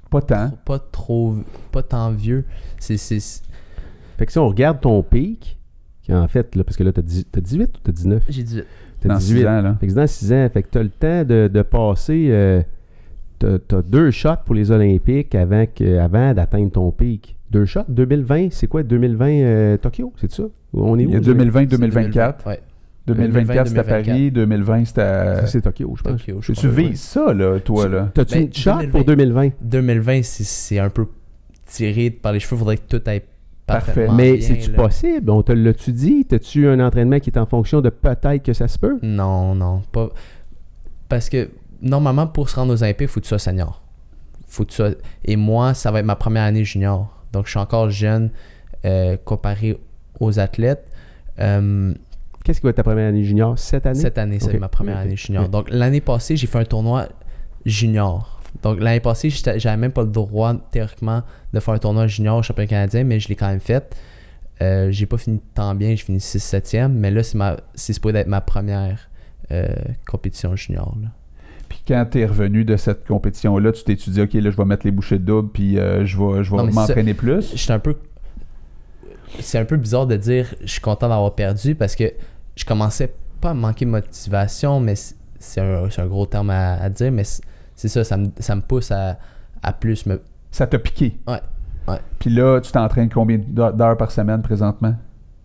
tant vieux. Fait que si on regarde ton pic, qui en fait, là, parce que là, t'as 18 ou t'as 19? J'ai 18. T'as Dans 18. 6 ans, là. Fait que dans 6 ans, fait que t'as le temps de passer... t'as 2 shots pour les Olympiques avant d'atteindre ton pic. 2 shots? 2020, c'est quoi? 2020 Tokyo, c'est ça? On est où? Il y a 2020-2024. Ouais. 2024, c'était à Paris. 2020, c'était à... C'est Tokyo, je pense. Tokyo, je Tu crois. vises ça, là, toi, là? T'as-tu Ben, une shot 2020. pour 2020? 2020, c'est un peu tiré par les cheveux. Faudrait que tout aille Parfait. parfaitement Mais bien, c'est-tu là. possible? On te l'a-tu dit? T'as-tu un entraînement qui est en fonction de peut-être que ça se peut? Non, pas. Parce que normalement, pour se rendre aux Olympiques, il faut que tu sois senior. Et moi, ça va être ma première année junior. Donc, je suis encore jeune comparé aux athlètes. Qu'est-ce qui va être ta première année junior? Cette année? Cette année, c'est Ok. ma première Ok. année junior. Ok. Donc, l'année passée, j'ai fait un tournoi junior. Donc, l'année passée, j'avais même pas le droit, théoriquement, de faire un tournoi junior au championnat canadien, mais je l'ai quand même fait. J'ai pas fini tant bien, j'ai fini 6-7e, mais là, c'est supposé être ma première compétition junior, là. Puis quand tu es revenu de cette compétition-là, tu t'es dit, OK, là, je vais mettre les bouchées de double, puis je vais Non, mais m'entraîner plus. C'est un peu bizarre de dire je suis content d'avoir perdu parce que je commençais pas à manquer de motivation, mais c'est un gros terme à dire, mais c'est ça me pousse à plus me... Ça t'a piqué. Ouais. Puis là, tu t'entraînes combien d'heures par semaine présentement?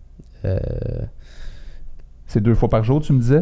C'est 2 fois par jour, tu me disais?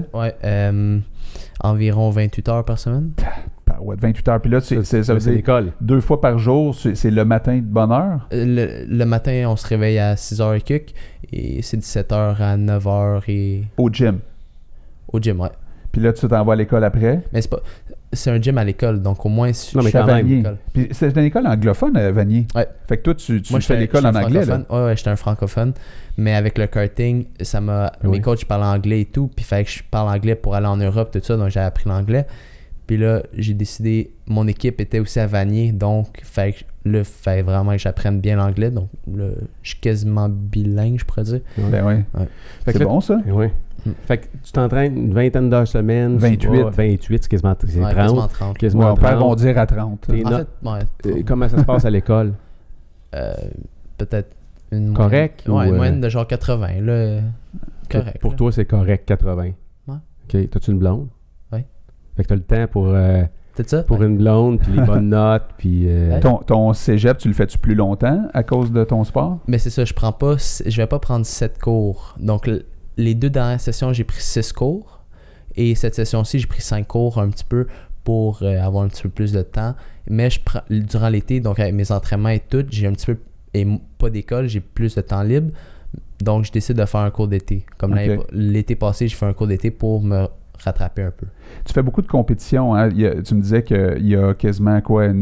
Environ 28 heures par semaine. Ouais, 28 heures. Puis là, ça veut C'est dire l'école. 2 fois par jour, c'est le matin de bonne heure? Le matin, on se réveille à 6h et quelques, et c'est 17h à 9h et... Au gym. Au gym, ouais. Puis là, tu t'envoies à l'école après? Mais c'est un gym à l'école, donc au moins... Non, mais Je suis à quand même. Vanier. l'école. Puis c'est une école anglophone à Vanier. Ouais. Fait que toi, tu Moi, fais l'école en j'étais un anglais, là. francophone. Ouais, j'étais un francophone. Mais avec le karting, Oui. mes coachs parlaient anglais et tout. Puis il fallait que je parle anglais pour aller en Europe, tout ça. Donc j'ai appris l'anglais. Puis là, j'ai décidé... Mon équipe était aussi à Vanier. Donc il fallait vraiment que j'apprenne bien l'anglais. Donc là, je suis quasiment bilingue, je pourrais dire. Ben oui. Fait C'est que là, bon, ça? Oui. Fait que tu t'entraînes une vingtaine d'heures semaine. 28. 28, c'est quasiment c'est Ouais, 30. quasiment 30. Quasiment Ouais, on peut 30. arrondir à 30. T'es En no- fait, ouais, Comment ça se passe à l'école? peut-être une Correct, moyenne, ou, une moyenne de genre 80. Là, correct. Pour là. toi, c'est correct, 80. Ouais. OK. T'as-tu une blonde? Oui. Fait que t'as le temps pour C'est ça? pour une blonde, puis les bonnes notes, puis... Ouais. Ton cégep, tu le fais-tu plus longtemps à cause de ton sport? Mais c'est ça, je vais pas prendre 7 cours. Donc, les 2 dernières sessions, j'ai pris 6 cours. Et cette session-ci, j'ai pris 5 cours un petit peu pour avoir un petit peu plus de temps. Mais durant l'été, donc avec mes entraînements et tout, j'ai un petit peu, et pas d'école, j'ai plus de temps libre. Donc, je décide de faire un cours d'été. Comme Ok. l'été passé, j'ai fait un cours d'été pour me rattraper un peu. Tu fais beaucoup de compétitions. Hein? Tu me disais qu'il y a quasiment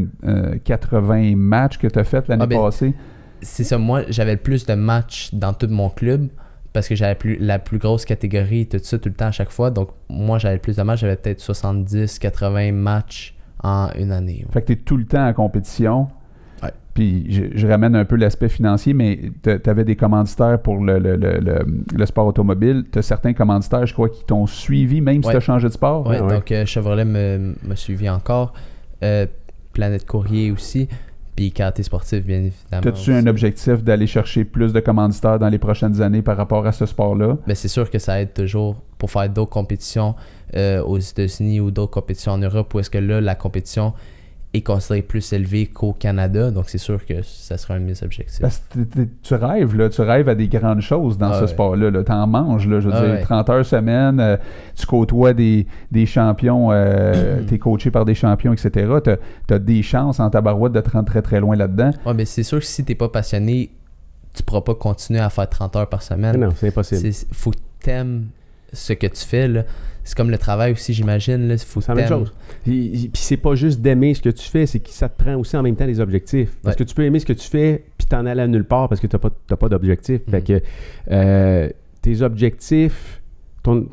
80 matchs que tu as fait l'année Ah, ben, passée. C'est ça, moi, j'avais le plus de matchs dans tout mon club parce que j'avais la plus grosse catégorie et tout ça tout le temps à chaque fois. Donc, moi, j'avais le plus de matchs. J'avais peut-être 70, 80 matchs en une année. Ouais. Fait que tu es tout le temps en compétition. Ouais. Puis je ramène un peu l'aspect financier, mais tu avais des commanditaires pour le sport automobile. Tu as certains commanditaires, je crois, qui t'ont suivi même si Ouais. tu as changé de sport. Ouais, ouais. donc Chevrolet me suivi encore. Planète Courrier aussi. Puis Karaté Sportif, bien évidemment. As-tu aussi. un objectif d'aller chercher plus de commanditaires dans les prochaines années par rapport à ce sport-là? Ben, c'est sûr que ça aide toujours pour faire d'autres compétitions aux États-Unis ou d'autres compétitions en Europe où est-ce que là, la compétition est considéré plus élevé qu'au Canada. Donc, c'est sûr que ça sera un de mes objectifs. Parce que tu rêves, là, tu rêves à des grandes choses dans ce sport-là. Là. T'en manges, là, je veux dire, 30 heures semaine, tu côtoies des champions, t'es coaché par des champions, etc. T'as des chances en tabarouette de te rendre très, très loin là-dedans. Ouais, mais c'est sûr que si t'es pas passionné, tu pourras pas continuer à faire 30 heures par semaine. Non, c'est impossible. Faut que t'aimes ce que tu fais, là. C'est comme le travail aussi, j'imagine. Là. Faut c'est la même chose. Puis c'est pas juste d'aimer ce que tu fais, c'est que ça te prend aussi en même temps des objectifs. Parce que tu peux aimer ce que tu fais, puis t'en aller à nulle part parce que t'as pas d'objectif. Fait que tes objectifs, ton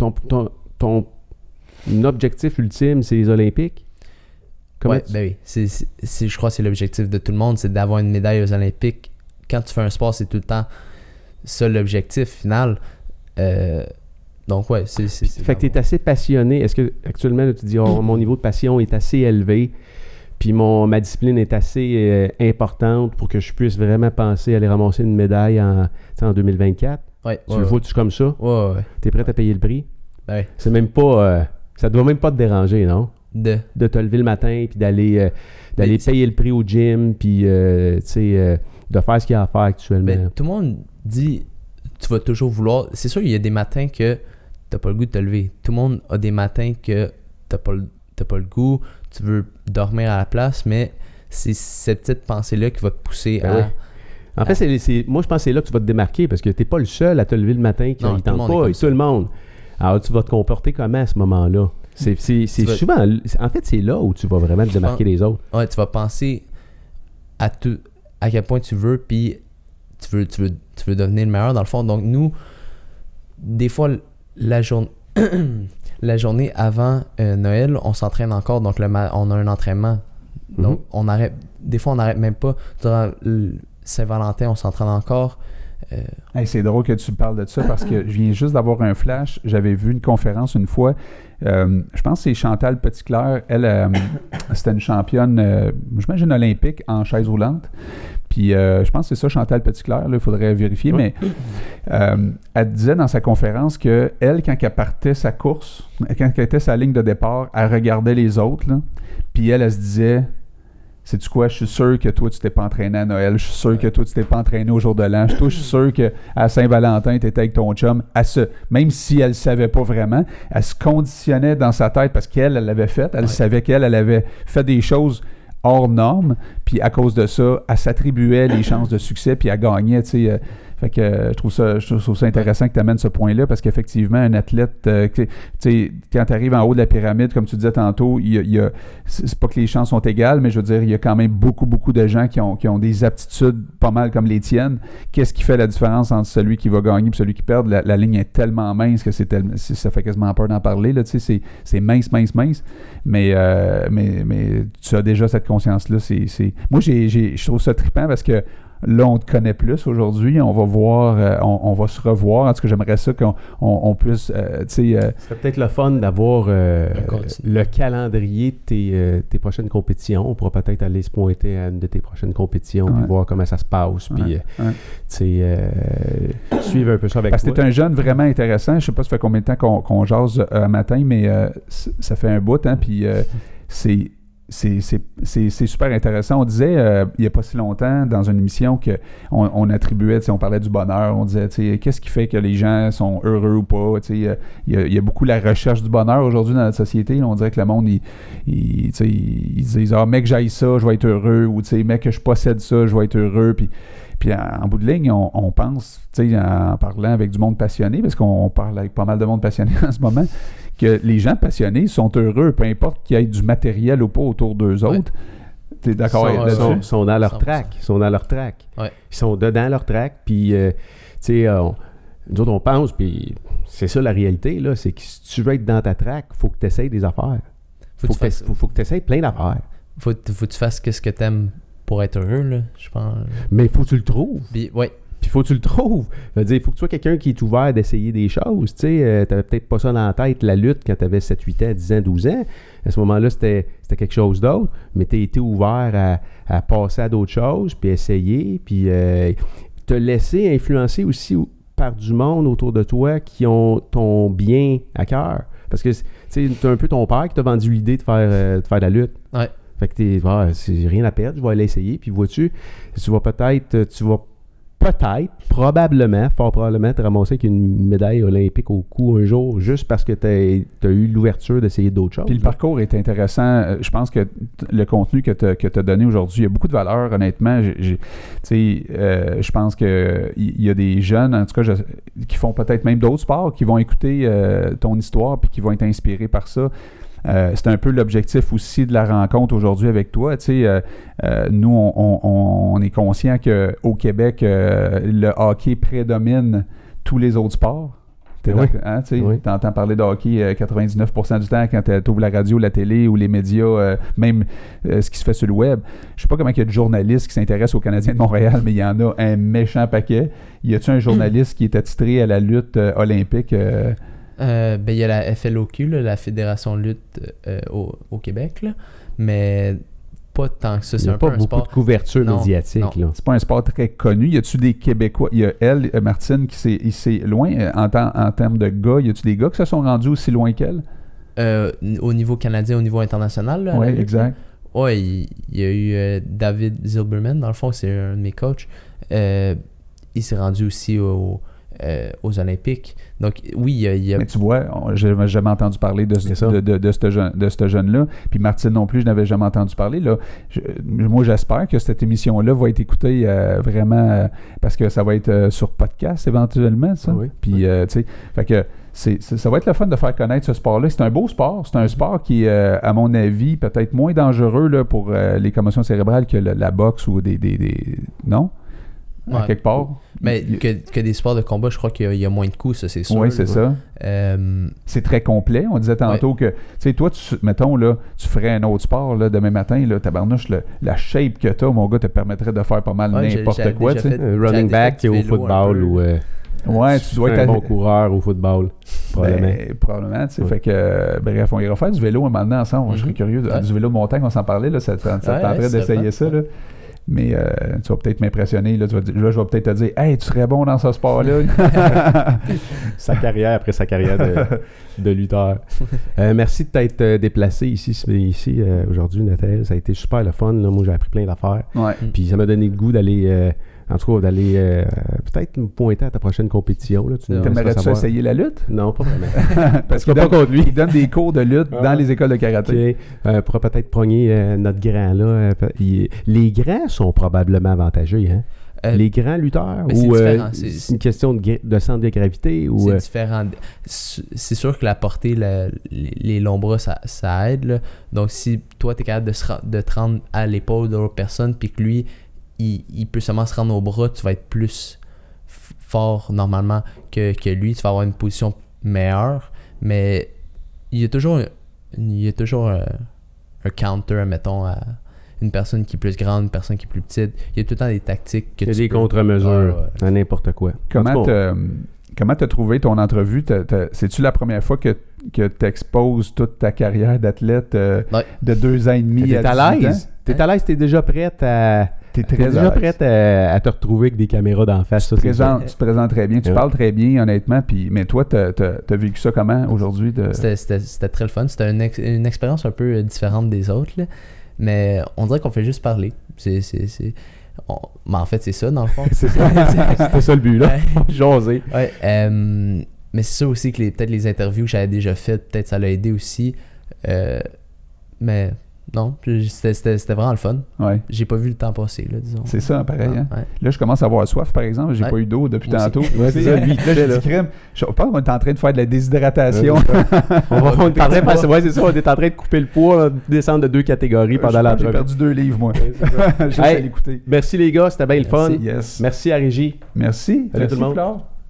objectif ultime, c'est les Olympiques. Ben oui. Je crois que c'est l'objectif de tout le monde, c'est d'avoir une médaille aux Olympiques. Quand tu fais un sport, c'est tout le temps ça l'objectif final. Donc, ouais, c'est fait que tu es assez passionné. Est-ce que actuellement, là, tu dis, mon niveau de passion est assez élevé, puis ma discipline est assez importante pour que je puisse vraiment penser à aller ramasser une médaille en 2024? Tu le vois-tu comme ça? Ouais. Tu es prêt à payer le prix? Ouais. C'est même pas... ça doit même pas te déranger, non? De te lever le matin, puis d'aller payer le prix au gym, puis, de faire ce qu'il y a à faire actuellement. Ben, tout le monde dit... Tu vas toujours vouloir... C'est sûr, il y a des matins que t'as pas le goût de te lever. Tout le monde a des matins que t'as pas le goût, tu veux dormir à la place, mais c'est cette petite pensée-là qui va te pousser à... Oui. En fait, moi, je pense que c'est là que tu vas te démarquer, parce que t'es pas le seul à te lever le matin qui ne tente pas, et tout le monde. Alors, tu vas te comporter comment à ce moment-là? C'est souvent... En fait, c'est là où tu vas vraiment te démarquer des autres. Ouais, tu vas penser à quel point tu veux, puis tu veux devenir le meilleur dans le fond. Donc nous, des fois, la journée avant Noël, on s'entraîne encore, donc on a un entraînement. Donc des fois on n'arrête même pas. Durant Saint-Valentin, on s'entraîne encore. C'est drôle que tu parles de ça parce que je viens juste d'avoir un flash. J'avais vu une conférence une fois. Je pense que c'est Chantal Petitclerc. Elle, c'était une championne, j'imagine olympique en chaise roulante. Puis je pense que c'est ça, Chantal Petitclerc, il faudrait vérifier, mais elle disait dans sa conférence que elle, quand elle partait sa course, quand elle était sa ligne de départ, elle regardait les autres, là, puis elle se disait, sais-tu quoi, je suis sûr que toi, tu t'es pas entraîné à Noël, je suis sûr que toi, tu t'es pas entraîné au jour de l'an, je suis sûr qu'à Saint-Valentin, tu étais avec ton chum, même si elle ne savait pas vraiment, elle se conditionnait dans sa tête parce qu'elle l'avait fait, elle savait qu'elle avait fait des choses hors normes, puis à cause de ça, elle s'attribuait les chances de succès, puis elle gagnait, tu sais. Fait que je trouve ça intéressant que tu amènes ce point-là, parce qu'effectivement, un athlète, tu sais, quand tu arrives en haut de la pyramide, comme tu disais tantôt, c'est pas que les chances sont égales, mais je veux dire, il y a quand même beaucoup, beaucoup de gens qui ont des aptitudes pas mal comme les tiennes. Qu'est-ce qui fait la différence entre celui qui va gagner et celui qui perd? La ligne est tellement mince que ça fait quasiment peur d'en parler, là, tu sais, c'est mince, mais tu as déjà cette conscience-là. Moi, je trouve ça trippant parce que là, on te connaît plus aujourd'hui. On va voir, on va se revoir. En tout cas, j'aimerais ça qu'on puisse, tu sais... Ce serait peut-être le fun d'avoir le calendrier de tes prochaines compétitions. On pourra peut-être aller se pointer à une de tes prochaines compétitions puis voir comment ça se passe. Puis, tu sais, suivre un peu ça avec toi. Parce que t'es un jeune vraiment intéressant. Je sais pas ça fait combien de temps qu'on jase un matin, mais ça fait un bout, hein, puis c'est super intéressant. On disait, il n'y a pas si longtemps, dans une émission, qu'on attribuait, on parlait du bonheur, on disait, qu'est-ce qui fait que les gens sont heureux ou pas? Il y a beaucoup la recherche du bonheur aujourd'hui dans notre société. On dirait que le monde, ils disent, mec, j'aille ça, je vais être heureux, ou mec, je possède ça, je vais être heureux. Puis en bout de ligne, on pense, en parlant avec du monde passionné, parce qu'on parle avec pas mal de monde passionné en ce moment, que les gens passionnés sont heureux, peu importe qu'il y ait du matériel ou pas autour d'eux autres. Tu es d'accord avec ça? Ils sont dans leur track. Ils sont dans leur track. Ouais. Ils sont dedans leur track. Puis, tu sais, nous autres, on pense, puis c'est ça la réalité, là, c'est que si tu veux être dans ta track, il faut que tu essayes des affaires. Faut que tu essayes plein d'affaires. Faut que tu fasses ce que tu aimes pour être heureux, là, je pense. Mais il faut que tu le trouves. Puis, ouais. Puis il faut que tu le trouves. Il faut que tu sois quelqu'un qui est ouvert d'essayer des choses. Tu sais, t'avais peut-être pas ça dans la tête, la lutte, quand tu avais 7, 8 ans, 10 ans, 12 ans. À ce moment-là, c'était quelque chose d'autre. Mais tu as été ouvert à passer à d'autres choses, puis essayer, puis te laisser influencer aussi par du monde autour de toi qui ont ton bien à cœur. Parce que, tu sais, c'est un peu ton père qui t'a vendu l'idée de faire de la lutte. Ouais. Fait que c'est rien à perdre, je vais aller essayer. Puis vois-tu, tu vas probablement, fort probablement, te ramasser avec une médaille olympique au cou un jour, juste parce que tu as eu l'ouverture d'essayer d'autres choses. Puis le parcours est intéressant. Je pense que le contenu que tu as donné aujourd'hui, il y a beaucoup de valeur, honnêtement. Je pense qu'il y a des jeunes, en tout cas, qui font peut-être même d'autres sports, qui vont écouter ton histoire puis qui vont être inspirés par ça. C'est un peu l'objectif aussi de la rencontre aujourd'hui avec toi. Nous, on est conscient qu'au Québec, le hockey prédomine tous les autres sports. Tu entends parler de hockey 99% du temps quand tu ouvres la radio, la télé ou les médias, même ce qui se fait sur le web. Je sais pas comment il y a de journalistes qui s'intéressent aux Canadiens de Montréal, mais il y en a un méchant paquet. Y a-tu un journaliste qui est attitré à la lutte olympique? Il y a la FLOQ, là, la Fédération de lutte au Québec, là, mais pas tant que ça. Il n'y a pas beaucoup de couverture médiatique. Non. Là. C'est pas un sport très connu. Y a-tu des Québécois? Il y a elle, Martine, qui s'est loin en termes de gars. Y a-tu des gars qui se sont rendus aussi loin qu'elle? Au niveau canadien, au niveau international? Oui, exact. Oui, il y a eu David Zilberman, dans le fond, c'est un de mes coachs. Il s'est rendu aussi aux Olympiques. Donc, oui, il y a... Mais tu vois, je n'avais jamais entendu parler de ce jeune-là. Puis Martine non plus, je n'avais jamais entendu parler. Là. Moi, j'espère que cette émission-là va être écoutée vraiment parce que ça va être sur podcast éventuellement, ça. Oui. Puis, tu sais, fait que ça va être le fun de faire connaître ce sport-là. C'est un beau sport. C'est un sport qui est, à mon avis, peut-être moins dangereux là, pour les commotions cérébrales que la boxe ou des non? À quelque part. Mais que des sports de combat, je crois qu'il y a moins de coups, ça, c'est sûr. Oui, c'est ça. C'est très complet. On disait tantôt que, tu sais, toi, mettons, là, tu ferais un autre sport là, demain matin, là, tabarnouche, la shape que tu as, mon gars, te permettrait de faire pas mal n'importe quoi. Tu sais. Running back au football ou... ouais, tu dois être un bon coureur au football, probablement. Probablement, tu sais. Fait que, bref, on ira faire du vélo un moment donné ensemble. Je serais curieux. Du vélo de montagne, on s'en parlait, là, ça tenterait d'essayer ça, là. Mais tu vas peut-être m'impressionner. Là, je vais peut-être te dire « Hey, tu serais bon dans ce sport-là. » Sa carrière après sa carrière de lutteur. Merci de t'être déplacé ici aujourd'hui, Nathalie. Ça a été super le fun. Là. Moi, j'ai appris plein d'affaires. Ouais. Puis ça m'a donné le goût d'aller... en tout cas, d'aller peut-être me pointer à ta prochaine compétition. Là, t'aimerais-tu essayer la lutte? Non, pas vraiment. Parce qu'il il donne des cours de lutte dans les écoles de karaté. On pourra peut-être pogner notre grand là. Les grands sont probablement avantagés, hein? Les grands lutteurs? Ou c'est une question de centre de gravité? Ou, c'est différent. C'est sûr que la portée, les longs bras, ça aide. Là. Donc, si toi, tu es capable de te rendre à l'épaule de l'autre personne, puis que lui... Il peut seulement se rendre au bras, tu vas être plus fort normalement que lui, tu vas avoir une position meilleure, mais il y a toujours un counter, mettons, à une personne qui est plus grande, une personne qui est plus petite. Il y a tout le temps des tactiques que il y a des contre-mesures à n'importe quoi. Comment tu as trouvé ton entrevue? C'est-tu la première fois que tu exposes toute ta carrière d'athlète de 2 ans et demi t'es à l'aise? T'es à l'aise, t'es déjà prête à... T'es déjà prête à te retrouver avec des caméras d'en face. Tu te présentes très bien, tu parles très bien, honnêtement. Mais toi, t'as vécu ça comment aujourd'hui? C'était très le fun. C'était une expérience un peu différente des autres. Là. Mais on dirait qu'on fait juste parler. Mais en fait, c'est ça, dans le fond. C'est ça. C'était ça le but, là. Jaser. Ouais. Mais c'est sûr aussi que peut-être les interviews que j'avais déjà faites, peut-être ça l'a aidé aussi. Mais... Non, c'était vraiment le fun. Ouais. J'ai pas vu le temps passer, là, disons. C'est ça, pareil. Non, hein? Ouais. Là, je commence à avoir soif, par exemple. J'ai pas eu d'eau depuis tantôt. Ouais, c'est ça, lui, je pense qu'on est en train de faire de la déshydratation. On est en train de couper le poids, là, descendre de 2 catégories pendant l'entrevue. J'ai perdu 2 livres, moi. Juste à l'écouter. Merci les gars, c'était bien le fun. Yes. Merci à Régie. Merci. Salut tout le monde. Flore.